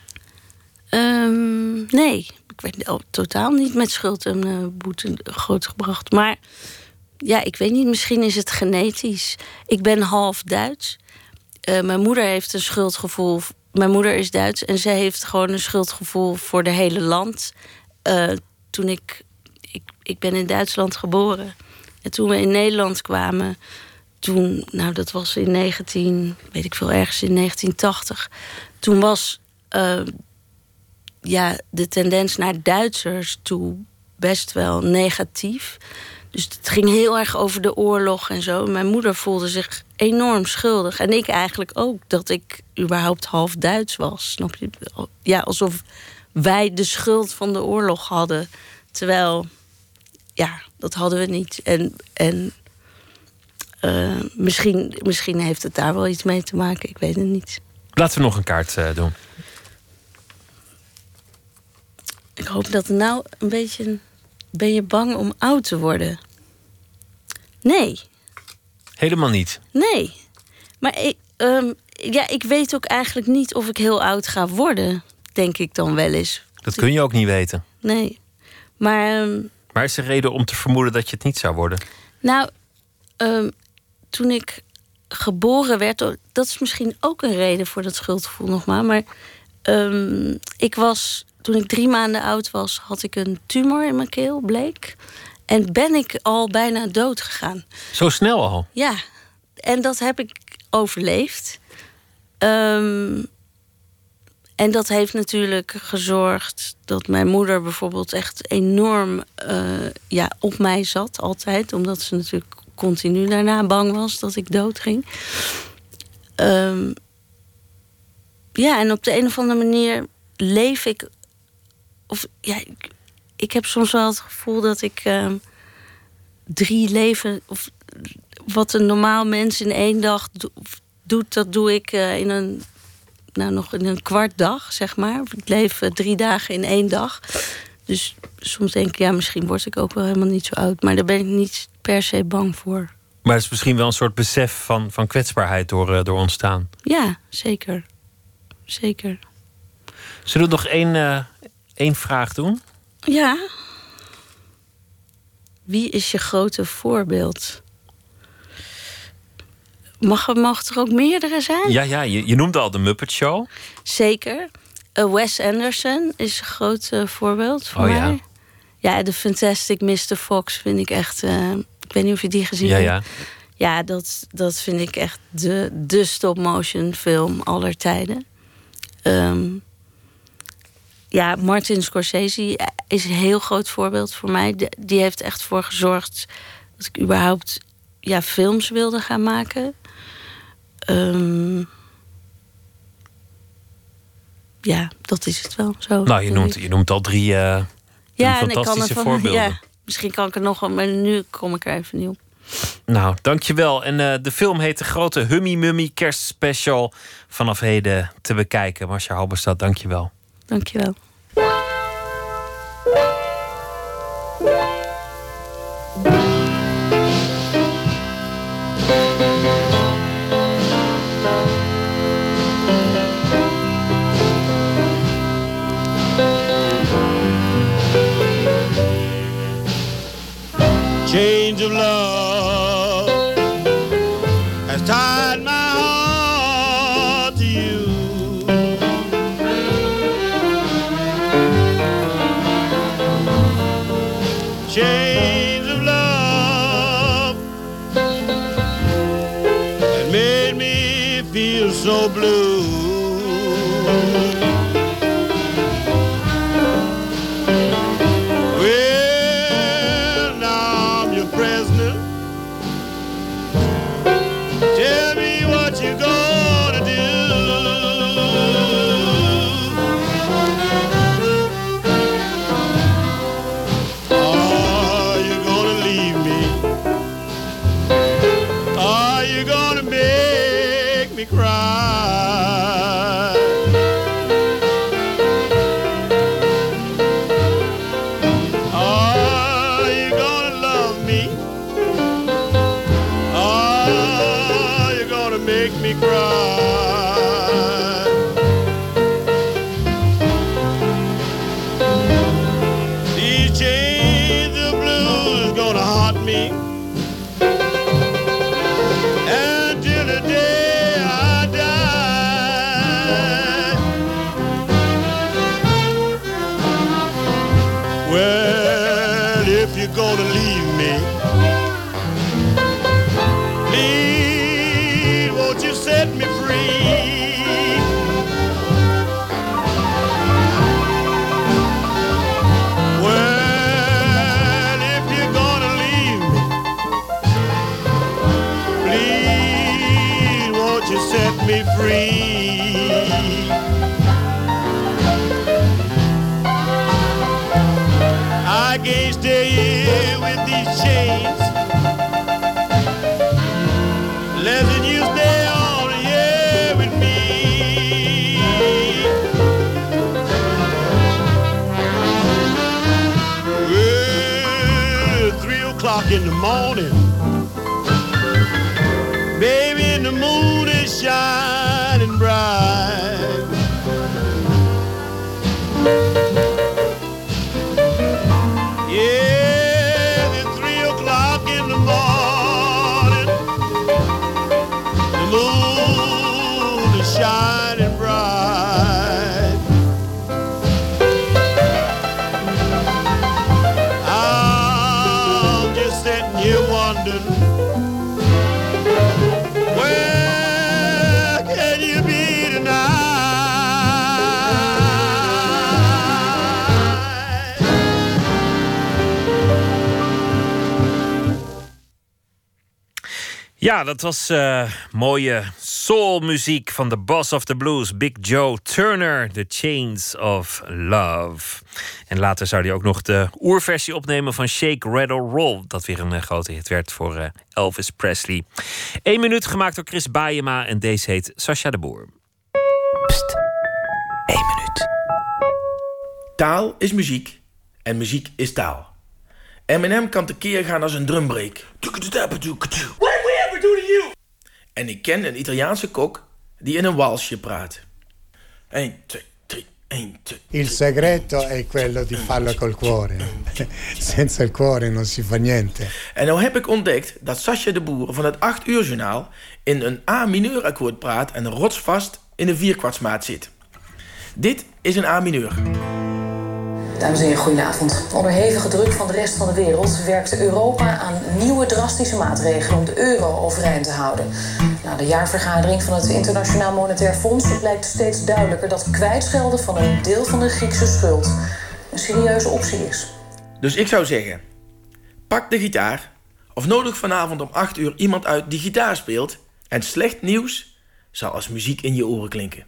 Nee, ik werd totaal niet met schuld en boete grootgebracht. Maar ja, ik weet niet, misschien is het genetisch. Ik ben half Duits. Mijn moeder heeft een schuldgevoel. Mijn moeder is Duits en ze heeft gewoon een schuldgevoel voor de hele land. Toen ik ben in Duitsland geboren. En toen we in Nederland kwamen, dat was in ergens in 1980. Toen was de tendens naar Duitsers toe best wel negatief. Dus het ging heel erg over de oorlog en zo. Mijn moeder voelde zich enorm schuldig. En ik eigenlijk ook, dat ik überhaupt half Duits was. Snap je? Ja, alsof wij de schuld van de oorlog hadden. Terwijl, ja, dat hadden we niet. En misschien heeft het daar wel iets mee te maken. Ik weet het niet. Laten we nog een kaart doen. Ik hoop dat het nou een beetje... Ben je bang om oud te worden? Nee. Helemaal niet? Nee. Maar ik weet ook eigenlijk niet of ik heel oud ga worden. Denk ik dan wel eens. Dat kun je ook niet weten. Nee. Maar is er reden om te vermoeden dat je het niet zou worden? Nou, toen ik geboren werd... Dat is misschien ook een reden voor dat schuldgevoel nog maar toen ik 3 maanden oud was, had ik een tumor in mijn keel, bleek. En ben ik al bijna dood gegaan. Zo snel al? Ja, en dat heb ik overleefd. En dat heeft natuurlijk gezorgd dat mijn moeder bijvoorbeeld echt enorm op mij zat, altijd. Omdat ze natuurlijk continu daarna bang was dat ik dood ging. En op de een of andere manier leef ik... Ik heb soms wel het gevoel dat ik 3 leven... of wat een normaal mens in 1 dag doet... dat doe ik in een kwart dag, zeg maar. Ik leef 3 dagen in 1 dag. Dus soms denk ik, misschien word ik ook wel helemaal niet zo oud. Maar daar ben ik niet per se bang voor. Maar het is misschien wel een soort besef van kwetsbaarheid door ontstaan. Ja, zeker. Zeker. Zullen we nog één vraag doen? Ja. Wie is je grote voorbeeld? Mogen er ook meerdere zijn? Ja, je noemde al de Muppet Show. Zeker. Wes Anderson is een groot voorbeeld voor mij. Ja. Ja, de Fantastic Mr. Fox vind ik echt... ik weet niet of je die gezien hebt. Ja. Ja, dat vind ik echt de stop-motion film aller tijden. Martin Scorsese is een heel groot voorbeeld voor mij. Die heeft echt voor gezorgd dat ik überhaupt films wilde gaan maken. Dat is het wel zo. Nou, je noemt al 3 fantastische voorbeelden. Ja, misschien kan ik er nog wel, maar nu kom ik er even niet op. Nou, dankjewel. En de film heet De Grote Hummy Mummy Kerstspecial. Vanaf heden te bekijken. Marcia Halberstad, dankjewel. Dankjewel. Chains of love has tied my heart to you. Chains of love that made me feel so blue. Are you me cry. Are you gonna love me? Are you gonna make me cry? These chains of blues gonna haunt me until the day I die. Well, if you're gonna leave me, please won't you set me free? Well, if you're gonna leave me, please won't you set me free? I can't stay here with these chains. Less than you stay on here with me. Well, 3 o'clock in the morning, baby, and the moon is shining bright. Yeah, it's 3 o'clock in the morning. The moon is shining bright. I'm just sitting here wondering, where can you be tonight? Ja, dat was mooie soulmuziek van de boss of the blues, Big Joe Turner, The Chains of Love. En later zou hij ook nog de oerversie opnemen van Shake, Rattle, Roll, dat weer een grote hit werd voor Elvis Presley. 1 minuut gemaakt door Chris Baaijema en deze heet Sascha de Boer. Pst, 1 minuut. Taal is muziek en muziek is taal. Eminem kan tekeer gaan als een drumbreak. En ik ken een Italiaanse kok die in een walsje praat. 1, 2, 3, 1, 2. Il segreto è quello di farlo col cuore. Senza il cuore non si fa niente. En nou heb ik ontdekt dat Sascha de Boer van het 8 uur journaal in een A-mineur akkoord praat en rotsvast in een 4/4 zit. Dit is een A-mineur. Dames en heren, goedenavond. Onder hevige druk van de rest van de wereld werkt Europa aan nieuwe drastische maatregelen om de euro overeind te houden. Na de jaarvergadering van het Internationaal Monetair Fonds blijkt steeds duidelijker dat kwijtschelden van een deel van de Griekse schuld een serieuze optie is. Dus ik zou zeggen, pak de gitaar of nodig vanavond om 8 uur iemand uit die gitaar speelt en slecht nieuws zal als muziek in je oren klinken.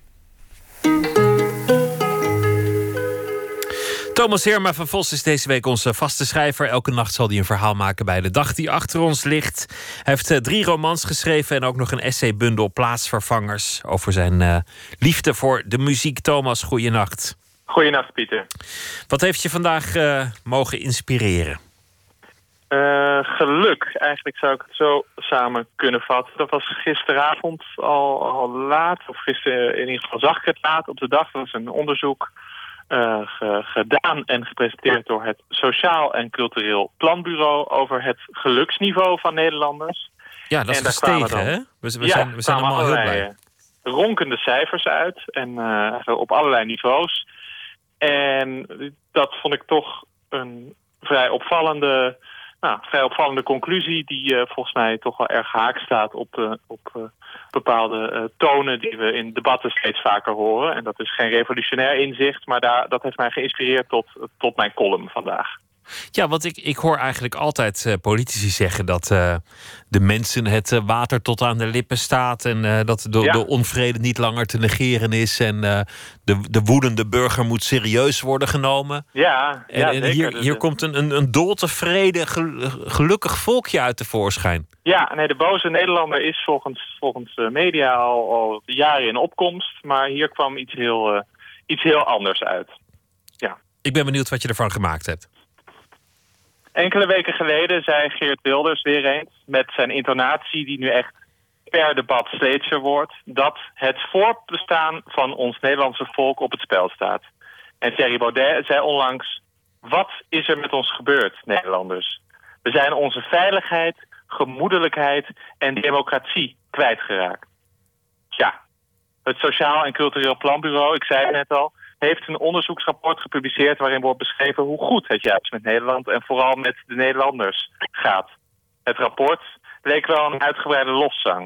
Thomas Herma van Vos is deze week onze vaste schrijver. Elke nacht zal hij een verhaal maken bij de dag die achter ons ligt. Hij heeft 3 romans geschreven en ook nog een essaybundel Plaatsvervangers over zijn liefde voor de muziek. Thomas, goeienacht. Goeienacht, Pieter. Wat heeft je vandaag mogen inspireren? Geluk, eigenlijk zou ik het zo samen kunnen vatten. Dat was gisteravond al laat, of gisteren in ieder geval zag ik het laat op de dag. Dat was een onderzoek gedaan en gepresenteerd door het Sociaal en Cultureel Planbureau over het geluksniveau van Nederlanders. Ja, dat is gestegen, hè? We zijn allemaal heel blij. Ronkende cijfers uit en op allerlei niveaus. En dat vond ik toch een vrij opvallende conclusie die volgens mij toch wel erg haak staat op bepaalde tonen die we in debatten steeds vaker horen. En dat is geen revolutionair inzicht, maar dat heeft mij geïnspireerd tot mijn column vandaag. Ja, want ik hoor eigenlijk altijd politici zeggen dat de mensen het water tot aan de lippen staat. En dat de onvrede niet langer te negeren is. En de woedende burger moet serieus worden genomen. Ja, en hier komt een doltevreden, gelukkig volkje uit tevoorschijn. Ja, nee, de boze Nederlander is volgens media al jaren in opkomst. Maar hier kwam iets heel anders uit. Ja. Ik ben benieuwd wat je ervan gemaakt hebt. Enkele weken geleden zei Geert Wilders weer eens, met zijn intonatie die nu echt per debat steedser wordt, dat het voortbestaan van ons Nederlandse volk op het spel staat. En Thierry Baudet zei onlangs: wat is er met ons gebeurd, Nederlanders? We zijn onze veiligheid, gemoedelijkheid en democratie kwijtgeraakt. Ja, het Sociaal en Cultureel Planbureau, ik zei het net al, heeft een onderzoeksrapport gepubliceerd waarin wordt beschreven hoe goed het juist met Nederland en vooral met de Nederlanders gaat. Het rapport leek wel een uitgebreide lofzang.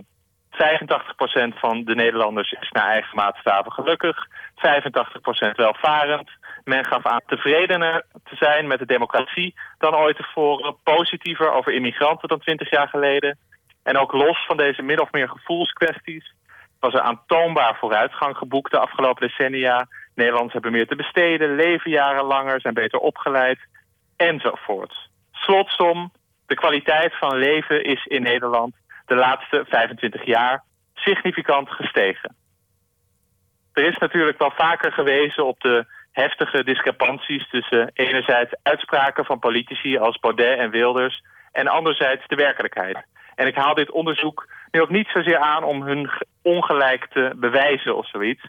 85% van de Nederlanders is naar eigen maatstaven gelukkig, 85% welvarend. Men gaf aan tevredener te zijn met de democratie dan ooit tevoren, positiever over immigranten dan 20 jaar geleden. En ook los van deze min of meer gevoelskwesties was er aantoonbaar vooruitgang geboekt de afgelopen decennia. Nederlanders hebben meer te besteden, leven jaren langer, zijn beter opgeleid, enzovoort. Slotsom, de kwaliteit van leven is in Nederland de laatste 25 jaar significant gestegen. Er is natuurlijk wel vaker gewezen op de heftige discrepanties tussen enerzijds uitspraken van politici als Baudet en Wilders en anderzijds de werkelijkheid. En ik haal dit onderzoek nu ook niet zozeer aan om hun ongelijk te bewijzen of zoiets.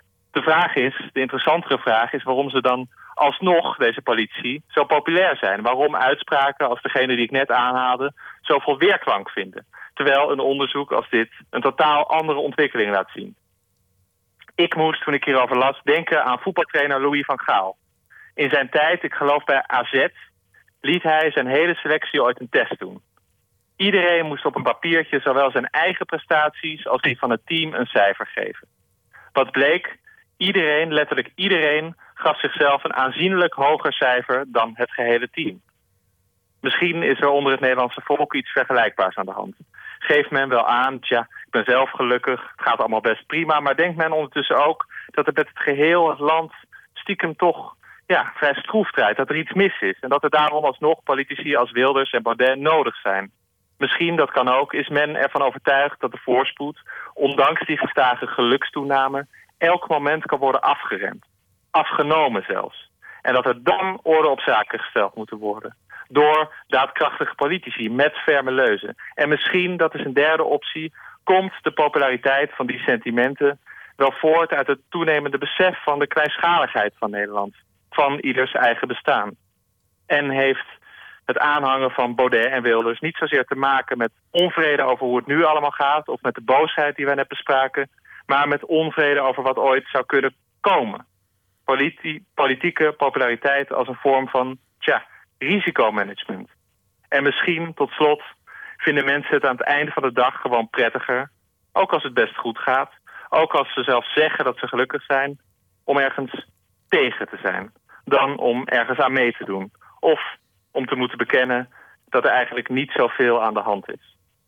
De interessantere vraag is waarom ze dan alsnog, deze politici, zo populair zijn. Waarom uitspraken als degene die ik net aanhaalde zoveel weerklank vinden. Terwijl een onderzoek als dit een totaal andere ontwikkeling laat zien. Ik moest, toen ik hierover las, denken aan voetbaltrainer Louis van Gaal. In zijn tijd, ik geloof bij AZ, liet hij zijn hele selectie ooit een test doen. Iedereen moest op een papiertje zowel zijn eigen prestaties als die van het team een cijfer geven. Wat bleek? Iedereen, letterlijk iedereen, gaf zichzelf een aanzienlijk hoger cijfer dan het gehele team. Misschien is er onder het Nederlandse volk iets vergelijkbaars aan de hand. Geeft men wel aan, ik ben zelf gelukkig, het gaat allemaal best prima, maar denkt men ondertussen ook dat het met het geheel het land stiekem toch vrij stroef draait, dat er iets mis is en dat er daarom alsnog politici als Wilders en Baudet nodig zijn. Misschien, dat kan ook, is men ervan overtuigd dat de voorspoed, ondanks die gestage gelukstoename, elk moment kan worden afgeremd. Afgenomen zelfs. En dat er dan orde op zaken gesteld moeten worden. Door daadkrachtige politici met ferme leuzen. En misschien, dat is een derde optie, komt de populariteit van die sentimenten wel voort uit het toenemende besef van de kleinschaligheid van Nederland. Van ieders eigen bestaan. En heeft het aanhangen van Baudet en Wilders niet zozeer te maken met onvrede over hoe het nu allemaal gaat, of met de boosheid die wij net bespraken, maar met onvrede over wat ooit zou kunnen komen. Politieke populariteit als een vorm van risicomanagement. En misschien, tot slot, vinden mensen het aan het einde van de dag gewoon prettiger, ook als het best goed gaat, ook als ze zelf zeggen dat ze gelukkig zijn, om ergens tegen te zijn, dan om ergens aan mee te doen. Of om te moeten bekennen dat er eigenlijk niet zoveel aan de hand is.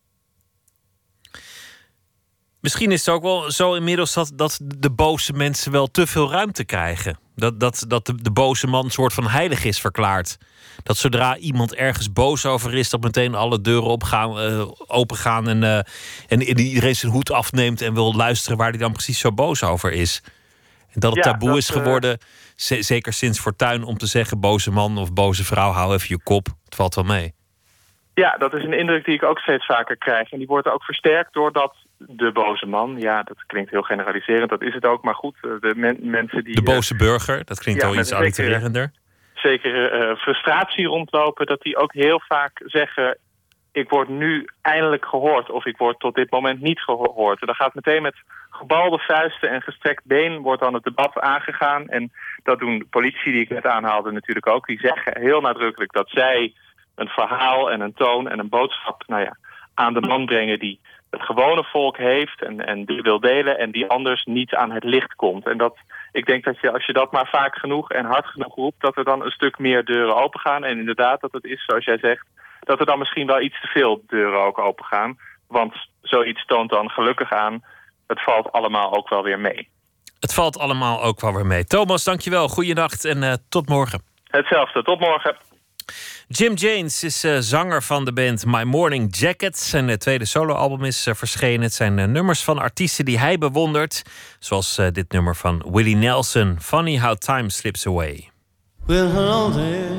Misschien is het ook wel zo inmiddels dat de boze mensen wel te veel ruimte krijgen. Dat de boze man een soort van heilig is verklaard. Dat zodra iemand ergens boos over is, dat meteen alle deuren opengaan en iedereen zijn hoed afneemt en wil luisteren waar hij dan precies zo boos over is. En dat het taboe is geworden, zeker sinds Fortuyn, om te zeggen boze man of boze vrouw, hou even je kop. Het valt wel mee. Ja, dat is een indruk die ik ook steeds vaker krijg. En die wordt ook versterkt doordat de boze man, dat klinkt heel generaliserend, dat is het ook, maar goed, de mensen die... De boze burger, dat klinkt al iets allitererender. Zeker frustratie rondlopen, dat die ook heel vaak zeggen, ik word nu eindelijk gehoord of ik word tot dit moment niet gehoord. En dan gaat meteen met gebalde vuisten en gestrekt been wordt dan het debat aangegaan. En dat doen de politici die ik net aanhaalde natuurlijk ook. Die zeggen heel nadrukkelijk dat zij een verhaal en een toon en een boodschap aan de man brengen die het gewone volk heeft en die wil delen en die anders niet aan het licht komt. En dat ik denk dat als je dat maar vaak genoeg en hard genoeg roept, dat er dan een stuk meer deuren open gaan. En inderdaad, dat het is zoals jij zegt, dat er dan misschien wel iets te veel deuren ook open gaan. Want zoiets toont dan gelukkig aan, het valt allemaal ook wel weer mee. Het valt allemaal ook wel weer mee. Thomas, dankjewel. Goeienacht en tot morgen. Hetzelfde, tot morgen. Jim James is zanger van de band My Morning Jacket. Zijn tweede soloalbum is verschenen. Het zijn nummers van artiesten die hij bewondert. Zoals dit nummer van Willie Nelson. Funny How Time Slips Away. Well, hello there.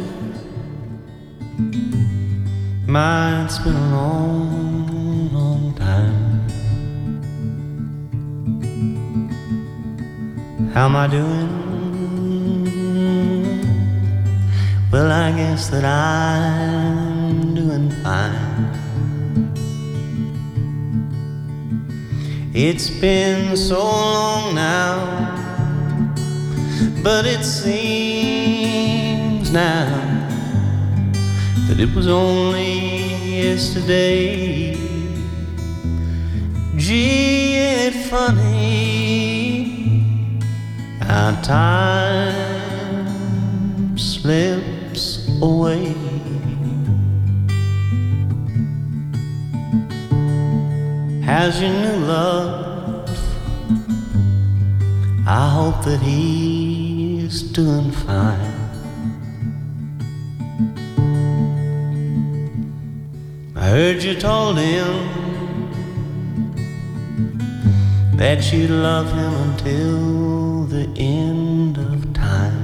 It's been a long, long time. How am I doing? Well, I guess that I'm doing fine. It's been so long now, but it seems now that it was only yesterday. Gee, ain't it funny how time slips away. How's your new love? I hope that he's doing fine. I heard you told him that you'd love him until the end of time.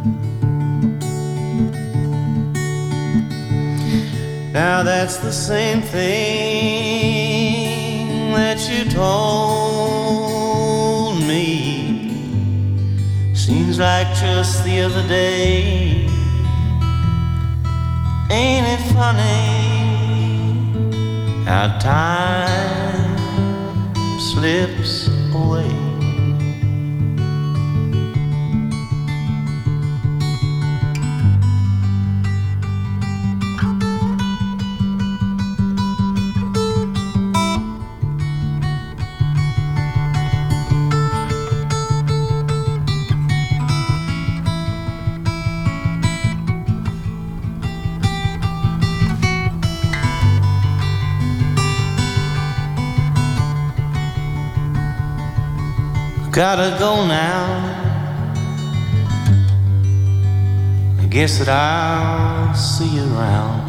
Now that's the same thing that you told me. Seems like just the other day. Ain't it funny how time slips away? Gotta go now. I guess that I'll see you around.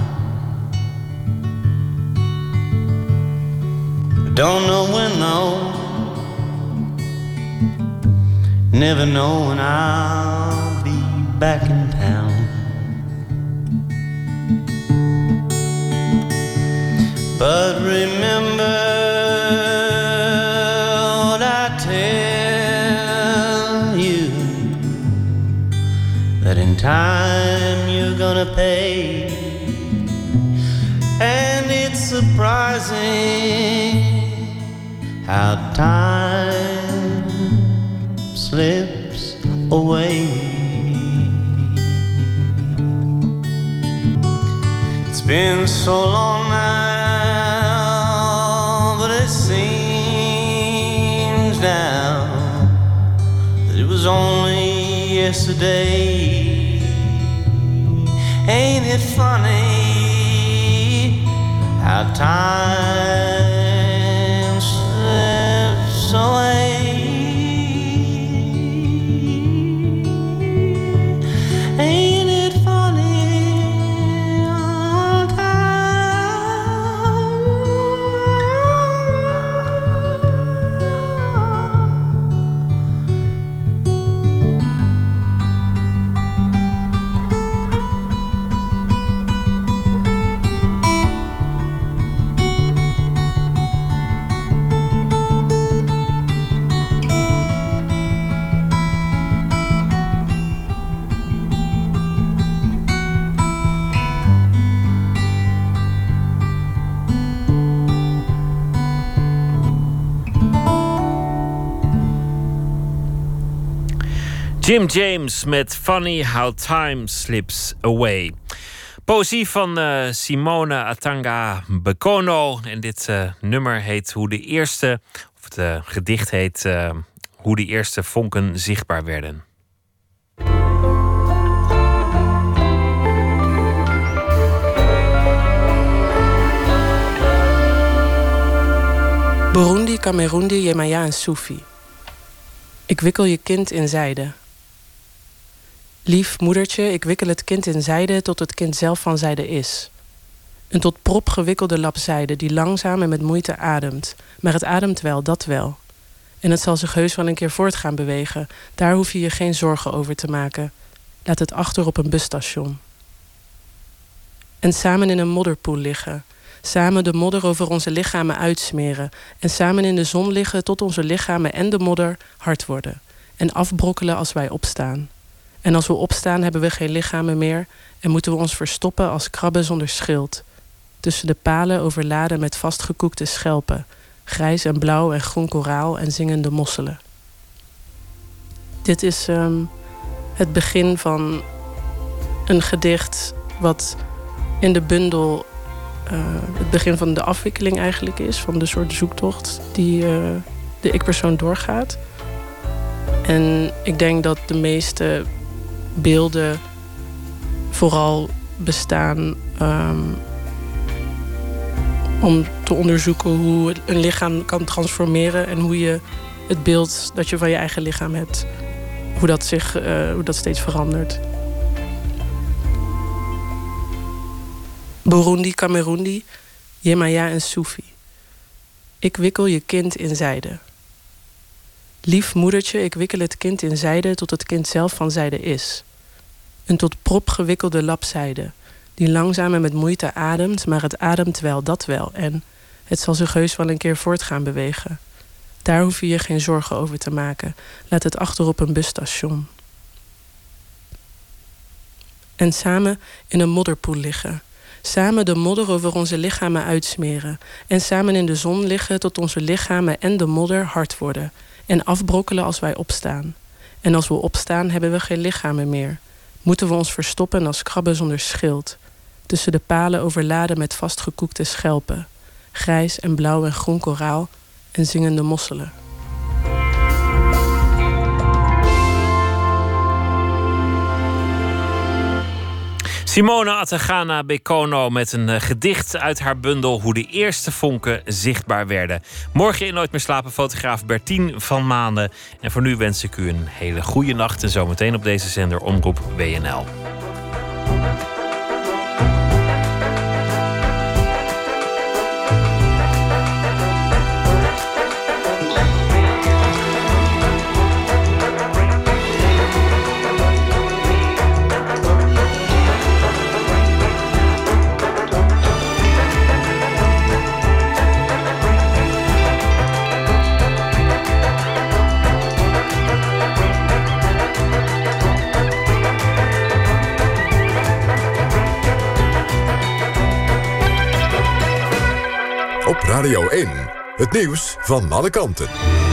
I don't know when though. Never know when I'll be back in town. But remember what I tell you, that in time you're gonna pay. And it's surprising how time slips away. It's been so long now, but it seems now that it was only yesterday. Ain't it funny how time slips away? Ain't it funny how Jim James met Funny How Time Slips Away. Poëzie van Simone Atanga Bekono. En dit nummer heet hoe de eerste, of het gedicht heet hoe de eerste vonken zichtbaar werden. Burundi, Kamerundi, Jemaya en Sufi. Ik wikkel je kind in zijde. Lief moedertje, ik wikkel het kind in zijde tot het kind zelf van zijde is. Een tot prop gewikkelde lap zijde die langzaam en met moeite ademt. Maar het ademt wel, dat wel. En het zal zich heus wel een keer voort gaan bewegen. Daar hoef je je geen zorgen over te maken. Laat het achter op een busstation. En samen in een modderpoel liggen. Samen de modder over onze lichamen uitsmeren. En samen in de zon liggen tot onze lichamen en de modder hard worden. En afbrokkelen als wij opstaan. En als we opstaan hebben we geen lichamen meer. En moeten we ons verstoppen als krabben zonder schild. Tussen de palen overladen met vastgekoekte schelpen. Grijs en blauw en groen koraal en zingende mosselen. Dit is het begin van een gedicht wat in de bundel het begin van de afwikkeling eigenlijk is. Van de soort zoektocht die de ik-persoon doorgaat. En ik denk dat de meeste beelden vooral bestaan om te onderzoeken hoe een lichaam kan transformeren en hoe je het beeld dat je van je eigen lichaam hebt, hoe dat steeds verandert. Burundi, Kamerundi, Jemaya en Sufi. Ik wikkel je kind in zijde. Lief moedertje, ik wikkel het kind in zijde tot het kind zelf van zijde is. Een tot prop gewikkelde lap zijde, die langzaam en met moeite ademt, maar het ademt wel, dat wel. En het zal zich heus wel een keer voort gaan bewegen. Daar hoef je je geen zorgen over te maken. Laat het achter op een busstation. En samen in een modderpoel liggen. Samen de modder over onze lichamen uitsmeren. En samen in de zon liggen tot onze lichamen en de modder hard worden. En afbrokkelen als wij opstaan. En als we opstaan hebben we geen lichamen meer. Moeten we ons verstoppen als krabben zonder schild. Tussen de palen overladen met vastgekoekte schelpen. Grijs en blauw en groen koraal en zingende mosselen. Simone Atagana Bekono met een gedicht uit haar bundel Hoe de eerste vonken zichtbaar werden. Morgen in Nooit meer slapen fotograaf Bertien van Maanden. En voor nu wens ik u een hele goede nacht en zometeen op deze zender Omroep WNL. Op Radio 1, het nieuws van alle kanten.